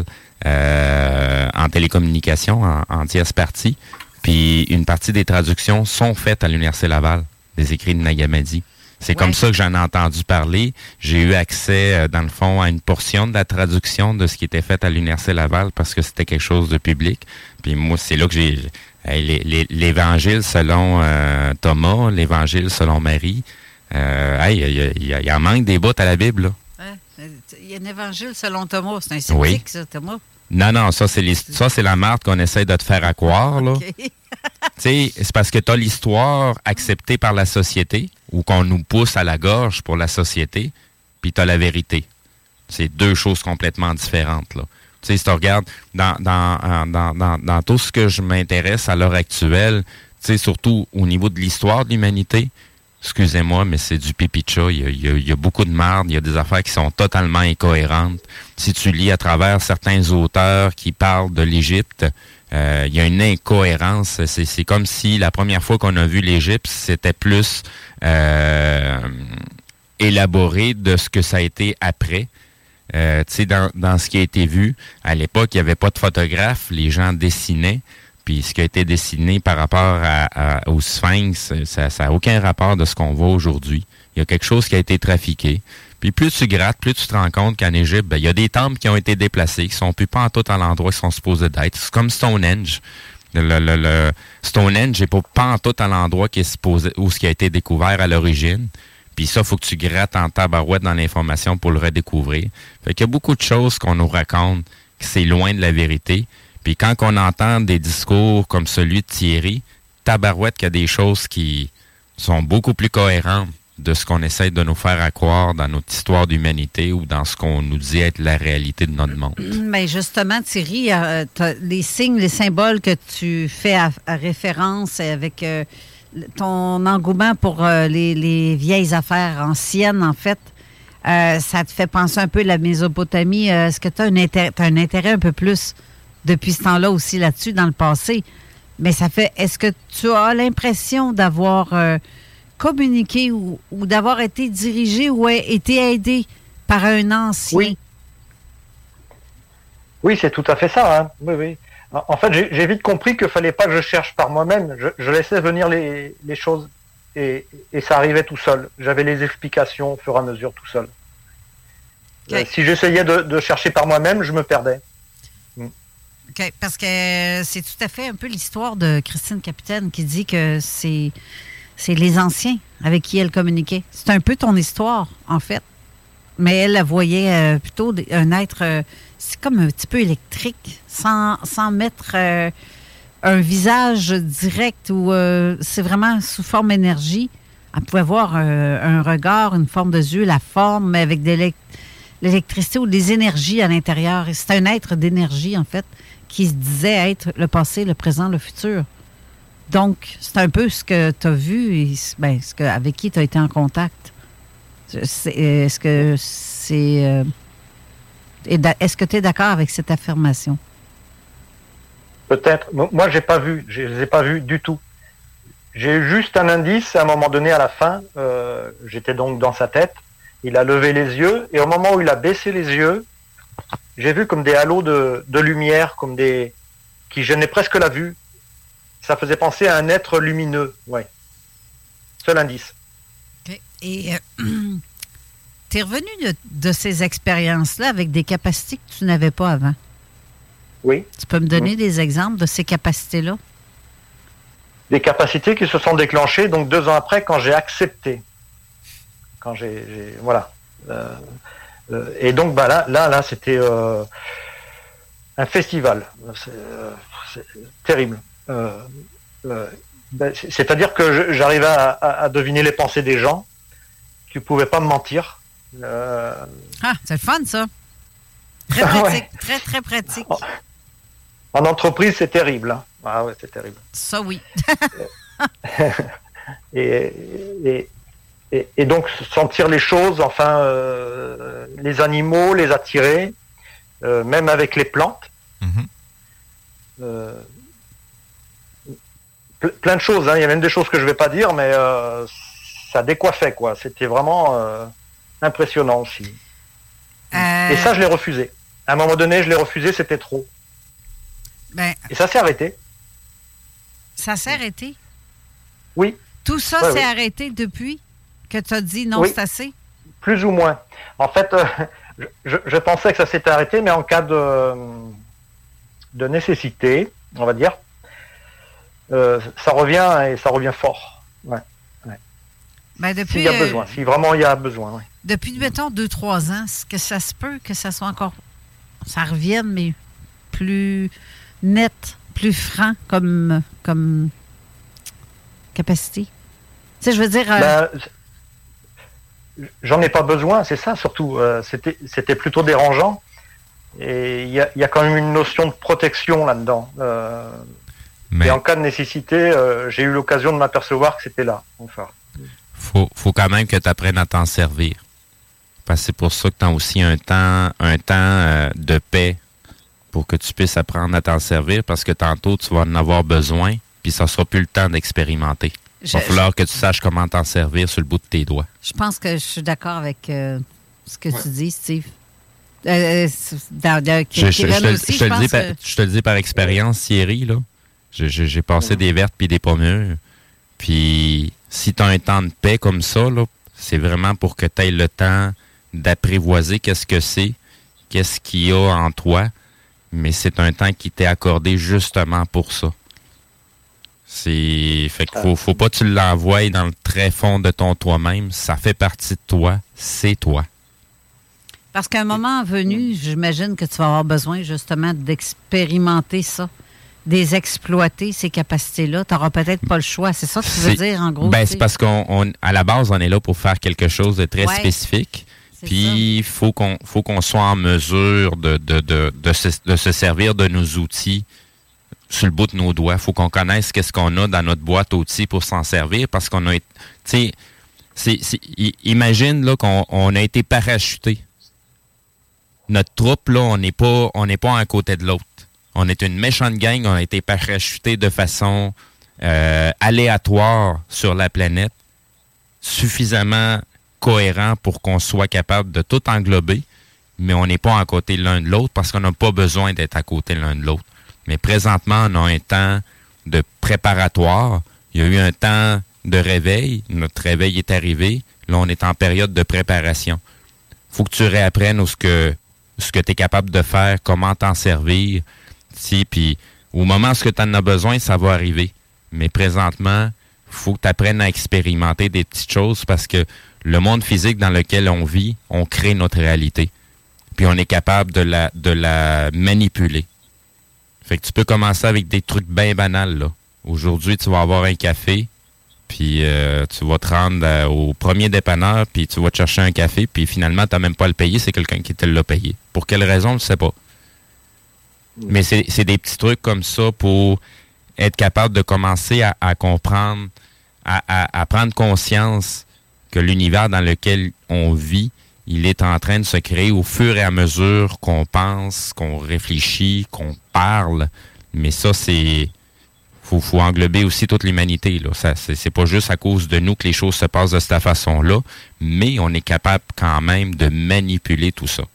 euh, en télécommunication, en, en tierce partie. Puis une partie des traductions sont faites à l'Université Laval, des écrits de Nagamadi. C'est ouais. Comme ça que j'en ai entendu parler. J'ai eu accès, euh, dans le fond, à une portion de la traduction de ce qui était fait à l'Université Laval parce que c'était quelque chose de public. Puis moi, c'est là que j'ai... Hey, les, les, l'Évangile selon euh, Thomas, l'Évangile selon Marie. Euh, hey, il y, y, y en manque des bouts à la Bible, là. Ouais. Il y a un Évangile selon Thomas. C'est un sceptique, oui. Ça, Thomas. Non, non, ça, c'est les, ça, c'est la marde qu'on essaie de te faire accroire, là. Okay. Tu sais, c'est parce que tu as l'histoire acceptée par la société ou qu'on nous pousse à la gorge pour la société, puis tu as la vérité. C'est deux choses complètement différentes, là. Tu sais, si tu regardes dans, dans, dans, dans, dans tout ce que je m'intéresse à l'heure actuelle, tu sais, surtout au niveau de l'histoire de l'humanité, excusez-moi, mais c'est du pipi de chat. Il y a, il y a, il y a beaucoup de merde. Il y a des affaires qui sont totalement incohérentes. Si tu lis à travers certains auteurs qui parlent de l'Égypte, euh, il y a une incohérence. C'est, c'est comme si la première fois qu'on a vu l'Égypte, c'était plus euh, élaboré de ce que ça a été après. Euh, tu sais, dans, dans ce qui a été vu, à l'époque, il n'y avait pas de photographe, les gens dessinaient, puis ce qui a été dessiné par rapport à, à, au Sphinx, ça n'a aucun rapport de ce qu'on voit aujourd'hui. Il y a quelque chose qui a été trafiqué. Puis plus tu grattes, plus tu te rends compte qu'en Égypte, ben, il y a des temples qui ont été déplacés, qui sont plus pas en tout à l'endroit qu'ils sont supposés d'être. C'est comme Stonehenge. Le, le, le Stonehenge n'est pas, pas en tout à l'endroit qui est supposé, où ce qui a été découvert à l'origine. Puis ça, il faut que tu grattes en tabarouette dans l'information pour le redécouvrir. Fait qu'il y a beaucoup de choses qu'on nous raconte que c'est loin de la vérité. Puis quand on entend des discours comme celui de Thierry, tabarouette qu'il y a des choses qui sont beaucoup plus cohérentes de ce qu'on essaie de nous faire à croire dans notre histoire d'humanité ou dans ce qu'on nous dit être la réalité de notre monde. Bien, justement, Thierry, euh, les signes, les symboles que tu fais à, à référence avec euh, ton engouement pour euh, les, les vieilles affaires anciennes, en fait, euh, ça te fait penser un peu à la Mésopotamie. Euh, est-ce que tu as un intérêt, t'as un intérêt un peu plus depuis ce temps-là aussi là-dessus, dans le passé? Mais ça fait, est-ce que tu as l'impression d'avoir euh, communiqué ou, ou d'avoir été dirigé ou été aidé par un ancien? Oui. Oui, c'est tout à fait ça. Hein. Oui, oui. En fait, j'ai, j'ai vite compris qu'il ne fallait pas que je cherche par moi-même. Je, je laissais venir les, les choses et, et ça arrivait tout seul. J'avais les explications au fur et à mesure tout seul. Okay. Euh, si j'essayais de, de chercher par moi-même, je me perdais. Mm. OK, parce que c'est tout à fait un peu l'histoire de Christine Capitaine qui dit que c'est, c'est les anciens avec qui elle communiquait. C'est un peu ton histoire, en fait. Mais elle la voyait euh, plutôt un être... Euh, c'est comme un petit peu électrique, sans, sans mettre euh, un visage direct ou euh, c'est vraiment sous forme énergie. Elle pouvait voir euh, un regard, une forme de yeux, la forme, mais avec de l'électricité ou des énergies à l'intérieur. Et c'est un être d'énergie, en fait, qui se disait être le passé, le présent, le futur. Donc, c'est un peu ce que tu as vu et ben, ce que, avec qui tu as été en contact. C'est, est-ce que c'est... Euh, Est-ce que tu es d'accord avec cette affirmation? Peut-être. Moi, j'ai pas vu. Je les ai pas vus du tout. J'ai eu juste un indice à un moment donné à la fin. Euh, j'étais donc dans sa tête. Il a levé les yeux et au moment où il a baissé les yeux, j'ai vu comme des halos de, de lumière, comme des qui gênaient presque la vue. Ça faisait penser à un être lumineux. Ouais. Seul indice. Okay. Et euh, tu es revenu de, de ces expériences-là avec des capacités que tu n'avais pas avant. Oui. Tu peux me donner oui. des exemples de ces capacités-là? Des capacités qui se sont déclenchées donc deux ans après quand j'ai accepté. Quand j'ai, j'ai voilà. Euh, euh, et donc bah là, là, là, c'était euh, un festival. C'est, euh, c'est terrible. Euh, euh, ben, c'est-à-dire que je, j'arrivais à, à, à deviner les pensées des gens. Tu pouvais pas me mentir. Euh... Ah, c'est le fun, ça. Très pratique. Ouais. Très, très pratique. En entreprise, c'est terrible. Hein. Ah ouais, c'est terrible. Ça, oui. et, et, et, et donc, sentir les choses, enfin, euh, les animaux, les attirer, euh, même avec les plantes. Mm-hmm. Euh, plein de choses. Hein. Il y a même des choses que je vais pas dire, mais euh, ça décoiffait, quoi. C'était vraiment euh, impressionnant aussi. Euh... Et ça, je l'ai refusé. À un moment donné, je l'ai refusé, c'était trop. Ben, et ça s'est arrêté. Ça s'est arrêté? Oui. Tout ça ouais, s'est oui. arrêté depuis que tu as dit non, oui. c'est assez? Plus ou moins. En fait, euh, je, je pensais que ça s'était arrêté, mais en cas de, de nécessité, on va dire, euh, ça revient et ça revient fort. Ouais. ouais. Ben depuis, S'il y a besoin, euh, si vraiment il y a besoin, oui. Depuis, mettons, deux, trois ans, est-ce que ça se peut que ça soit encore... Ça revienne, mais plus net, plus franc comme, comme capacité? Tu sais, je veux dire... Euh... Ben, j'en ai pas besoin, c'est ça, surtout. Euh, c'était, c'était plutôt dérangeant. Et il y a, y a quand même une notion de protection là-dedans. Euh, mais... Et en cas de nécessité, euh, j'ai eu l'occasion de m'apercevoir que c'était là, enfin. Faut, faut quand même que tu apprennes à t'en servir. Parce que c'est pour ça que tu as aussi un temps, un temps euh, de paix pour que tu puisses apprendre à t'en servir parce que tantôt, tu vas en avoir besoin puis ça sera plus le temps d'expérimenter. Il va falloir que tu saches comment t'en servir sur le bout de tes doigts. Je pense que je suis d'accord avec euh, ce que ouais. tu dis, Steve. Euh, dans, dans, je, je, je, te, aussi, je, te je, le dis par, que... je te le dis par expérience, Thierry, là. Je, je, j'ai passé des vertes puis des pommures. Puis, si tu as un temps de paix comme ça, là, c'est vraiment pour que tu aies le temps d'apprivoiser qu'est-ce que c'est, qu'est-ce qu'il y a en toi. Mais c'est un temps qui t'est accordé justement pour ça. C'est fait qu'il faut, faut pas que tu l'envoies dans le très fond de ton toi-même. Ça fait partie de toi. C'est toi. Parce qu'à un moment venu, j'imagine que tu vas avoir besoin justement d'expérimenter ça, d'exploiter ces capacités-là. Tu n'auras peut-être pas le choix. C'est ça que tu veux c'est, dire, en gros? Ben, c'est parce qu'on, on, à la base, on est là pour faire quelque chose de très ouais, spécifique. Puis, il faut qu'on, faut qu'on soit en mesure de, de, de, de, se, de se servir de nos outils sur le bout de nos doigts. Il faut qu'on connaisse qu'est-ce qu'on a dans notre boîte outils pour s'en servir parce qu'on a été... Tu sais, c'est, c'est, imagine là, qu'on on a été parachuté. Notre troupe, là, on n'est pas, on n'est pas un côté de l'autre. On est une méchante gang, on a été parachuté de façon euh, aléatoire sur la planète, suffisamment cohérent pour qu'on soit capable de tout englober, mais on n'est pas à côté l'un de l'autre parce qu'on n'a pas besoin d'être à côté l'un de l'autre. Mais présentement, on a un temps de préparatoire. Il y a eu un temps de réveil. Notre réveil est arrivé. Là, on est en période de préparation. Faut que tu réapprennes ce que ce que tu es capable de faire, comment t'en servir. Si, puis au moment où tu en as besoin, ça va arriver. Mais présentement, faut que tu apprennes à expérimenter des petites choses parce que le monde physique dans lequel on vit, on crée notre réalité. Puis on est capable de la, de la manipuler. Fait que tu peux commencer avec des trucs bien banals, là. Aujourd'hui, tu vas avoir un café, puis euh, tu vas te rendre euh, au premier dépanneur, puis tu vas te chercher un café, puis finalement, tu n'as même pas à le payer, c'est quelqu'un qui te l'a payé. Pour quelle raison, je ne sais pas. Mais c'est, c'est des petits trucs comme ça pour être capable de commencer à, à comprendre, à, à, à prendre conscience que l'univers dans lequel on vit, il est en train de se créer au fur et à mesure qu'on pense, qu'on réfléchit, qu'on parle. Mais ça, c'est... Faut, faut englober aussi toute l'humanité, là. Ça, c'est, c'est pas juste à cause de nous que les choses se passent de cette façon-là, mais on est capable quand même de manipuler tout ça.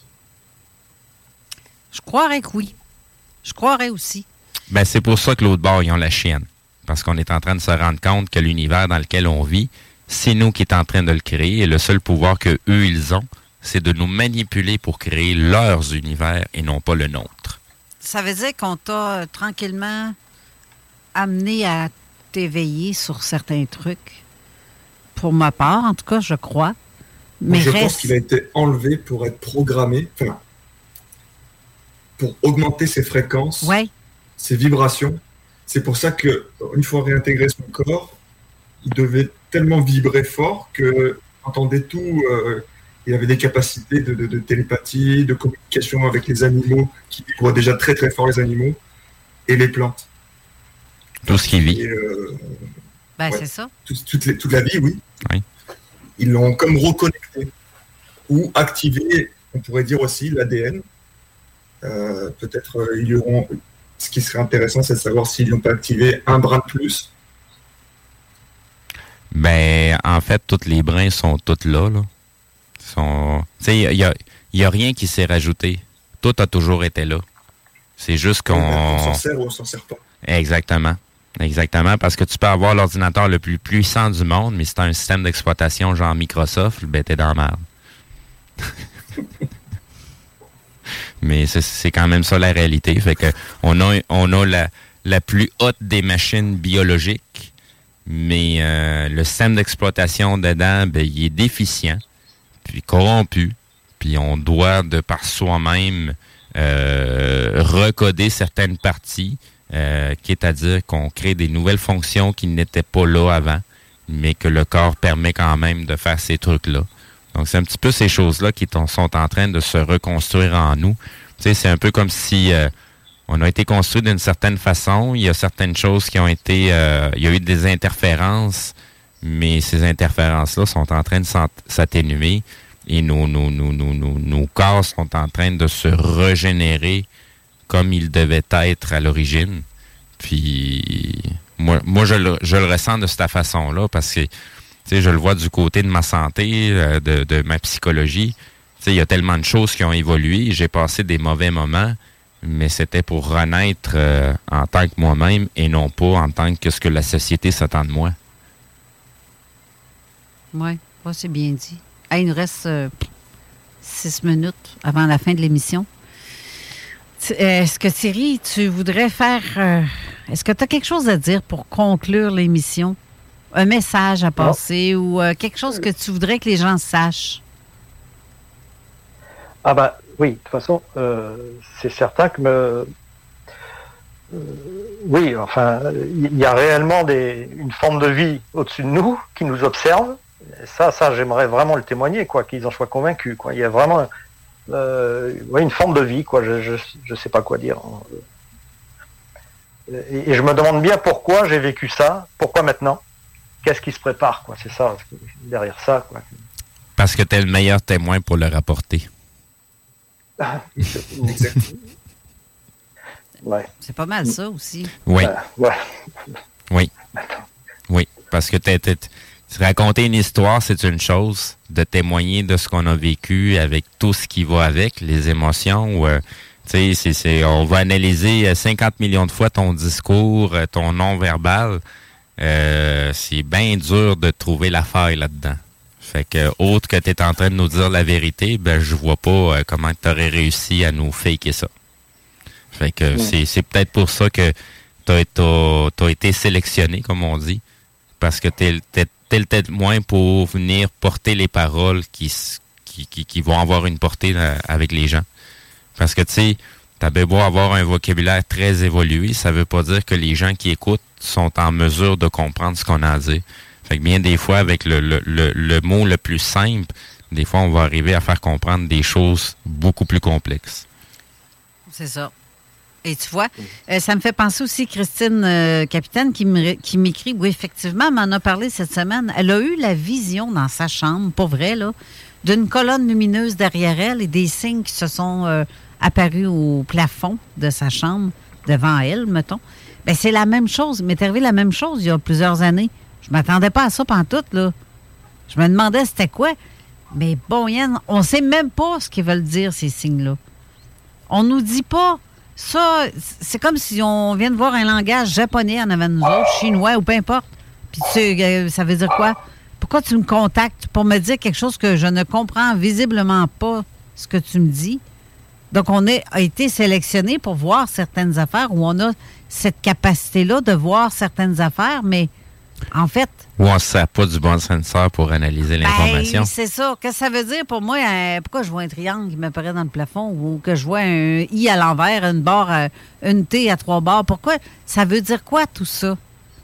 Je croirais que oui. Je croirais aussi. Ben, c'est pour ça que l'autre bord, ils ont la chienne. Parce qu'on est en train de se rendre compte que l'univers dans lequel on vit, c'est nous qui est en train de le créer et le seul pouvoir que eux ils ont, c'est de nous manipuler pour créer leurs univers et non pas le nôtre. Ça veut dire qu'on t'a euh, tranquillement amené à t'éveiller sur certains trucs. Pour ma part, en tout cas, je crois. Mais je reste... pense qu'il a été enlevé pour être programmé, enfin, pour augmenter ses fréquences, ouais. ses vibrations. C'est pour ça que une fois réintégré son corps, il devait tellement vibrer fort que entendait tout. Euh, il avait des capacités de, de, de télépathie, de communication avec les animaux, qui vibrent déjà très très fort, les animaux, et les plantes. Tout ce qui vit. Et, euh, ben, ouais, c'est ça. Tout, toute, les, toute la vie, oui. oui. Ils l'ont comme reconnecté. Ou activé, on pourrait dire aussi, l'A D N. Euh, peut-être euh, ils auront. Ce qui serait intéressant, c'est de savoir s'ils n'ont pas activé un brin de plus. Ben, en fait, tous les brins sont tous là. là. Sont... Tu sais, il n'y a, y a rien qui s'est rajouté. Tout a toujours été là. C'est juste qu'on... On s'en sert ou on s'en sert pas. Exactement. Exactement, parce que tu peux avoir l'ordinateur le plus puissant du monde, mais si tu as un système d'exploitation genre Microsoft, ben t'es dans la merde. Mais c'est, c'est quand même ça la réalité. Fait que on a, on a la, la plus haute des machines biologiques, mais euh, le système d'exploitation dedans, ben, il est déficient, puis corrompu, puis on doit, de par soi-même, euh, recoder certaines parties, euh, qui est à dire qu'on crée des nouvelles fonctions qui n'étaient pas là avant, mais que le corps permet quand même de faire ces trucs-là. Donc, c'est un petit peu ces choses-là qui t- sont en train de se reconstruire en nous. Tu sais, c'est un peu comme si euh, on a été construit d'une certaine façon. Il y a certaines choses qui ont été... Euh, il y a eu des interférences, mais ces interférences-là sont en train de s'atténuer et nos, nos, nos, nos, nos, nos corps sont en train de se régénérer comme ils devaient être à l'origine. Puis, moi, moi je, le, je le ressens de cette façon-là parce que tu sais, je le vois du côté de ma santé, euh, de, de ma psychologie. Tu sais, il y a tellement de choses qui ont évolué. J'ai passé des mauvais moments, mais c'était pour renaître euh, en tant que moi-même et non pas en tant que ce que la société s'attend de moi. Oui, ouais, c'est bien dit. Hey, il nous reste euh, six minutes avant la fin de l'émission. Est-ce que Thierry, tu voudrais faire... Euh, est-ce que tu as quelque chose à dire pour conclure l'émission? Un message à passer non. ou euh, quelque chose que tu voudrais que les gens sachent? Ah bah oui, de toute façon, euh, c'est certain que... Me, euh, oui, enfin, il y a réellement des, une forme de vie au-dessus de nous qui nous observe. Ça, ça, j'aimerais vraiment le témoigner, quoi, qu'ils en soient convaincus, quoi. Il y a vraiment... Euh, ouais, une forme de vie, quoi. Je, je, je sais pas quoi dire. Et, et je me demande bien pourquoi j'ai vécu ça, pourquoi maintenant, qu'est-ce qui se prépare, quoi. C'est ça, derrière ça, quoi. Parce que t'es le meilleur témoin pour le rapporter. Ouais. C'est pas mal ça aussi. Oui. Euh, ouais. Oui. Oui, parce que t'es, t'es, raconter une histoire, c'est une chose. De témoigner de ce qu'on a vécu avec tout ce qui va avec, les émotions. Ou, euh, tu sais, c'est, c'est, on va analyser cinquante millions de fois ton discours, ton non-verbal. Euh, c'est bien dur de trouver la faille là-dedans. Fait que, autre que tu es en train de nous dire la vérité, ben je vois pas euh, comment tu aurais réussi à nous faker ça. Fait que, ouais. c'est, c'est peut-être pour ça que t'as, t'as, t'as été sélectionné, comme on dit. Parce que t'es, t'es, t'es le témoin pour venir porter les paroles qui, qui, qui, qui vont avoir une portée là, avec les gens. Parce que, tu sais, t'as beau avoir un vocabulaire très évolué, ça veut pas dire que les gens qui écoutent sont en mesure de comprendre ce qu'on a à dire. Fait que bien des fois, avec le, le, le, le mot le plus simple, des fois, on va arriver à faire comprendre des choses beaucoup plus complexes. C'est ça. Et tu vois, euh, ça me fait penser aussi Christine euh, Capitaine qui, me, qui m'écrit, oui, effectivement, elle m'en a parlé cette semaine. Elle a eu la vision dans sa chambre, pour vrai, là, d'une colonne lumineuse derrière elle et des signes qui se sont euh, apparus au plafond de sa chambre, devant elle, mettons. Bien, c'est la même chose. Il m'est arrivé la même chose il y a plusieurs années. Je m'attendais pas à ça pantoute, là. Je me demandais c'était quoi. Mais bon, Yann, on sait même pas ce qu'ils veulent dire, ces signes-là. On nous dit pas. Ça, c'est comme si on vient de voir un langage japonais en avant de nous autres, chinois ou peu importe. Puis tu sais, ça veut dire quoi? Pourquoi tu me contactes pour me dire quelque chose que je ne comprends visiblement pas ce que tu me dis? Donc, on est, a été sélectionné pour voir certaines affaires où on a cette capacité-là de voir certaines affaires, mais en fait... Ou on ne sert pas du bon sensor pour analyser l'information. Ben, c'est ça. Qu'est-ce que ça veut dire pour moi? Euh, pourquoi je vois un triangle qui m'apparaît dans le plafond ou que je vois un I à l'envers, une barre, à, une T à trois barres? Pourquoi? Ça veut dire quoi, tout ça?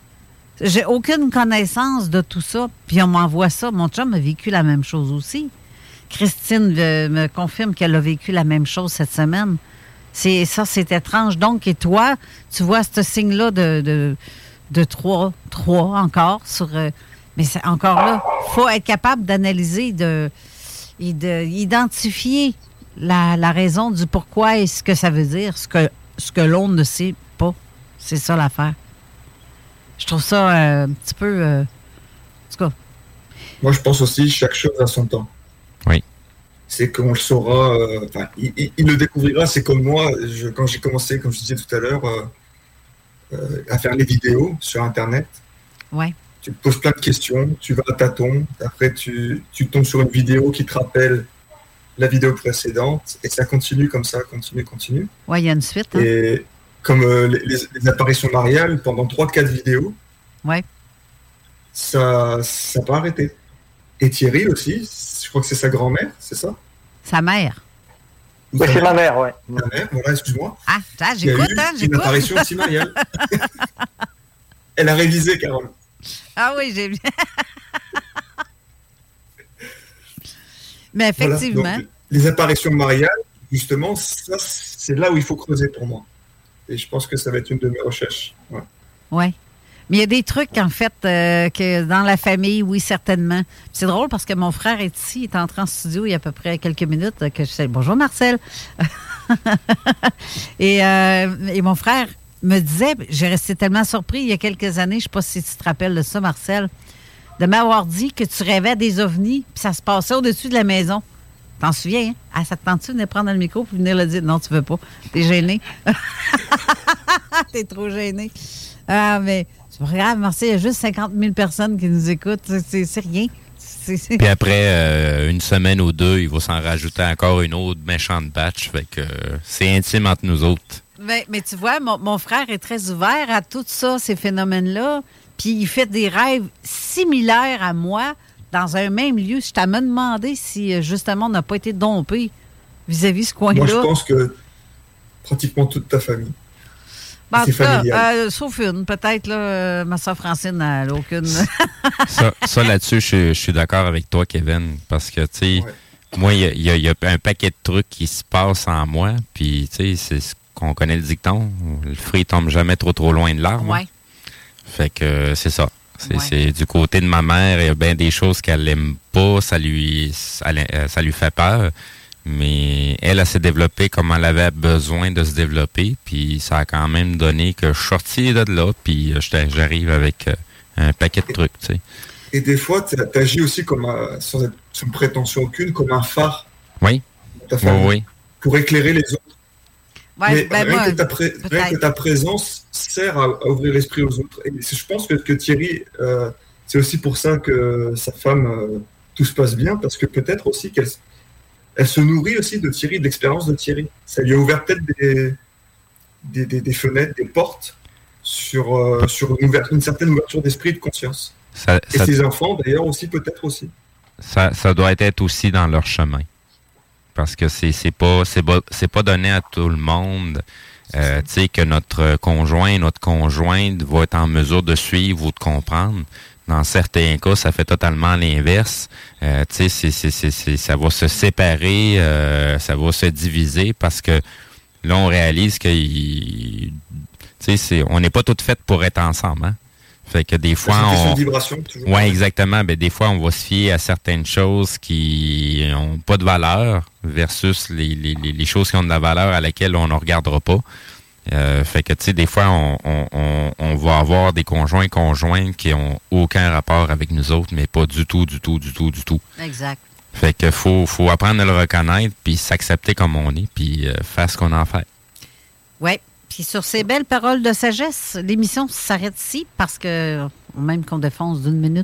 J'ai aucune connaissance de tout ça. Puis on m'envoie ça. Mon chum a vécu la même chose aussi. Christine euh, me confirme qu'elle a vécu la même chose cette semaine. C'est, ça, c'est étrange. Donc, et toi, tu vois ce signe-là de... de de trois, trois encore sur... Euh, mais c'est encore là, il faut être capable d'analyser de, et d'identifier la, la raison du pourquoi et ce que ça veut dire, ce que, ce que l'on ne sait pas. C'est ça l'affaire. Je trouve ça euh, un petit peu... Euh, en tout cas. Moi, je pense aussi chaque chose à son temps. Oui. C'est qu'on le saura... Euh, il, il, il le découvrira. C'est comme moi, je, quand j'ai commencé, comme je disais tout à l'heure... Euh, Euh, à faire les vidéos sur Internet. Ouais. Tu te poses plein de questions, tu vas à tâtons, après tu, tu tombes sur une vidéo qui te rappelle la vidéo précédente, et ça continue comme ça, continue, continue. Ouais, il y a une suite. Hein? Et comme euh, les, les, les apparitions mariales, pendant trois quatre vidéos, ouais. ça n'a pas arrêté. Et Thierry aussi, je crois que c'est sa grand-mère, c'est ça? Sa mère. Oui, c'est ma mère, ouais. Ma mère, voilà, excuse-moi. Ah, ça, j'écoute, hein, j'écoute. Une apparition aussi mariale. Elle a révisé, Carole. Ah oui, j'ai bien. Mais effectivement. Voilà, donc, les apparitions mariales, justement, ça, c'est là où il faut creuser pour moi. Et je pense que ça va être une de mes recherches. Ouais. Oui. Mais il y a des trucs, en fait, euh, que dans la famille, oui, certainement. C'est drôle parce que mon frère est ici, il est entré en studio il y a à peu près quelques minutes. Que je sais. Bonjour, Marcel. et, euh, et mon frère me disait, j'ai resté tellement surpris il y a quelques années, je ne sais pas si tu te rappelles de ça, Marcel, de m'avoir dit que tu rêvais des ovnis, puis ça se passait au-dessus de la maison. T'en souviens, hein? Ah, ça te tente-tu de venir prendre le micro pour venir le dire? Non, tu veux pas. T'es gêné. T'es trop gêné. Ah, mais c'est pas grave, merci. Il y a juste cinquante mille personnes qui nous écoutent. C'est, c'est rien. C'est, c'est... Puis après euh, une semaine ou deux, il va s'en rajouter encore une autre méchante batch. Fait que euh, c'est intime entre nous autres. Mais, mais tu vois, mon, mon frère est très ouvert à tout ça, ces phénomènes-là. Puis il fait des rêves similaires à moi dans un même lieu. Je t'ai me demandé si, justement, on n'a pas été dompé vis-à-vis ce coin-là. Moi, je pense que pratiquement toute ta famille. Ben, en tout cas, euh, sauf une, peut-être, là, euh, ma soeur Francine, elle n'a aucune. ça, ça, là-dessus, je, je suis d'accord avec toi, Kevin, parce que, tu sais, ouais. moi, il y, y, y a un paquet de trucs qui se passent en moi, puis, tu sais, c'est ce qu'on connaît le dicton, le fruit tombe jamais trop, trop loin de l'arbre. Ouais. Fait que c'est ça. C'est, ouais. c'est du côté de ma mère, il y a bien des choses qu'elle n'aime pas, ça lui, ça, ça lui fait peur. Mais elle, elle s'est développée comme elle avait besoin de se développer. Puis ça a quand même donné que je suis sorti de là, puis j'arrive avec un paquet de trucs, tu sais. Et des fois, tu agis aussi comme un, sans, être, sans prétention aucune, comme un phare. Oui. Ta famille, oui, oui. Pour éclairer les autres. Ouais, mais ben rien, moi, que ta pré- rien que ta présence sert à, à ouvrir l'esprit aux autres. Et je pense que, que Thierry, euh, c'est aussi pour ça que sa femme, euh, tout se passe bien, parce que peut-être aussi qu'elle elle se nourrit aussi de Thierry, de l'expérience de Thierry. Ça lui a ouvert peut-être des, des, des, des fenêtres, des portes sur, euh, sur une, ouverture, une certaine ouverture d'esprit et de conscience. Ça, et ça, ses enfants, d'ailleurs, aussi, peut-être aussi. Ça, ça doit être aussi dans leur chemin. Parce que c'est, c'est pas, c'est pas, c'est pas donné à tout le monde, euh, tu sais, que notre conjoint, notre conjointe va être en mesure de suivre ou de comprendre. Dans certains cas, ça fait totalement l'inverse. Euh, tu sais, c'est, c'est, c'est, c'est, ça va se séparer, euh, ça va se diviser parce que là, on réalise que, tu sais, c'est, on n'est pas toutes faites pour être ensemble, hein. Fait que des fois, c'est on... une vibration, toujours. Ouais, exactement. Ben, des fois, on va se fier à certaines choses qui ont pas de valeur versus les, les, les choses qui ont de la valeur à laquelle on ne regardera pas. Euh, fait que, tu sais, des fois, on, on, on va avoir des conjoints et conjointes qui ont aucun rapport avec nous autres, mais pas du tout, du tout, du tout, du tout. Exact. Fait que faut, faut apprendre à le reconnaître, puis s'accepter comme on est, puis euh, faire ce qu'on a à faire. Ouais. Puis sur ces belles paroles de sagesse, l'émission s'arrête ici parce que, même qu'on défonce d'une minute.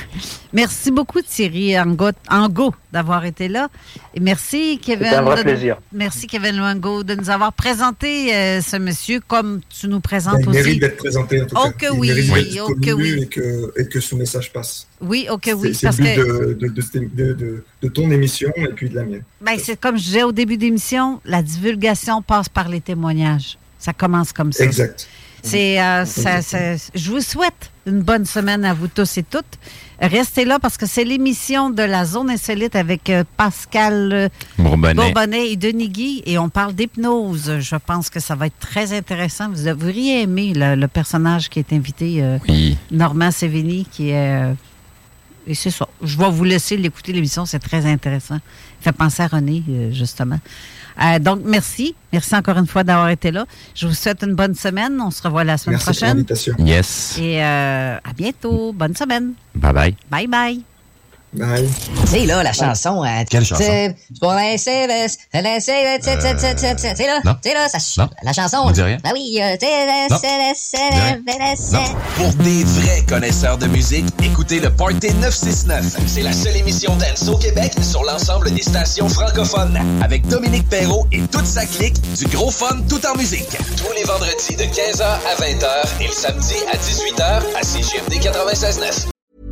Merci beaucoup Thierry Angot, Angot d'avoir été là. Et merci Kevin. C'était un vrai de, plaisir. Merci Kevin Luango de nous avoir présenté euh, ce monsieur comme tu nous présentes il aussi. Il mérite d'être présenté en tout oh cas. Que il oui, mérite oui, d'être oh que oui. Et que, et que son message passe. Oui, ok, oui. C'est, c'est parce le but que, de, de, de, de, de ton émission et puis de la mienne. Ben, c'est comme je disais au début d'émission, la divulgation passe par les témoignages. Ça commence comme ça. Exact. C'est, euh, ça, ça, je vous souhaite une bonne semaine à vous tous et toutes. Restez là parce que c'est l'émission de la Zone Insolite avec euh, Pascal euh, Bourbonnais. Bourbonnais et Denis Guy et on parle d'hypnose. Je pense que ça va être très intéressant. Vous devriez aimer le, le personnage qui est invité, euh, oui. Normand Sévigny, qui est... Euh, et c'est ça. Je vais vous laisser l'écouter, l'émission. C'est très intéressant. Ça fait penser à René, euh, justement. Euh, donc, merci. Merci encore une fois d'avoir été là. Je vous souhaite une bonne semaine. On se revoit la semaine merci prochaine. Merci pour l'invitation. Yes. Et euh, à bientôt. Bonne semaine. Bye-bye. Bye-bye. Bye. Tu sais, là, la chanson... Euh, Quelle chanson? C'est pour laisser... C'est là, tu sais, là, ça... La chanson... On dit rien? Ben oui, tu sais... Pour des vrais connaisseurs de musique, écoutez le Party neuf cent soixante-neuf. C'est la seule émission dance au Québec sur l'ensemble des stations francophones. Avec Dominique Perrault et toute sa clique, du gros fun tout en musique. Tous les vendredis de quinze heures à vingt heures et le samedi à dix-huit heures à C G M D quatre-vingt-seize neuf.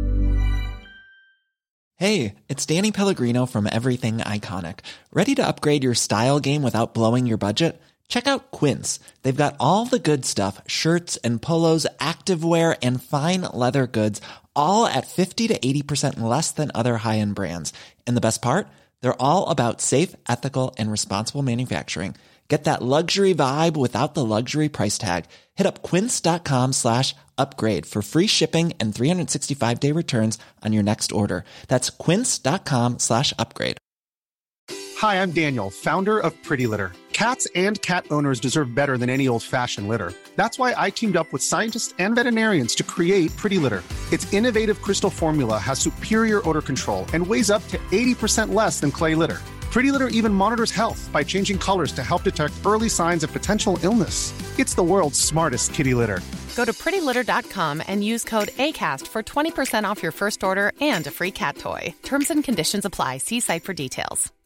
Hey, it's Danny Pellegrino from Everything Iconic. Ready to upgrade your style game without blowing your budget? Check out Quince. They've got all the good stuff, shirts and polos, activewear, and fine leather goods, all at fifty to eighty percent less than other high-end brands. And the best part? They're all about safe, ethical, and responsible manufacturing. Get that luxury vibe without the luxury price tag. Hit up quince.com slash upgrade for free shipping and three sixty-five day returns on your next order. That's quince.com slash upgrade. Hi, I'm Daniel, founder of Pretty Litter. Cats and cat owners deserve better than any old-fashioned litter. That's why I teamed up with scientists and veterinarians to create Pretty Litter. Its innovative crystal formula has superior odor control and weighs up to eighty percent less than clay litter. Pretty Litter even monitors health by changing colors to help detect early signs of potential illness. It's the world's smartest kitty litter. Go to pretty litter dot com and use code ACAST for twenty percent off your first order and a free cat toy. Terms and conditions apply. See site for details.